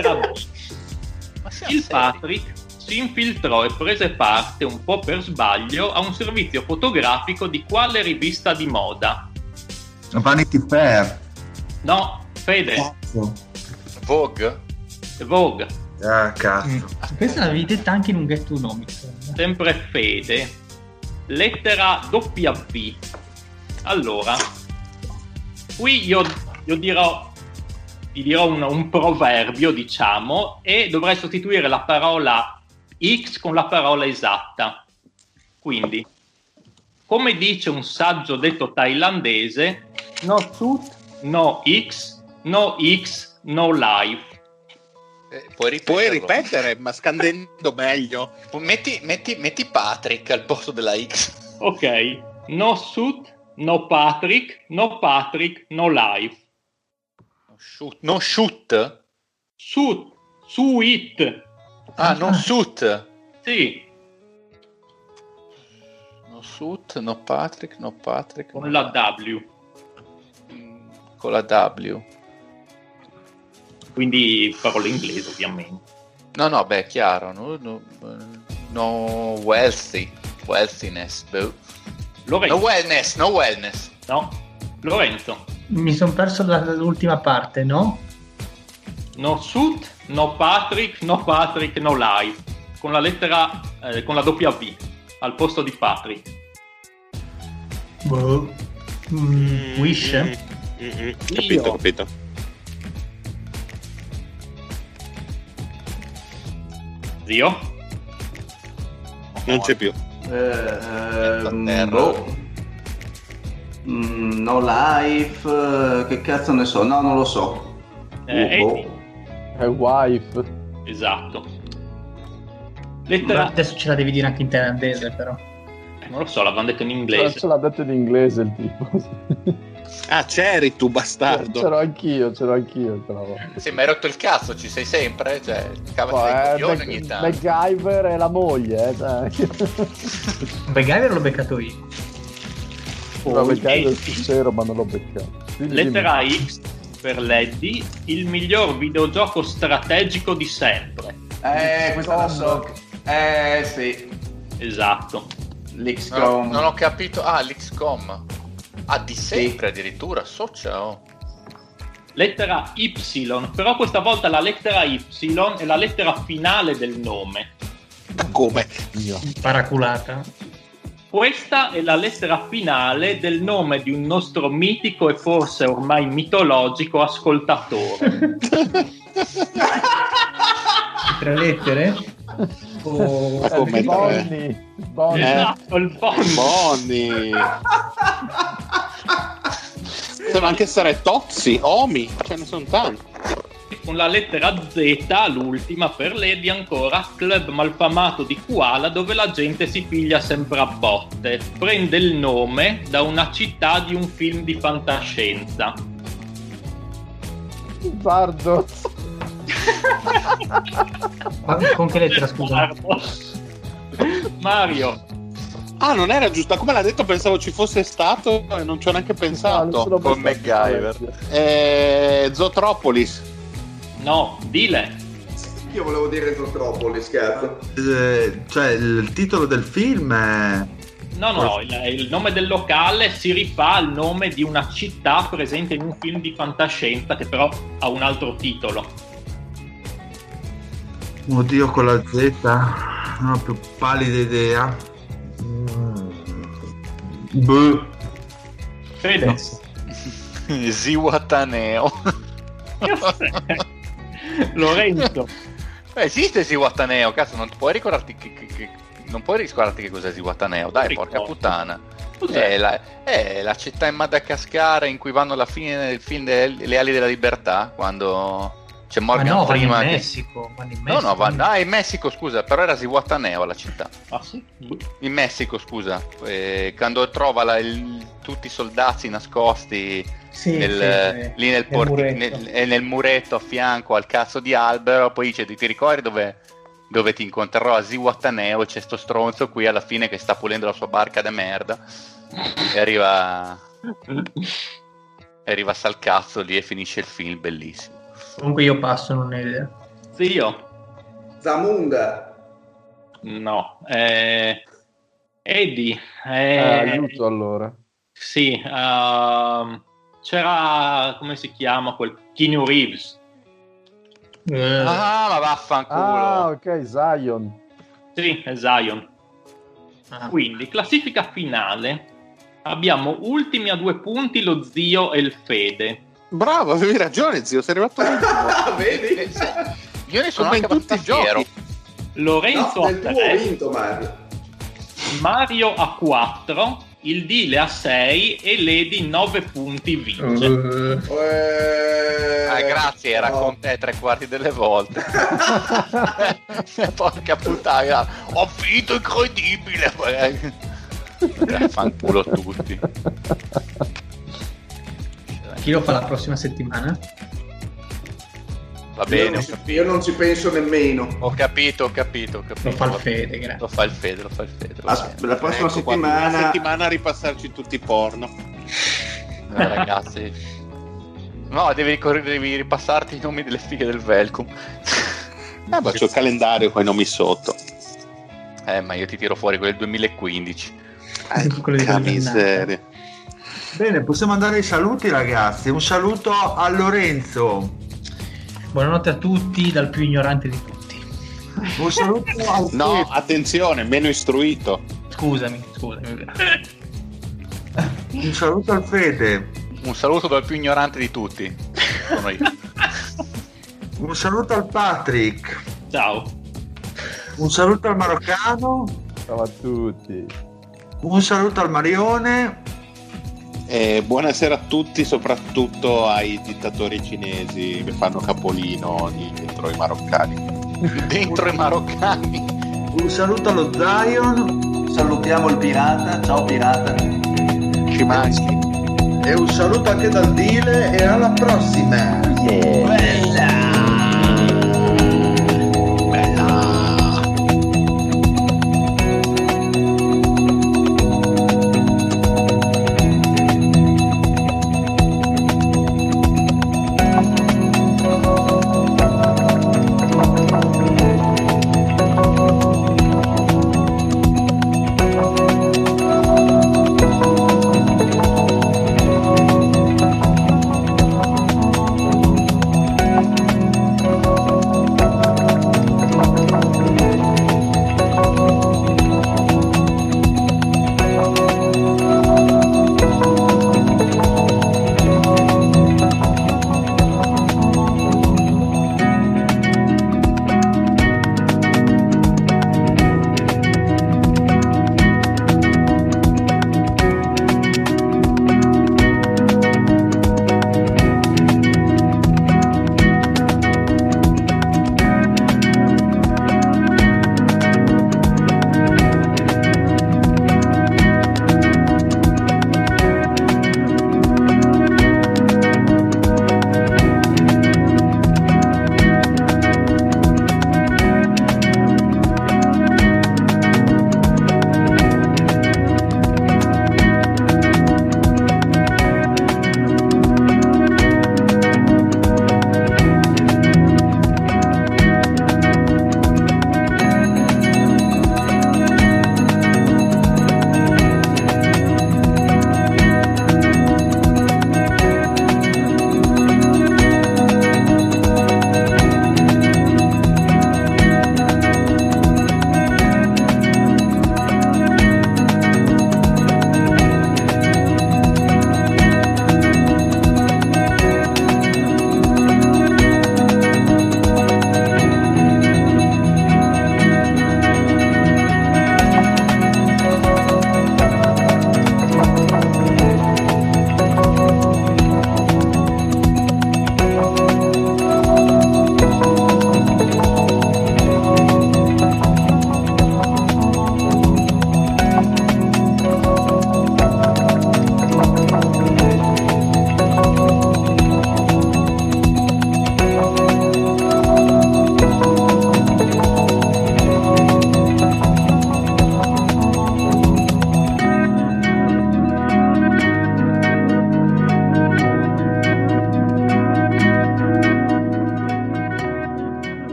Ma siamo Il seri? Patrick si infiltrò e prese parte un po' per sbaglio a un servizio fotografico di quale rivista di moda? Vanity Fair. No, Fede, Vogue? Vogue, Ah, cazzo. Questa l'avevi detta anche in un Get to Know, mi sembra. sempre Fede. Lettera W. Allora, qui io ti dirò un proverbio, diciamo, e dovrai sostituire la parola X con la parola esatta. Quindi, come dice un saggio detto thailandese, no truth, no X, no life. Puoi ripetere, ma scandendo meglio. Metti Patrick al posto della X. Ok, no suit, no Patrick, no life. Non shoot? Suit. Ah, non shoot. Sì, No shoot, no Patrick. con la W. Con la W. Quindi parole inglesi, ovviamente. No, beh, chiaro. No wealthiness. Boh. Lorenzo. No wellness. No. Lorenzo. Mi sono perso l'ultima parte, no? No suit, no Patrick, no life. Con la lettera, con la W al posto di Patrick. Boh. Wish? Capito. Zio? Non c'è più. Boh. No life, che cazzo ne so? No, non lo so. Eddie. È wife. Esatto. Ma Lettera... adesso ce la devi dire anche in thailandese, però. Non lo so, l'avevano detto in inglese. Ce l'ha detto in inglese il tipo. Ah, c'eri tu, bastardo. C'ero anch'io però. Sì, ma hai rotto il cazzo, ci sei sempre? Cioè, cavati dei coglioni ogni tanto. MacGyver e la moglie, dai. MacGyver l'ho beccato io. No, MacGyver Eddie. c'ero, ma non l'ho beccato. Quindi Lettera X per l'Eddie, il miglior videogioco strategico di sempre. Questa la so. Sì. Esatto. L'XCOM. Non ho capito. Ah, l'XCOM. Ah, di sempre addirittura. Ciao. Lettera Y, però questa volta la lettera Y è la lettera finale del nome. Come? Paraculata. Questa è la lettera finale del nome di un nostro mitico e forse ormai mitologico ascoltatore. 3 lettere? Come Bonnie. Esatto, il Bonnie. Poteva anche essere Tozzi, Omi, ce ne sono tanti. Con la lettera Z, l'ultima per Lady ancora, club malfamato di Koala dove la gente si piglia sempre a botte. Prende il nome da una città di un film di fantascienza. Bardo. Con che lettera, scusa? Mario. Ah, non era giusta, come l'ha detto pensavo ci fosse stato e non ci ho neanche pensato. Con MacGyver. Zootropolis. No, dile. Io volevo dire Zootropolis, cazzo. Cioè, il titolo del film è... No, il nome del locale si rifà al nome di una città presente in un film di fantascienza che però ha un altro titolo. Oddio, con la Z non ho più pallida idea. Fede. Zihuatanejo. Lorenzo. Esiste Zihuatanejo, cazzo, non puoi ricordarti non puoi ricordarti che cos'è Zihuatanejo, dai, porca puttana. È la città in Madagascar in cui vanno alla fine del film Le ali della libertà, quando c'è Morgan Freeman. In Messico. In Messico, scusa, però era Zihuatanejo la città. Ah sì? In Messico, scusa, quando trova tutti i soldati nascosti lì nel muretto a fianco al cazzo di albero, poi dice: ti ricordi dove ti incontrerò a Zihuatanejo? C'è sto stronzo qui alla fine che sta pulendo la sua barca de merda e arriva al cazzo lì e finisce il film, bellissimo. Comunque io passo, non ho idea. Zio. Zamunga. No, Eddie. Aiuto allora. Sì, c'era, come si chiama quel Keanu Reeves. Ma vaffanculo. Ah, ok, Zion. Sì, è Zion. Quindi, classifica finale. Abbiamo ultimi a 2 punti lo zio e il Fede. Bravo, avevi ragione, zio, sei arrivato ultimo. Vedi? Io ne sono Come anche in tutti i fiero. giochi. Lorenzo No, a del tuo 3, vinto, Mario. Mario a 4, il Dile a 6 e Lady 9 punti vince. Grazie, era con te 3/4 delle volte. Porca puttana, ho finito incredibile. Fanculo tutti. Chi lo fa la prossima settimana? Va bene, Io non ci penso nemmeno. ho capito. Lo fa il Fede, grazie. Lo fa il Fede. La prossima Ecco, una settimana settimana a ripassarci tutti i porno. Ragazzi, no, devi ripassarti i nomi delle fighe del Velcom. Ma c'ho il calendario con i nomi sotto. Ma io ti tiro fuori quello del 2015. Quello di Che miseria. Bene, possiamo andare ai saluti, ragazzi. Un saluto a Lorenzo. Buonanotte a tutti dal più ignorante di tutti. Un saluto al No, attenzione, meno istruito. Scusami. Un saluto al Fede. Un saluto dal più ignorante di tutti. Sono io. Un saluto al Patrick. Ciao. Un saluto al Maroccano. Ciao a tutti. Un saluto al Marione. Buonasera a tutti, soprattutto ai dittatori cinesi che fanno capolino dentro i maroccani. Dentro i maroccani. Un saluto allo Zion. salutiamo il pirata. Ciao pirata. Ci manchi. E un saluto anche dal Dile e alla prossima. Bella.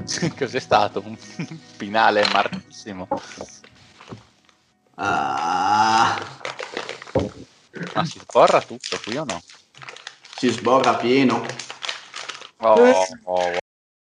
Cos'è stato? Un finale martissimo. Ah. Ma si sborra tutto qui o no? Si sborra pieno. Oh,